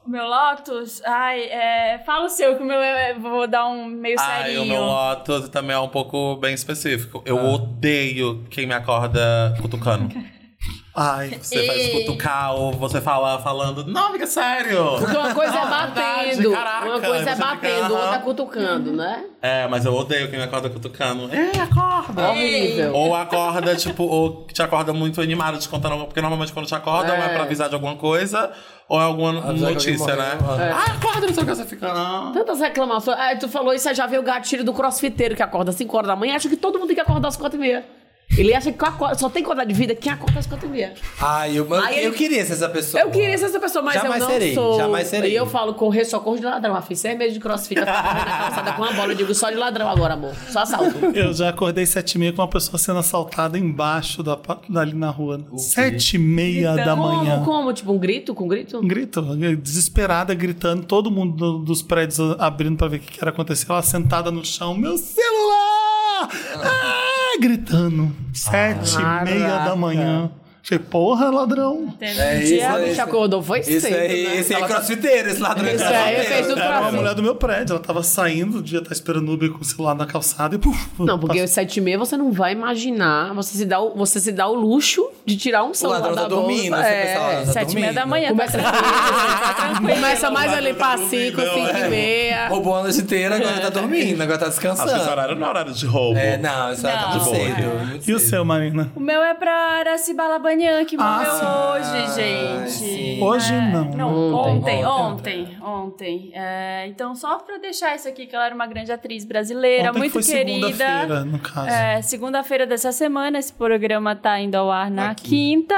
O meu Lotus? Fala o seu, que o meu vou dar um meio serinho.
O meu Lotus também é um pouco bem específico. Eu odeio quem me acorda cutucando.
Ai.
Você faz cutucar ou você falando, não, amiga, sério.
Porque uma coisa é batendo,
caraca,
uma coisa é
você
batendo,
fica,
outra cutucando, né?
Mas eu odeio quem me acorda cutucando. Acorda.
Horrível.
Ou acorda, ou te acorda muito animado te contando, porque normalmente quando te acorda ou é pra avisar de alguma coisa, ou é alguma notícia, né? Acorda, não sei o que você fica, não.
Tantas reclamações. Tu falou isso, aí já veio o gatilho do crossfiteiro que acorda às 5 horas da manhã, acha que todo mundo tem que acordar às 4h30. Ele acha que só tem qualidade de vida quem acorda às 4h30.
Eu queria ser essa pessoa.
Eu queria ser essa pessoa, mas
jamais
eu não
serei,
sou.
jamais serei.
E eu falo, só corro de ladrão. Eu fiz 6 meses de crossfit, eu tava correndo na calçada com uma bola. Eu digo, só de ladrão agora, amor. Só assalto.
Eu já acordei 7h30 com uma pessoa sendo assaltada embaixo dali na rua. 7h30 da manhã.
Como? Tipo, um grito? Com grito?
Um grito, desesperada, gritando, todo mundo dos prédios abrindo pra ver o que era acontecer. Ela sentada no chão, meu celular! Gritando. 7h30 da manhã. Falei, porra, ladrão.
A bicha acordou, foi cedo, né?
Esse aí é crossfiteiro, esse ladrão.
Esse aí fez do
Era uma
crossfit.
mulher do meu prédio, ela tava saindo, devia estar esperando o Uber com o celular na calçada e puf.
Não, porque às 7h30 você não vai imaginar, você se dá o luxo de tirar um
O
celular
ladrão
da
tá
bolsa.
dormindo, você pensa,
7h30 da manhã.
Começa, começa mais ali pra 5, 5h30.
Roubou a noite inteira, agora tá dormindo, agora tá
Acho que esse
descansando.
horário não é horário de roubo.
Não, esse horário tá muito
Não.
cedo. muito
E o
cedo.
seu, Marina?
O meu é pra Araci Balabanian, que morreu
sim.
hoje, gente.
Hoje não.
Não,
Ontem.
ontem. Então, só pra deixar isso aqui, que ela era uma grande atriz brasileira,
Ontem
muito
foi
querida.
segunda-feira, no caso.
Segunda-feira dessa semana, esse programa tá indo ao ar na quinta.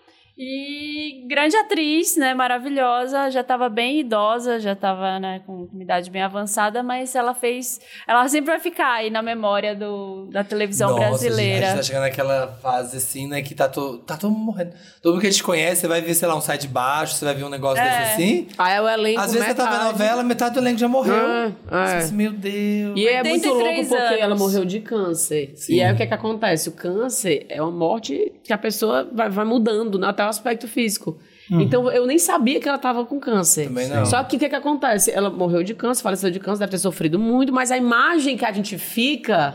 E grande atriz, né, maravilhosa, já estava bem idosa, já estava, né, com uma idade bem avançada, mas ela sempre vai ficar aí na memória da televisão brasileira.
A gente tá chegando naquela fase assim, né, que tá todo mundo morrendo. Todo mundo que a gente conhece, você vai ver, sei lá, um sai de baixo, você vai ver um negócio desse assim.
Aí é o elenco,
Às vezes você tá vendo novela, metade do elenco já morreu. Você pensa, meu Deus.
E é muito louco
83
porque ela
anos.
morreu de câncer.
Sim.
E aí o que acontece? O câncer é uma morte que a pessoa vai mudando, né, até o aspecto físico. Então eu nem sabia que ela estava com câncer.
Também não.
Só que o que acontece? Ela morreu de câncer, faleceu de câncer, deve ter sofrido muito, mas a imagem que a gente fica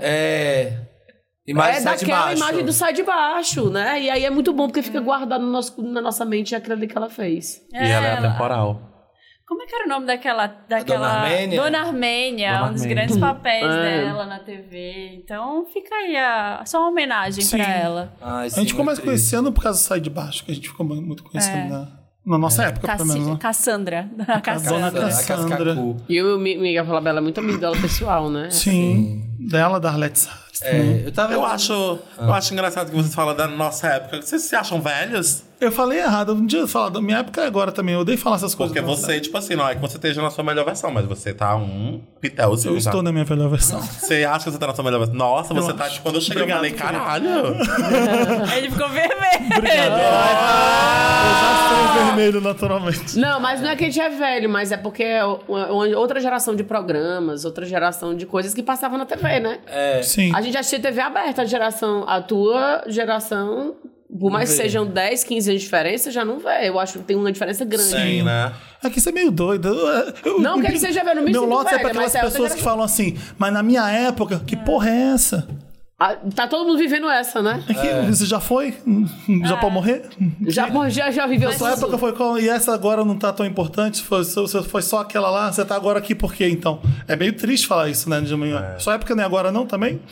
Imagem sai de
daquela
baixo.
imagem do sai de baixo, né? E aí é muito bom porque fica guardado na nossa mente aquilo ali que ela fez.
E ela é atemporal.
Como é que era o nome daquela
Dona Armênia?
Dona Armênia,
Dona
um dos
Armênia.
grandes papéis dela na TV. Então fica aí só uma homenagem
Sim.
pra ela.
Ai,
A
sim,
gente começa
muito triste.
conhecendo por causa do Sai de Baixo, que a gente ficou muito conhecendo na nossa época, pelo menos. Né?
Cassandra.
Dona
A
Cassandra.
Cascacu.
E o Miguel Falabella é muito amigo dela pessoal, né?
Sim. Dela, da Arlete Salles. também.
Eu
Eu acho engraçado que vocês falam da nossa época. Vocês se acham velhos?
Eu falei errado. Um dia eu falo da minha época e agora também. Eu odeio falar essas coisas.
Porque você, tipo assim, não é que você esteja na sua melhor versão, mas você tá um pitelzinho.
Eu estou na minha melhor versão.
Você acha que você tá na sua melhor versão? Nossa, você tá. Quando eu cheguei, eu falei, caralho.
Ele ficou vermelho.
Obrigado. Eu já sou vermelho naturalmente.
Não, mas não é que a gente é velho, mas é porque é outra geração de programas, outra geração de coisas que passavam na TV, né?
Sim.
A gente assistia TV aberta, a tua geração, por mais que sejam 10, 15 anos de diferença, já não vê. Eu acho que tem uma diferença grande.
Sim, né?
É que isso é meio doido.
Não quer que seja velho, não me
Meu
sinto
lote é pra
velha, mas
aquelas
é outra
pessoas que
geração.
falam assim, mas na minha época, que porra é essa?
Tá todo mundo vivendo essa, né?
É que você já foi? Já pode morrer?
Já viveu
A sua
tudo.
época foi qual? E essa agora não tá tão importante? Foi só aquela lá? Você tá agora aqui por quê, então? É meio triste falar isso, né, de manhã. Sua época não é agora não, também?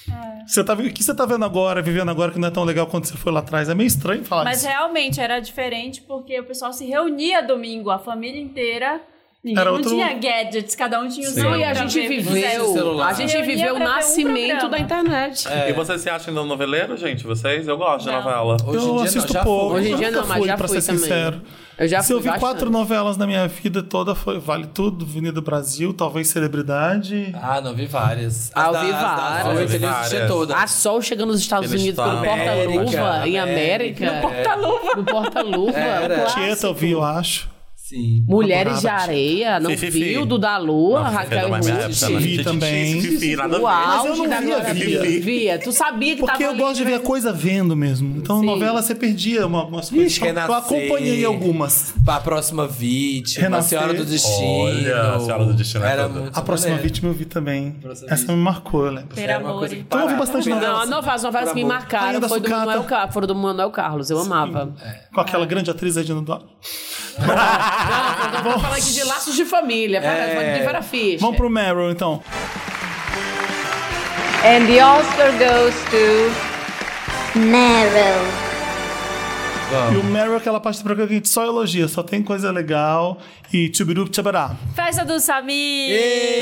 O que você tá vendo agora, vivendo agora, que não é tão legal quanto você foi lá atrás? É meio estranho falar
Mas
isso.
realmente era diferente porque o pessoal se reunia domingo, a família inteira. Ninguém
Era
não
outro-
tinha gadgets, cada um tinha o seu.
Não, e a gente viveu. A gente
Reunia
viveu o
pra ver um
nascimento
programa.
da internet.
E vocês se acham ainda noveleiro, gente? Vocês? Eu gosto de
Não.
novela.
Hoje em
Eu
dia
assisto
não, já
pouco.
foi.
Hoje em dia
Nunca
não, mas
fui,
já
pra
fui
ser
também.
sincero.
Eu já
Se eu
fui
vi 4
bastante.
novelas na minha vida toda, foi Vale Tudo, Avenida Brasil, talvez Celebridade.
Ah, não, vi várias.
Eu vi várias.
Eu entendi assistir
Várias.
todas.
A Sol chegando nos Estados
Eles
Unidos
estão
pelo Porta-Luva,
América,
em América.
América.
No Porta-Luva.
Era.
clássico.
Tieta eu vi, eu acho.
Sim.
Mulheres de
Adorava.
Areia, não
Fifi.
viu? Do da Lua,
Nossa,
Raquel
é da mais minha época,
Ruth.
né?
Vi
Gente,
também.
Fifi, nada a ver.
O
Mas eu
auge
não
da
via,
Glória
via.
Pires. Via. Tu sabia que
Porque
tava
eu
ali,
gosto de ver a
mas-
coisa vendo mesmo. Então,
Sim.
novela você perdia umas coisas.
Ixi,
Então, eu acompanhei
Renascer.
algumas.
A próxima vítima, a
Renascer.
Senhora do Destino.
Olha, a Senhora do Destino é
Era
toda.
muito
A próxima
maneiro.
vítima eu vi também.
Próxima
Essa
vítima.
me marcou, eu lembro.
Per
Era uma
amor.
coisa que
Então eu vi
parava.
bastante novela.
Não, as novelas que me
amor.
Rainha
marcaram
da
foi do
Sucata.
foram do Manuel Carlos. Eu amava.
Com aquela grande atriz Regina Duarte.
Não, vamos falar aqui de laços de família. De Vera Fischer.
Vamos pro Meryl, então.
And the Oscar goes to
Meryl.
E o Meryl é aquela parte do programa que a gente só elogia, só tem coisa legal. E tchubiru tchabará.
Festa do Samir!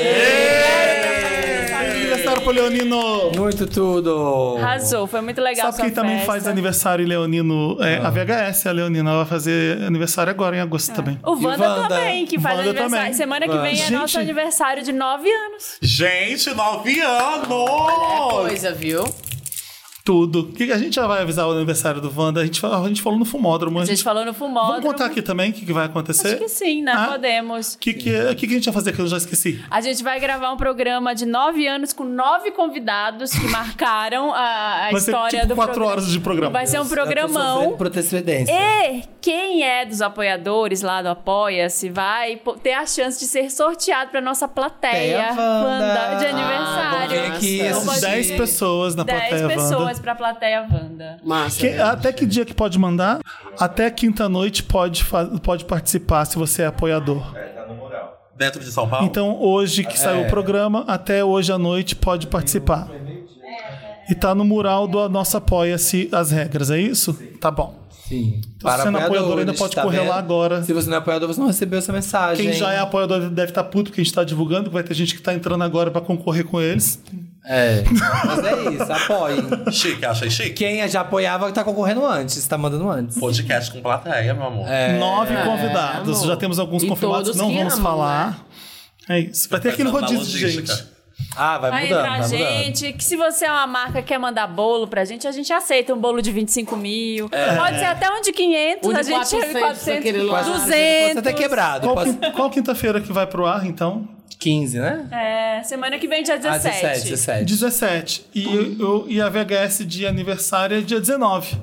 Aniversário pro Leonino!
Muito tudo.
Arrasou, foi muito legal
Sabe
sua
quem também
festa.
faz aniversário, Leonino? É, a VHS, a Leonina. Ela vai fazer aniversário agora em agosto também.
O Wanda
Wanda?
também, que faz
Wanda
aniversário.
também.
Semana que vem é
Gente.
nosso aniversário de 9 anos.
Gente, 9 anos!
Coisa, viu?
Tudo. Que a gente já vai avisar o aniversário do Wanda. A gente falou no Fumódromo.
A gente falou no Fumódromo.
Vamos contar aqui também o que vai acontecer?
Acho que sim, né?
Ah.
Podemos.
O que a gente vai fazer que eu já esqueci?
A gente vai gravar um programa de 9 anos com 9 convidados que marcaram a
Vai ser
história
tipo
do
4
programa.
horas de programa.
Vai ser um
Já tô
programão.
sofrendo por antecedência.
E quem é dos apoiadores lá do Apoia-se vai ter a chance de ser sorteado para nossa plateia Wanda de aniversário.
vem aqui
Então
assistir.
pode
10
vir
pessoas na
10
plateia
pessoas
Wanda.
pra plateia Wanda.
Massa.
Até que dia que pode mandar? Até quinta-noite pode participar se você é apoiador.
Tá no mural.
Dentro de São Paulo?
Então, hoje que saiu o programa, até hoje à noite pode participar. E tá no mural do nosso Apoia-se as regras, é isso? Tá bom.
Sim.
Então, se você não é apoiador, ainda pode correr lá agora.
Se você não é apoiador, você não recebeu essa mensagem.
Quem já é apoiador deve estar puto porque a gente tá divulgando, vai ter gente que tá entrando agora pra concorrer com eles.
É. Mas é isso, apoiem.
Chique, achei chique.
Quem já apoiava tá concorrendo antes, tá mandando antes.
Podcast com plateia, meu amor.
9 convidados.
amor.
Já temos alguns
E
confirmados que
todos
não
que
vamos
amam,
falar. É isso. Vai ter aquele
Pensando na
rodízio de
logística.
gente.
Ah, vai
Vai
mudando,
entrar
vai mudando.
gente, que se você é uma marca que quer mandar bolo pra gente, a gente aceita um bolo de 25 mil. Pode ser até um de 500,
Um de
a gente chega em
400,
400,
aquele lá.
200.
Pode até quebrado.
Qual quinta-feira que vai pro ar, então?
15, né?
É, semana que vem, dia 17.
17.
17. E a VHS de aniversário é dia 19.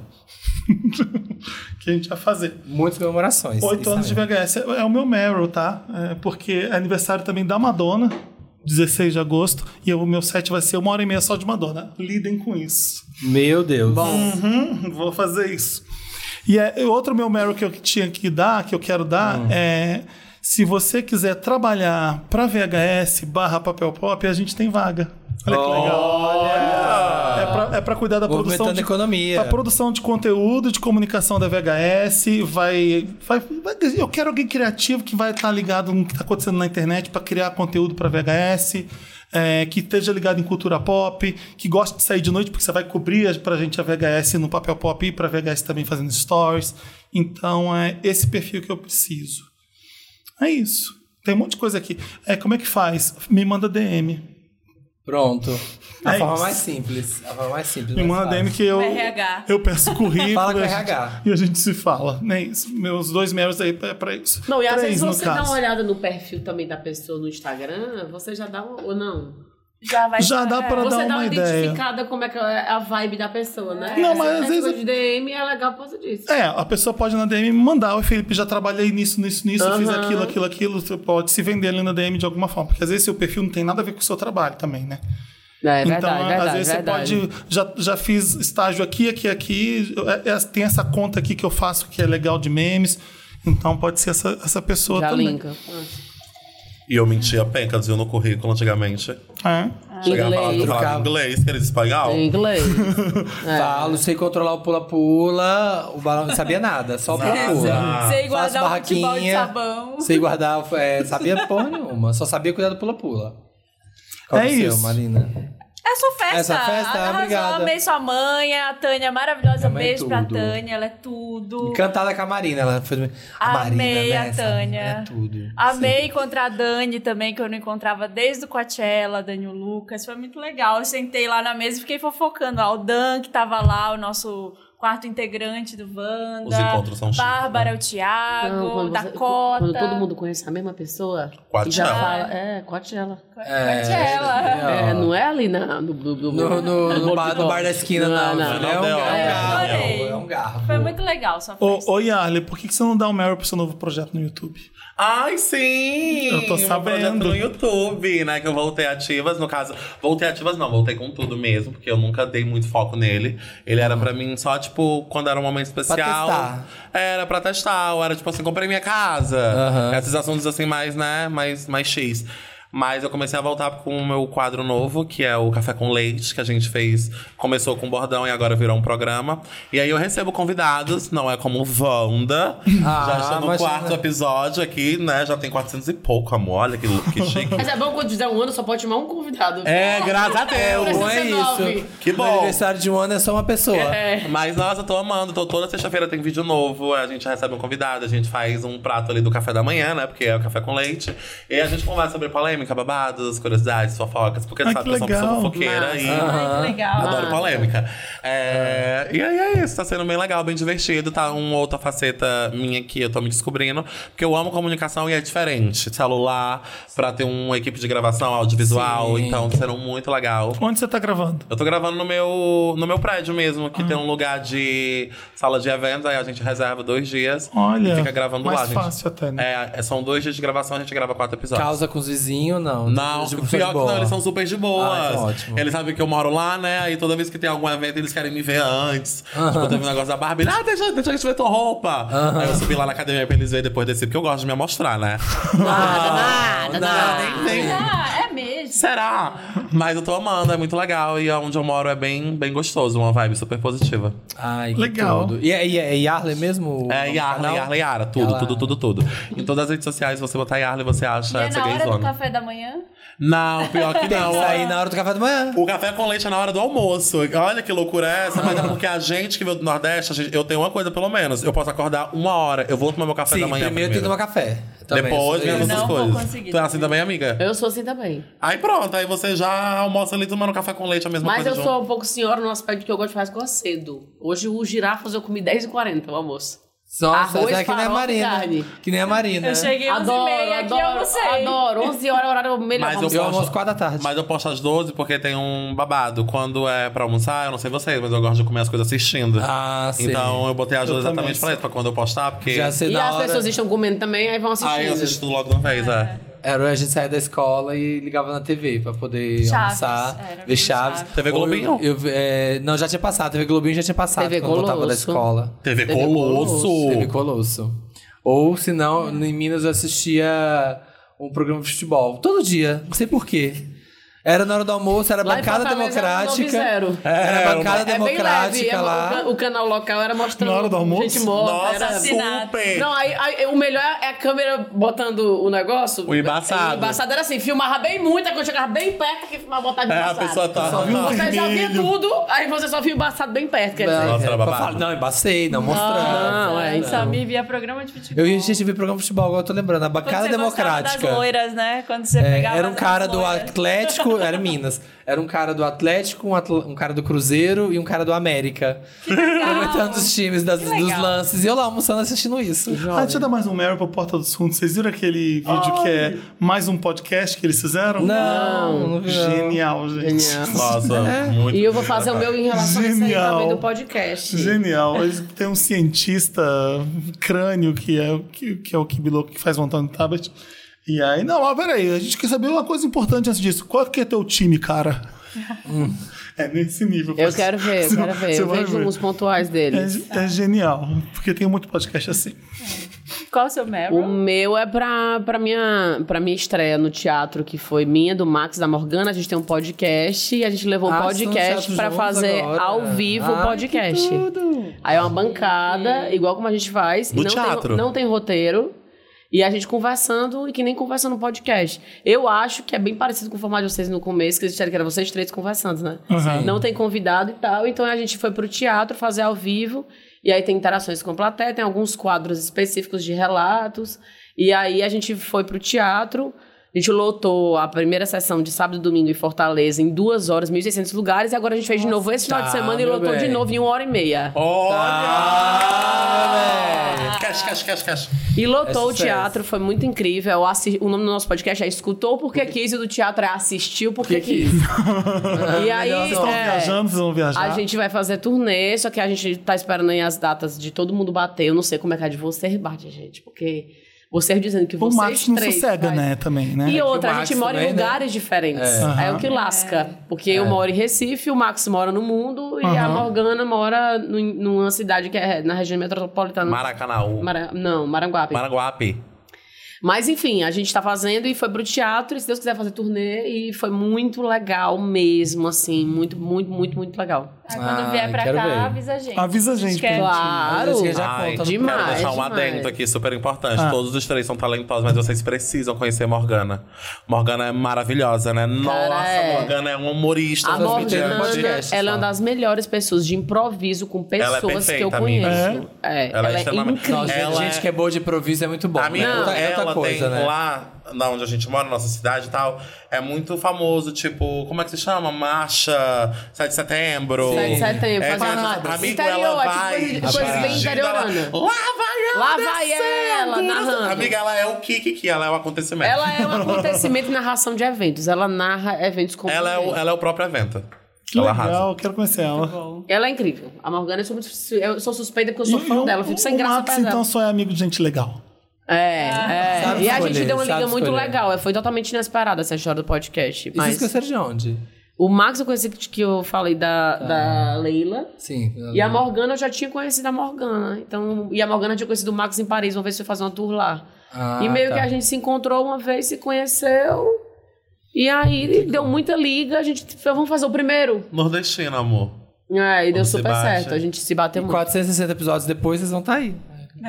Que a gente vai fazer.
Muitas comemorações.
8
isso
anos de
também.
VHS. É o meu Meryl, tá? Porque é aniversário também da Madonna, 16 de agosto. E o meu set vai ser 1h30 só de Madonna. Lidem com isso.
Meu Deus.
Vou fazer isso. E outro meu Meryl que eu tinha que dar, que eu quero dar, é... Se você quiser trabalhar pra VHS /Papel Pop, a gente tem vaga. Olha que legal. É pra cuidar da produção
Movimentando
de
a economia.
A produção de conteúdo, de comunicação da VHS. Eu quero alguém criativo que vai estar ligado no que está acontecendo na internet para criar conteúdo para VHS. Que esteja ligado em cultura pop, que goste de sair de noite, porque você vai cobrir pra gente a VHS no Papel Pop e pra VHS também fazendo stories. Então, é esse perfil que eu preciso. É isso. Tem um monte de coisa aqui. Como é que faz? Me manda DM.
Pronto. A
É
forma
isso.
mais simples. A forma mais simples.
Me
mais
manda
fácil.
DM que eu,
RH.
eu peço currículo.
Fala com
e
o
a gente-
RH.
E a gente se fala. É isso. Meus 2 Meryls aí é pra isso.
Não, e às
3,
vezes
no
você dá
caso.
uma olhada no perfil também da pessoa no Instagram, você já dá uma... Ou não?
Já vai
Já dá pra
Você
dar
dá
uma
uma
ideia.
identificada como é que é a vibe da pessoa, né?
Não, mas às
essa
vezes-
coisa de DM é legal por causa disso.
A pessoa pode na DM me mandar. Oi, Felipe, já trabalhei nisso, fiz aquilo. Você pode se vender ali na DM de alguma forma. Porque às vezes seu perfil não tem nada a ver com o seu trabalho também, né?
É
Então, às vezes você pode... Já fiz estágio aqui. Tem essa conta aqui que eu faço que é legal de memes. Então pode ser essa pessoa
Já
também.
linka.
E eu mentia penca, dizia no currículo antigamente. Chegava lá,
Inglês.
falava inglês, que eles espanhol.
Em inglês.
Falo, sei controlar o pula-pula, o balão não sabia nada, só o pula-pula.
Sei
Faço
guardar um futebol de
barraquinha,
sabão.
sei guardar, sabia porra nenhuma, só sabia cuidar do pula-pula. Qual
É
que é o seu,
isso.
Marina?
É sua festa.
Essa festa,
Arrasou,
obrigada.
amei sua mãe, a Tânia é maravilhosa.
Minha mãe é
Beijo pra
tudo.
Tânia, ela é tudo.
Cantada com a Marina, ela fez...
Amei a
essa
Tânia.
é tudo.
Amei encontrar a Dani também, que eu não encontrava desde o Coachella, Dani e o Lucas. Foi muito legal. Eu sentei lá na mesa e fiquei fofocando. O Dan, que tava lá, o nosso quarto integrante do Wanda.
Os encontros são chiques,
Bárbara,
né?
o Thiago,
Não,
Dakota.
quando todo mundo conhece a mesma pessoa.
Coachella.
E já fala, Coachella.
Coachella.
Não é ali no
No bar da esquina, não.
Não,
É um garfo.
Foi muito legal sua festa.
Ô Yarley, por que você não dá o Meryl pro seu novo projeto no YouTube?
Ai, sim!
Eu tô
Meu
sabendo.
projeto no YouTube, né? Que eu voltei ativas. No caso, voltei com tudo mesmo, porque eu nunca dei muito foco nele. Ele era pra mim só, tipo, quando era um momento especial.
testar.
Era pra testar. Ou era, tipo assim, comprei minha casa. Esses assuntos, assim, mais, né? Mais X. Mas eu comecei a voltar com o meu quadro novo, que é o Café com Leite, que a gente fez. Começou com bordão e agora virou um programa. E aí eu recebo convidados, não é como Wanda. Já estou no quarto episódio aqui, né? Já tem 400 e pouco, amor. Olha que chique.
Mas é bom quando fizer um ano, só pode chamar um convidado.
É, graças a Deus.
O bom é isso.
Que
No
bom.
aniversário de um ano é só uma pessoa.
Mas, nossa, eu tô amando. Toda sexta-feira tem vídeo novo. A gente recebe um convidado. A gente faz um prato ali do café da manhã, né? Porque é o café com leite. E a gente conversa sobre polêmica, babados, curiosidades, fofocas. Porque
Ai,
sabe
que
que eu sou uma pessoa
legal.
fofoqueira e
Ai, que legal.
adoro polêmica. E aí é isso. Tá sendo bem legal, bem divertido. Tá uma outra faceta minha que eu tô me descobrindo. Porque eu amo comunicação e é diferente. Celular, pra ter uma equipe de gravação audiovisual.
Sim.
Então, tá sendo muito legal.
Onde você tá gravando?
Eu tô gravando no meu prédio mesmo, que tem um lugar de sala de eventos, aí a gente reserva 2 dias
Olha,
e fica gravando
mais
lá, gente.
fácil até, né?
São 2 dias de gravação, a gente grava 4 episódios.
Causa com os vizinhos, não.
Não,
Tipo,
pior que
boa.
não, eles são super de boas.
Ah, é ótimo.
Eles sabem que eu moro lá, né? Aí toda vez que tem algum evento, eles querem me ver antes. Tipo, teve um negócio da Barbie. Deixa a gente ver tua roupa. Aí eu subi lá na academia pra eles verem depois desse, porque eu gosto de me amostrar, né? Nem
É mesmo.
Será? Mas eu tô amando, é muito legal. E onde eu moro é bem gostoso, uma vibe super positiva.
Ai, que
Legal.
tudo. E é Yarley mesmo?
É Yarley Yara, tudo. Em todas as redes sociais, você botar Yarley, você acha
E é
essa
na hora do
gayzona.
café da manhã?
Não, pior que não.
Isso aí na hora do café da manhã.
O café com leite é na hora do almoço. Olha que loucura é essa, mas é porque a gente que veio do Nordeste, eu tenho uma coisa pelo menos. Eu posso acordar 1 hora, eu vou tomar meu café
Sim,
da manhã
primeiro tem que tomar café. Também,
Depois vem
isso.
as outras
Não vou
coisas.
conseguir
Tu é assim também, amiga?
Eu sou assim também.
Aí pronto, aí você já almoça ali tomando café com leite, a mesma
Mas
coisa
eu sou um pouco senhora no aspecto que eu gosto de fazer coisa cedo. Hoje o girafas eu comi 10h40 o almoço.
Nossa,
Arroz,
essa é que nem a
farofa e
Marina.
carne.
Que nem a Marina.
Eu cheguei 11h30 aqui, eu não sei.
Adoro. 11 horas é o horário melhor.
Mas
pra
Eu
almoçar.
almoço 4 da tarde.
Mas eu posto às 12 porque tem um babado. Quando é pra almoçar, eu não sei vocês, mas eu gosto de comer as coisas assistindo.
Ah, sim.
Então eu botei às 12
também
exatamente pra isso, pra quando eu postar, porque.
Já sei
E
na
as
hora.
pessoas estão comendo também, aí vão assistindo.
Aí eu assisto tudo logo de uma vez,
Era a gente sair da escola e ligava na TV pra poder
Chaves,
almoçar,
era,
ver Chaves.
TV Globinho?
Não, já tinha passado. TV Globinho já tinha passado
TV
quando eu voltava da
Colosso.
escola.
TV
TV
Colosso.
TV Colosso. Ou, se não, em Minas eu assistia um programa de futebol. Todo dia. Não sei porquê. Era na hora do almoço, era
Lá em
bancada
Fortaleza era no
democrática.
90.
Era bancada
É bem leve.
democrática lá.
O canal local era mostrando
Na hora do almoço?
gente morta.
Nossa,
era...
assassinato.
super!
Não, aí o melhor é a câmera botando o negócio.
O embaçado.
O embaçado era assim, filmava bem muito, aí quando chegava bem perto, que filmava botar de
É, a
embaçado.
pessoa tá.
Você já via
vermelho.
tudo, aí você só via o embaçado bem perto, quer dizer.
Nossa, era
Pra
babado.
falar, não, embacei, não mostrando.
Não, é isso.
Samir via programa de futebol.
Eu ia assistir programa de futebol, agora eu tô lembrando. A
Quando
bancada
você gostava
democrática.
das loiras, né? Quando você pegava
Era um cara
as
do
loiras.
Atlético, era Minas. Era um cara do Atlético, um cara do Cruzeiro e um cara do América. Comentando os times dos
legal.
lances. E eu lá almoçando assistindo isso.
Ah, deixa eu dar mais um Meryl pra Porta dos Fundos. Vocês viram aquele vídeo que é mais um podcast que eles fizeram?
Não vi, não.
Genial, gente.
Genial.
Nossa, muito.
E eu vou fazer o meu em relação a isso aí
Genial.
também do podcast.
Genial. Eles têm um cientista crânio que é o Kibiloco que faz o Antônio Tabet. E aí, não, mas peraí, a gente quer saber uma coisa importante antes disso. Qual que é teu time, cara? É nesse nível.
Eu quero ver.
Você
Eu
vai
vejo
ver.
uns pontuais deles.
É genial, porque tem muito podcast assim.
Qual o seu
O
Meryl?
meu é pra minha estreia no teatro, que foi minha, do Max, da Morgana. A gente tem um podcast e a gente levou o
Ah,
podcast
estão
pra
juntos
fazer
agora.
ao vivo o
Ai,
podcast.
que tudo.
Aí é uma bancada, igual como a gente faz.
No
e
teatro.
Não tem roteiro. E a gente conversando, e que nem conversando no podcast. Eu acho que é bem parecido com o formato de vocês no começo, que eles disseram que era vocês três conversando, né? Não tem convidado e tal. Então a gente foi pro teatro fazer ao vivo. E aí tem interações com a plateia, tem alguns quadros específicos de relatos. E aí a gente foi pro teatro, A gente lotou a primeira sessão de sábado e domingo em Fortaleza em 2 horas, 1.600 lugares. E agora a gente fez de novo esse final de semana e
meu
lotou
bem.
de novo em 1h30.
Olha! Cash.
E lotou o
sucesso.
teatro, foi muito incrível. O nome do nosso podcast é Escutou Porque Quis, e o do teatro é Assistiu Porque Quis. E aí,
Vocês estão viajando, vocês vão viajar?
a gente vai fazer turnê, só que a gente tá esperando aí as datas de todo mundo bater. Eu não sei como é que a de você bate, gente, porque vocês dizendo que
O
vocês
Max não
três
sossega,
faz-
né, também, né?
E
o
outra, a
Max
gente mora em
também, né?
lugares diferentes. É o que lasca. Porque eu moro em Recife, o Max mora no mundo e a Morgana mora numa cidade que é na região metropolitana.
Maracanaú.
Maranguape.
Maranguape.
Mas enfim, a gente tá fazendo e foi pro teatro, e se Deus quiser fazer turnê, e foi muito legal mesmo, assim, muito, muito, muito, muito legal.
Quando vier pra
quero
cá,
ver.
avisa a gente.
Avisa a gente,
quer-
Claro.
A Jéssica já
Ai,
conta no
demais.
Quero deixar um
demais.
adendo aqui super importante. Todos os três são talentosos, mas vocês precisam conhecer Morgana. Morgana é maravilhosa, né? Nossa, Morgana é um humorista.
A
um
Morgana,
comediante.
ela é uma das melhores pessoas de improviso com
Ela é
pessoas que eu
perfeita, amiga.
conheço.
Ela é extremamente-
incrível.
Nossa,
Ela
gente
é-
que é boa de improviso é muito bom.
Amiga,
né? É outra
ela
coisa,
tem
né?
lá, na onde a gente mora, na nossa cidade e tal, é muito famoso, tipo, como é que se chama? Marcha 7 de setembro.
7 de setembro,
É,
fazendo
amigo,
interior,
ela
tipo
vai.
coisa bem interiorana.
Lá vai ela!
Lá vai ela,
descendo.
narrando.
Amiga, ela é o que ela é o acontecimento.
Ela é um acontecimento e narração de eventos. Ela narra eventos com
Ela é o próprio evento.
Que
Ela
legal,
arrasa.
quero conhecer ela.
Ela é incrível. A Morgana, eu sou suspeita porque eu sou fã dela. Eu fico sem
o
graça
Max,
pra ela.
então, só é amigo de gente legal.
Sabe
E a
escolher,
gente deu uma
sabe
liga muito
escolher.
legal. Foi totalmente inesperada essa história do podcast.
E
Mas
vocês conheceram de onde?
o Max eu conheci que eu falei da Leila.
Sim.
E a Morgana eu já tinha conhecido a Morgana. Então, e a Morgana tinha conhecido o Max em Paris, uma vez foi fazer uma tour lá.
Ah,
E meio
tá.
que a gente se encontrou uma vez, se conheceu. E aí deu muita liga, a gente falou, vamos fazer o primeiro.
Nordestino, amor.
E deu
se
super
bate.
certo, a gente se bateu muito.
460 episódios depois, vocês vão estar aí.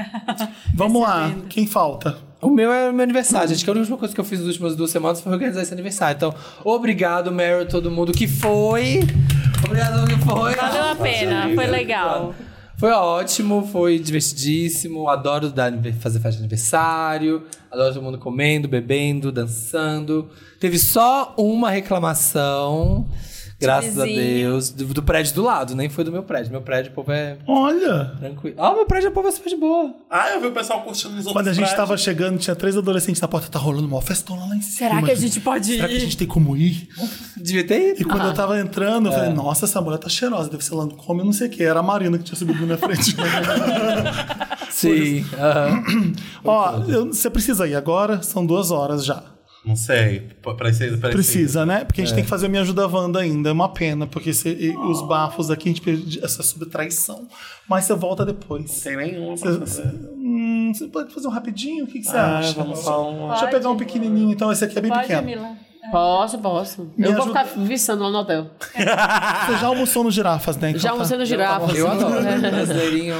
Vamos lá, quem falta?
O meu é o meu aniversário, gente. Que a última coisa que eu fiz nas últimas 2 semanas foi organizar esse aniversário. Então, obrigado, Meryl, todo mundo que foi. Obrigado todo mundo que foi.
Valeu a pena, foi legal.
Foi ótimo, foi divertidíssimo. Adoro fazer festa de aniversário. Adoro todo mundo comendo, bebendo, dançando. Teve só uma reclamação, graças a
vizinho.
Deus, do prédio do lado. Nem foi do meu prédio. Meu prédio, o povo é
Olha,
tranquilo. Meu prédio, o povo é super de boa.
Ah, eu vi o pessoal curtindo nos outros
quando a gente
prédios.
tava chegando, tinha 3 adolescentes na porta, tá rolando uma festona lá em cima.
Será que a gente pode ir?
Será que a gente tem como ir?
Devia ter
E
ido.
quando eu tava entrando, eu falei, nossa, essa mulher tá cheirosa, deve ser lá no come, não sei o que. Era a Marina que tinha subido na minha frente.
Sim. aham.
Ó, você precisa ir agora, são 2 horas já.
Não sei.
Precisa, né? Porque a gente tem que fazer Me Ajuda Wanda ainda. É uma pena, porque os bafos aqui, a gente perde essa subtraição. Mas você volta depois.
Tem nenhuma pra fazer.
Você pode fazer um rapidinho? O que você acha?
Vamos só um...
Deixa eu pegar um pequenininho, então. Esse aqui é bem
Pode,
pequeno.
Mila.
Posso.
Me
Eu vou
ajuda-
ficar viçando lá no hotel.
Você já almoçou no Girafas, né? Então
Já
tá.
almocei no girafas.
Eu adoro. Brasileirinho.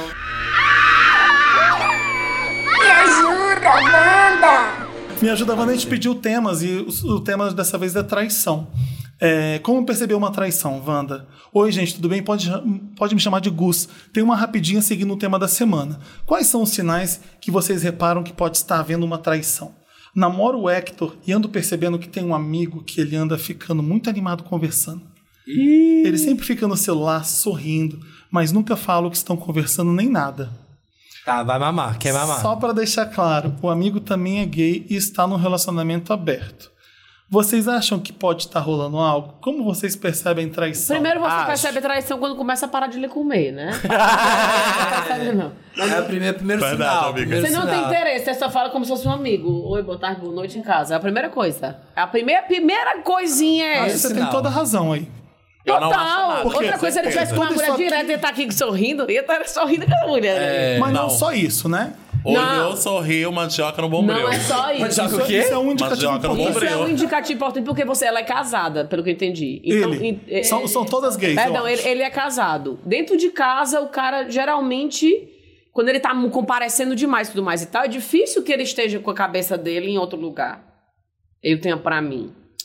Me Ajuda Wanda, a gente pediu temas e o tema dessa vez é traição. Como perceber uma traição, Wanda? Oi, gente, tudo bem? Pode me chamar de Gus. Tem uma rapidinha seguindo o tema da semana. Quais são os sinais que vocês reparam que pode estar havendo uma traição? Namoro o Hector e ando percebendo que tem um amigo que ele anda ficando muito animado conversando. Ele sempre fica no celular sorrindo, mas nunca fala o que estão conversando nem nada.
Tá, vai mamar. Quer mamar?
Só pra deixar claro, o amigo também é gay e está num relacionamento aberto. Vocês acham que pode estar rolando algo? Como vocês percebem traição?
Primeiro você
Acho.
percebe a traição quando começa a parar de lhe comer, né? Não.
É o primeiro
Verdade,
sinal.
amiga.
primeiro
Você não tem
sinal.
interesse, você só fala como se fosse um amigo. Oi, boa tarde, boa noite em casa. É a primeira coisa. A primeira coisinha é
Aí
essa.
você tem
sinal.
toda a razão aí.
Eu não acho
Total.
nada.
Por quê?
Outra coisa, se ele tivesse com uma
Tudo
mulher
isso aqui-
direta e tá aqui sorrindo, ia estar sorrindo com a mulher.
Mas não
não.
só isso, né?
Olhou, sorriu, mandioca no bombril.
Não é só isso.
Sabe o quê?
Isso é um indicativo
Mandioca no
importante.
Isso é um
bombril.
indicativo importante porque ela é casada, pelo que eu entendi.
Ele. São todas gays, eu
Perdão,
acho.
ele é casado. Dentro de casa, o cara geralmente, quando ele tá comparecendo demais e tudo mais e tal, é difícil que ele esteja com a cabeça dele em outro lugar. Eu tenho pra mim.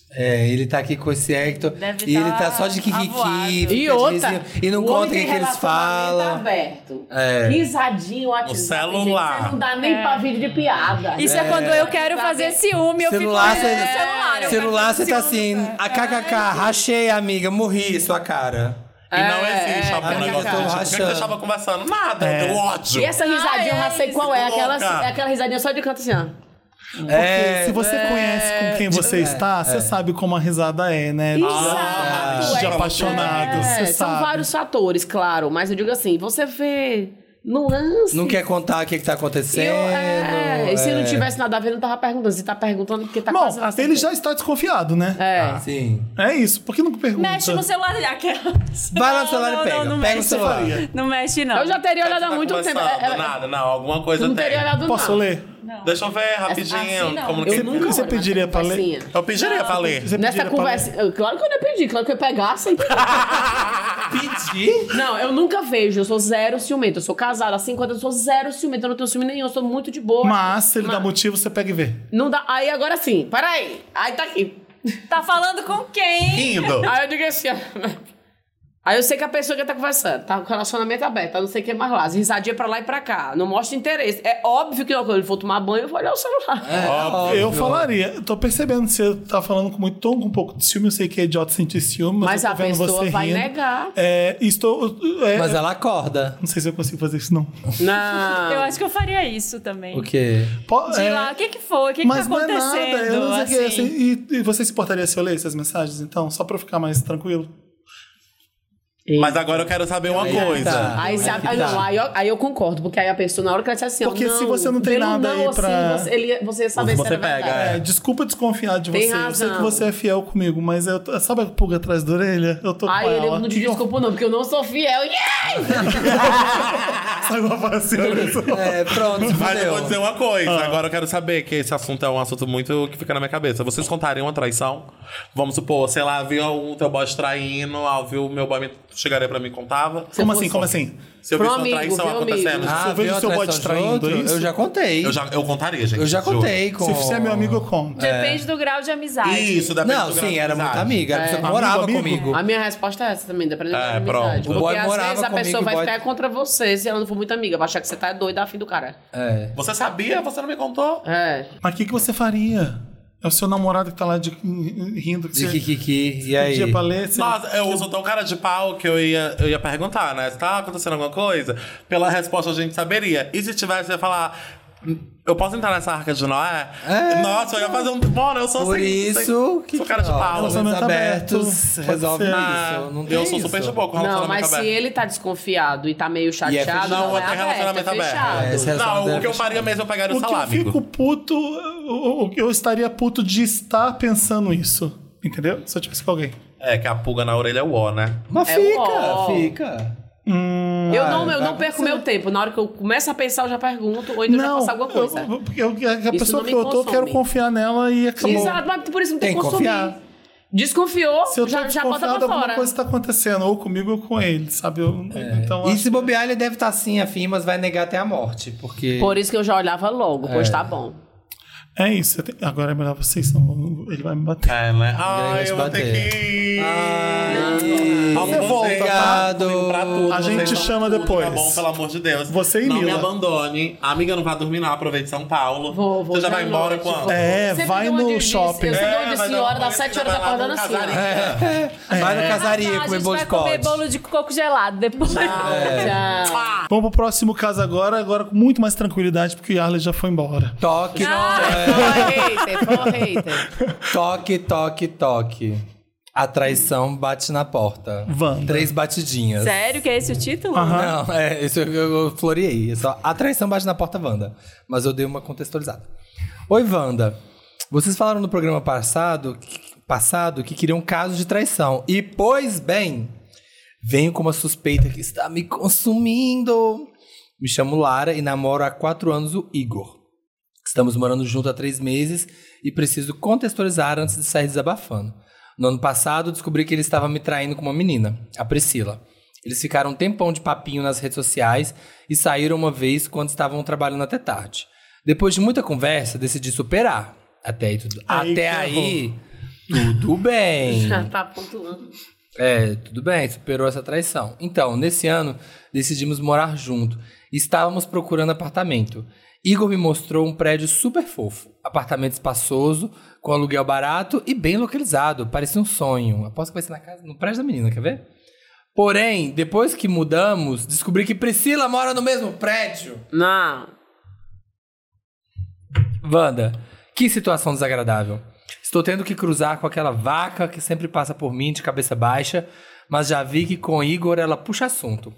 Ele tá aqui com esse Hector.
Deve
E ele
tá
tá só de kikiki.
avoado.
fica
E
de
outra,
vizinho, e não
o
conta
homem
o que
tem
que eles
relacionamento
falam.
aberto.
É.
Risadinho, WhatsApp.
celular.
Gente, você não dá nem pra vídeo de piada.
Isso é quando eu quero fazer ciúme, eu
Celular,
fico olhando
você-
no celular. eu
Celular,
quero
você tá
fazer ciúme.
assim, kkk, rachei, amiga, morri, sua cara.
E não existe algum
amiga,
negócio
tô
do tipo, o que a
rachando.
gente tava conversando? Nada, eu tenho ódio.
E essa risadinha, eu já sei qual é.
louca.
Aquela risadinha só de canto assim, ó.
Se você conhece com quem você está, você sabe como a risada é, né?
Exato.
De apaixonado, você
São
sabe.
vários fatores, claro. Mas eu digo assim, você vê nuances.
Não quer contar o que tá acontecendo.
E se não tivesse nada a ver, não tava perguntando. Se tá perguntando porque tá
Bom,
quase lá.
ele já está desconfiado, né?
Sim.
É isso. Por que não pergunta?
Mexe no celular dele.
Vai lá no celular e pega.
Não
Pega o
mexe.
celular.
Não mexe, não.
Eu já teria
Você
olhado há
tá
muito tempo.
conversando, nada, não, alguma coisa
Eu não
tem.
teria olhado
Posso
não.
ler?
Deixa eu ver rapidinho.
Assim, não.
como
Eu
que...
nunca
Você
olho
pediria
nessa
pra ler?
conversinha.
Eu pediria pra ler.
Você
Nessa
pediria pra ler?
conversa, claro que eu não ia pedir, claro que eu ia pegar sem.
Pedir?
Não, eu nunca vejo, eu sou zero ciumenta. Eu sou casada há 5 anos, eu sou zero ciumenta, eu não tenho ciúme nenhum, eu sou muito de boa.
Mas, se ele dá motivo, você pega e vê.
Não dá. Aí agora sim, peraí. Aí tá aqui.
Tá falando com quem?
Rindo.
Aí eu digo assim, ó. Aí eu sei que a pessoa que tá conversando, tá com o relacionamento aberto, tá não sei o que mais lá, risadinha pra lá e pra cá, não mostra interesse. É óbvio que quando ele for tomar banho, eu vou olhar o celular.
Eu falaria. Eu tô percebendo que você tá falando com muito tom, com um pouco de ciúme. Eu sei que é idiota sentir ciúme, mas
Mas
eu tô
a
vendo
pessoa
você
vai
rindo.
negar.
Mas ela acorda.
Não sei se eu consigo fazer isso, não.
Não.
Eu acho que eu faria isso também.
O quê?
De lá, o que foi? O que
Mas
tá
não é
acontecendo?
nada. Eu não sei o que é,
assim?
assim. E você se importaria se eu lesse essas mensagens, então? Só pra eu ficar mais tranquilo?
Mas agora eu quero saber uma coisa.
Tá.
Aí, aí eu concordo, porque aí a pessoa, na hora que ela disse assim, ó,
Porque
não,
se você não tem
pelo
nada
não,
aí
assim,
pra-
você ia saber se
Você
era
pega,
verdade.
Desculpa desconfiar de
Tem
você. Eu sei
razão.
que você é fiel comigo, mas sabe a pulga atrás da orelha? Eu tô com
Aí ele
ela.
não te desculpa não, porque eu não sou fiel.
Sabe uma vacina?
Pronto, se
Mas eu vou
fudeu.
dizer uma coisa. Agora eu quero saber que esse assunto é um assunto muito que fica na minha cabeça. Vocês contariam uma traição? Vamos supor, sei lá, viu o teu boy te traindo, viu o meu boy chegaria pra mim e contava.
Como assim? Como assim?
Se eu
Pro
visse uma
amigo,
traição
viu,
acontecendo.
amigo?
eu vejo
viu a
seu boy te
traição de
traindo,
outro?
é isso?
Eu já contei.
Eu contaria, gente.
Eu já
juro.
contei com...
Se você é meu amigo, eu conto.
Depende do grau de amizade.
Isso, depende
Não,
do grau
sim,
de
era
amizade.
muito amiga. Era a pessoa que morava
Amigo?
comigo.
A minha resposta é essa também, dependendo da amizade.
pronto.
Porque
O boy
às
morava
vezes a
comigo,
pessoa vai
o boy-
ficar contra você se ela não for muito amiga. Vai achar que você tá doida afim do cara.
É.
Você sabia? Você não me contou?
É.
Mas o que você faria? É o seu namorado que tá lá rindo. Que
De
você
kikiki. E aí?
pedia pra ler. Você...
Nossa, eu uso tão cara de pau que eu ia perguntar, né? Se tá acontecendo alguma coisa, pela resposta a gente saberia. E se tivesse, eu ia falar... Eu posso entrar nessa arca de Noé? Nossa, eu ia fazer um... Mano, eu sou
Por
assim,
isso que...
sou cara de pau.
Relacionamentos abertos
Pode
resolve
ser.
isso. Não tem
Eu sou
isso.
super de boa com
Não,
relacionamento
mas se
aberto.
ele tá desconfiado e tá meio
fechado.
chateado,
Não,
não
eu
é
tenho
aberto,
relacionamento
é
aberto.
fechado.
É, esse
Não,
relacionamento
o que eu
é
faria mesmo é eu pegar
O
o
que eu
salamigo.
fico puto... Eu estaria puto de estar pensando isso. Entendeu? Se eu tivesse com alguém.
É, que a pulga na orelha é o ó, né?
Mas
É
fica,
ó.
fica.
Eu não perco meu tempo. Na hora que eu começo a pensar, eu já pergunto. Ou então já
Não,
faço alguma coisa.
porque a pessoa
não
que
me
eu tô, eu
consome.
quero confiar nela e acabou.
Exato, mas por isso não tem
Tem
que
que
consumir.
confiar.
Se
Desconfiou,
eu tô
já bota
desconfiado,
pra
alguma
fora.
coisa tá acontecendo. Ou comigo ou com ele, sabe? Então,
E
acho-
se bobear, ele deve estar assim, afim, mas vai negar até a morte. Porque...
Por isso que eu já olhava logo, pois tá bom.
É isso. Agora é melhor vocês, senão ele vai me bater.
É, né?
vai
Ai,
te
eu vou ter
bater.
que ir.
Você volta, tá?
Comigo pra tudo,
A gente
vocês são
chama
tudo,
depois.
Tá bom, pelo amor de Deus.
Você e
não
Mila.
me abandone. Amiga, não vai dormir não. Aproveite São Paulo.
Vou
Você já
de
vai embora
noite,
quando?
vou.
É,
Sempre
vai
dou uma
no
de-
shopping.
Eu sempre dou
É,
de
vai dar
senhora
uma
das
coisa,
7 horas
vai lá
acordando
no
assim.
casarinho.
Vai no casaria
A
comer
gente
bolo de
vai comer
pote.
bolo de coco gelado depois.
Tchau.
Vamos pro próximo caso agora com muito mais tranquilidade, porque Arlen já foi embora.
Toque,
Foi hater.
toque, toque, toque. A traição bate na porta.
Wanda.
3 batidinhas.
Sério que é esse o título?
Aham.
Não, isso eu floreei. É só a traição bate na porta, Wanda. Mas eu dei uma contextualizada. Oi, Wanda. Vocês falaram no programa passado que queriam casos de traição. E, pois bem, venho com uma suspeita que está me consumindo. Me chamo Lara e namoro há 4 anos o Igor. Estamos morando junto há 3 meses e preciso contextualizar antes de sair desabafando. No ano passado, descobri que ele estava me traindo com uma menina, a Priscila. Eles ficaram um tempão de papinho nas redes sociais e saíram uma vez quando estavam trabalhando até tarde. Depois de muita conversa, decidi superar. Até
Aí
aí,
que
Tudo bem.
Já tá pontuando.
Tudo bem, superou essa traição. Então, nesse ano, decidimos morar junto. Estávamos procurando apartamento. Igor me mostrou um prédio super fofo. Apartamento espaçoso, com aluguel barato e bem localizado. Parecia um sonho. Aposto que vai ser na casa, no prédio da menina, quer ver? Porém, depois que mudamos, descobri que Priscila mora no mesmo prédio.
Não.
Wanda, que situação desagradável. Estou tendo que cruzar com aquela vaca que sempre passa por mim de cabeça baixa, mas já vi que com Igor ela puxa assunto.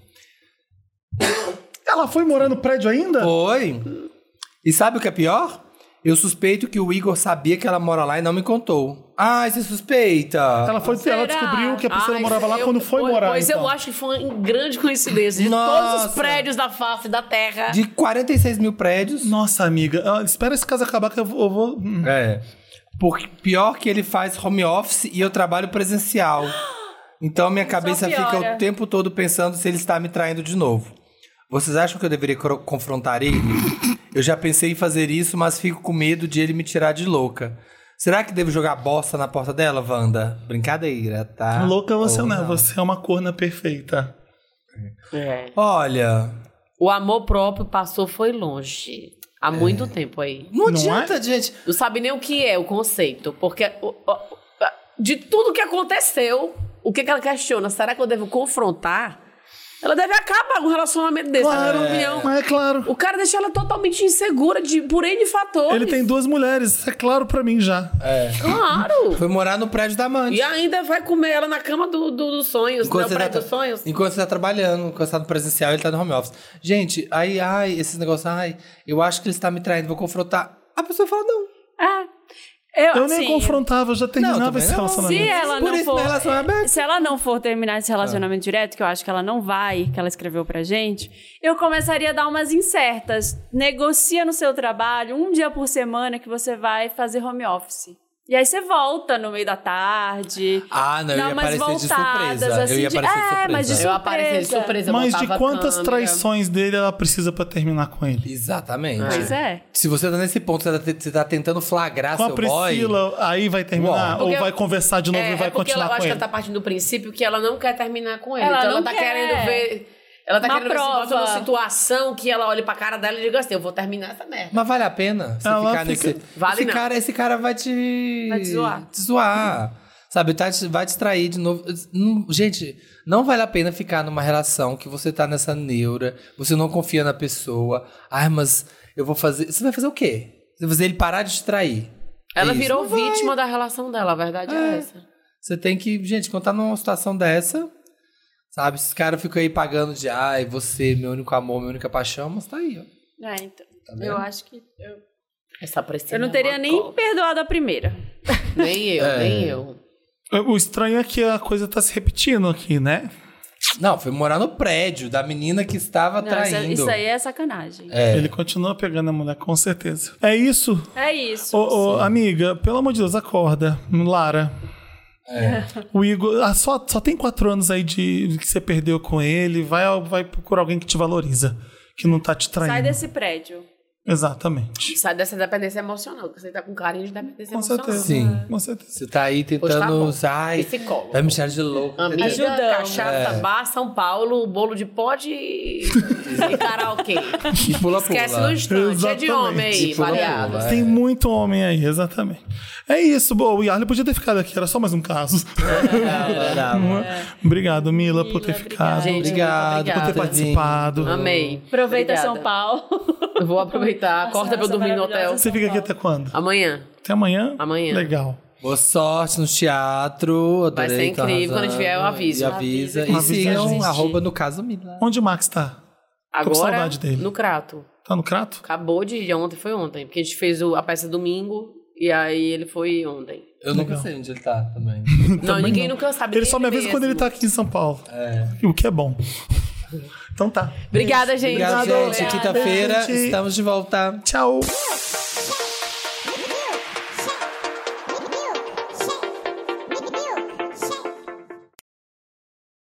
Ela foi morar no prédio ainda?
Foi. E sabe o que é pior? Eu suspeito que o Igor sabia que ela mora lá e não me contou. Ah, você suspeita?
Ela descobriu que a Priscila morava lá quando foi morar.
Pois
então.
eu acho que foi uma grande coincidência. De todos os prédios da face da Terra.
De 46 mil prédios.
Nossa, amiga. Espera esse caso acabar que eu vou...
Porque pior que ele faz home office e eu trabalho presencial. Então minha cabeça fica o tempo todo pensando se ele está me traindo de novo. Vocês acham que eu deveria confrontar ele? Eu já pensei em fazer isso, mas fico com medo de ele me tirar de louca. Será que devo jogar bosta na porta dela, Wanda? Brincadeira, tá?
Louca você não é. Você é uma corna perfeita.
Olha...
O amor próprio foi longe. Há muito tempo aí.
Não adianta, gente.
Não sabe nem o que é o conceito. Porque de tudo que aconteceu, o que ela questiona? Será que eu devo confrontar? Ela deve acabar com um relacionamento desse.
Claro, é claro.
O cara deixa ela totalmente insegura por N fatores.
Ele tem 2 mulheres, isso é claro pra mim já.
Claro.
Foi morar no prédio da amante.
E ainda vai comer ela na cama dos sonhos, no prédio dos sonhos.
Enquanto você tá trabalhando, enquanto você tá no presencial, ele tá no home office. Gente, esses negócios, eu acho que ele está me traindo, vou confrontar. A pessoa fala, não.
Eu nem confrontava, eu já terminava esse relacionamento.
Se ela não for terminar esse relacionamento direto, que eu acho que ela não vai, que ela escreveu pra gente, eu começaria a dar umas incertas. Negocia no seu trabalho, um dia por semana que você vai fazer home office. E aí você volta no meio da tarde.
Não, eu ia aparecer de surpresa.
Assim,
eu ia aparecer de surpresa.
Mas
eu apareci de surpresa.
Mas de quantas traições dele ela precisa pra terminar com ele?
Exatamente.
Pois é.
Se você tá nesse ponto, você tá tentando flagrar
com
seu boy...
Com a Priscila, aí vai terminar? Ou vai conversar de novo e vai continuar com ele?
Eu acho que ela tá partindo do princípio que ela não quer terminar com ele.
Ela
então
não
ela tá querendo ver... Ela tá querendo ver se bota numa situação que ela olhe pra cara dela e diga assim, eu vou terminar essa merda.
Mas vale a pena você ficar nesse... Esse cara vai te...
Vai te zoar.
Te zoar. Sabe, vai te distrair de novo. Gente, não vale a pena ficar numa relação que você tá nessa neura, você não confia na pessoa. Mas eu vou fazer... Você vai fazer o quê? Você vai fazer ele parar de te trair.
Ela virou vítima da relação dela, a verdade é essa.
Você tem que... Gente, quando tá numa situação dessa... Sabe, esses caras ficam aí pagando de você, meu único amor, minha única paixão, mas tá aí, ó.
Então. Eu acho que...
Essa pressão
eu não teria nem perdoado a primeira.
Nem eu.
O estranho é que a coisa tá se repetindo aqui, né?
Não, foi morar no prédio da menina que estava traindo.
Isso aí é sacanagem.
Ele continua pegando a mulher, com certeza. É isso?
É isso.
Amiga, pelo amor de Deus, acorda. Lara... O Igor só tem 4 anos aí que você perdeu com ele. Vai procurar alguém que te valoriza, que não tá te traindo.
Sai desse prédio.
Exatamente.
Sai dessa dependência emocional, porque você tá com carinho de dependência emocional.
Certeza.
Sim.
Com certeza.
Você tá aí tentando...
Psicólogo.
Vai me chamar de louco.
Amiga,
Ajudamos.
cachaça, bar, São Paulo, bolo de pote e karaokê.
E pula.
Esquece no instante. É de homem aí, variado.
Tem muito homem aí, exatamente. É isso. Bom, o Yarley podia ter ficado aqui, era só mais um caso. Obrigado, Mila, por ter ficado.
Gente,
obrigado por ter participado.
Amei.
Aproveita
Obrigada.
São Paulo.
Eu vou aproveitar. Corta pra eu dormir no hotel.
Você fica aqui até quando?
Amanhã.
Até amanhã?
Amanhã.
Legal.
Boa sorte no teatro. Adorei,
Vai ser incrível. Quando tiver, eu aviso.
E avisa.
Avisa
E sigam
a gente.
@no caso Mila.
Onde o Max tá? Tô com
Agora,
saudade dele.
no Crato.
Tá no Crato?
Acabou de ontem, foi ontem. Porque a gente fez a peça domingo e aí ele foi ontem.
Eu nunca sei onde ele tá também.
Não, ninguém nunca sabe.
Ele
nem
só me avisa
mesmo.
quando ele tá aqui em São Paulo. O que é bom. Então tá.
Obrigada, gente.
Obrigado, gente. Quinta-feira
Beijo, gente.
estamos de volta.
Tchau.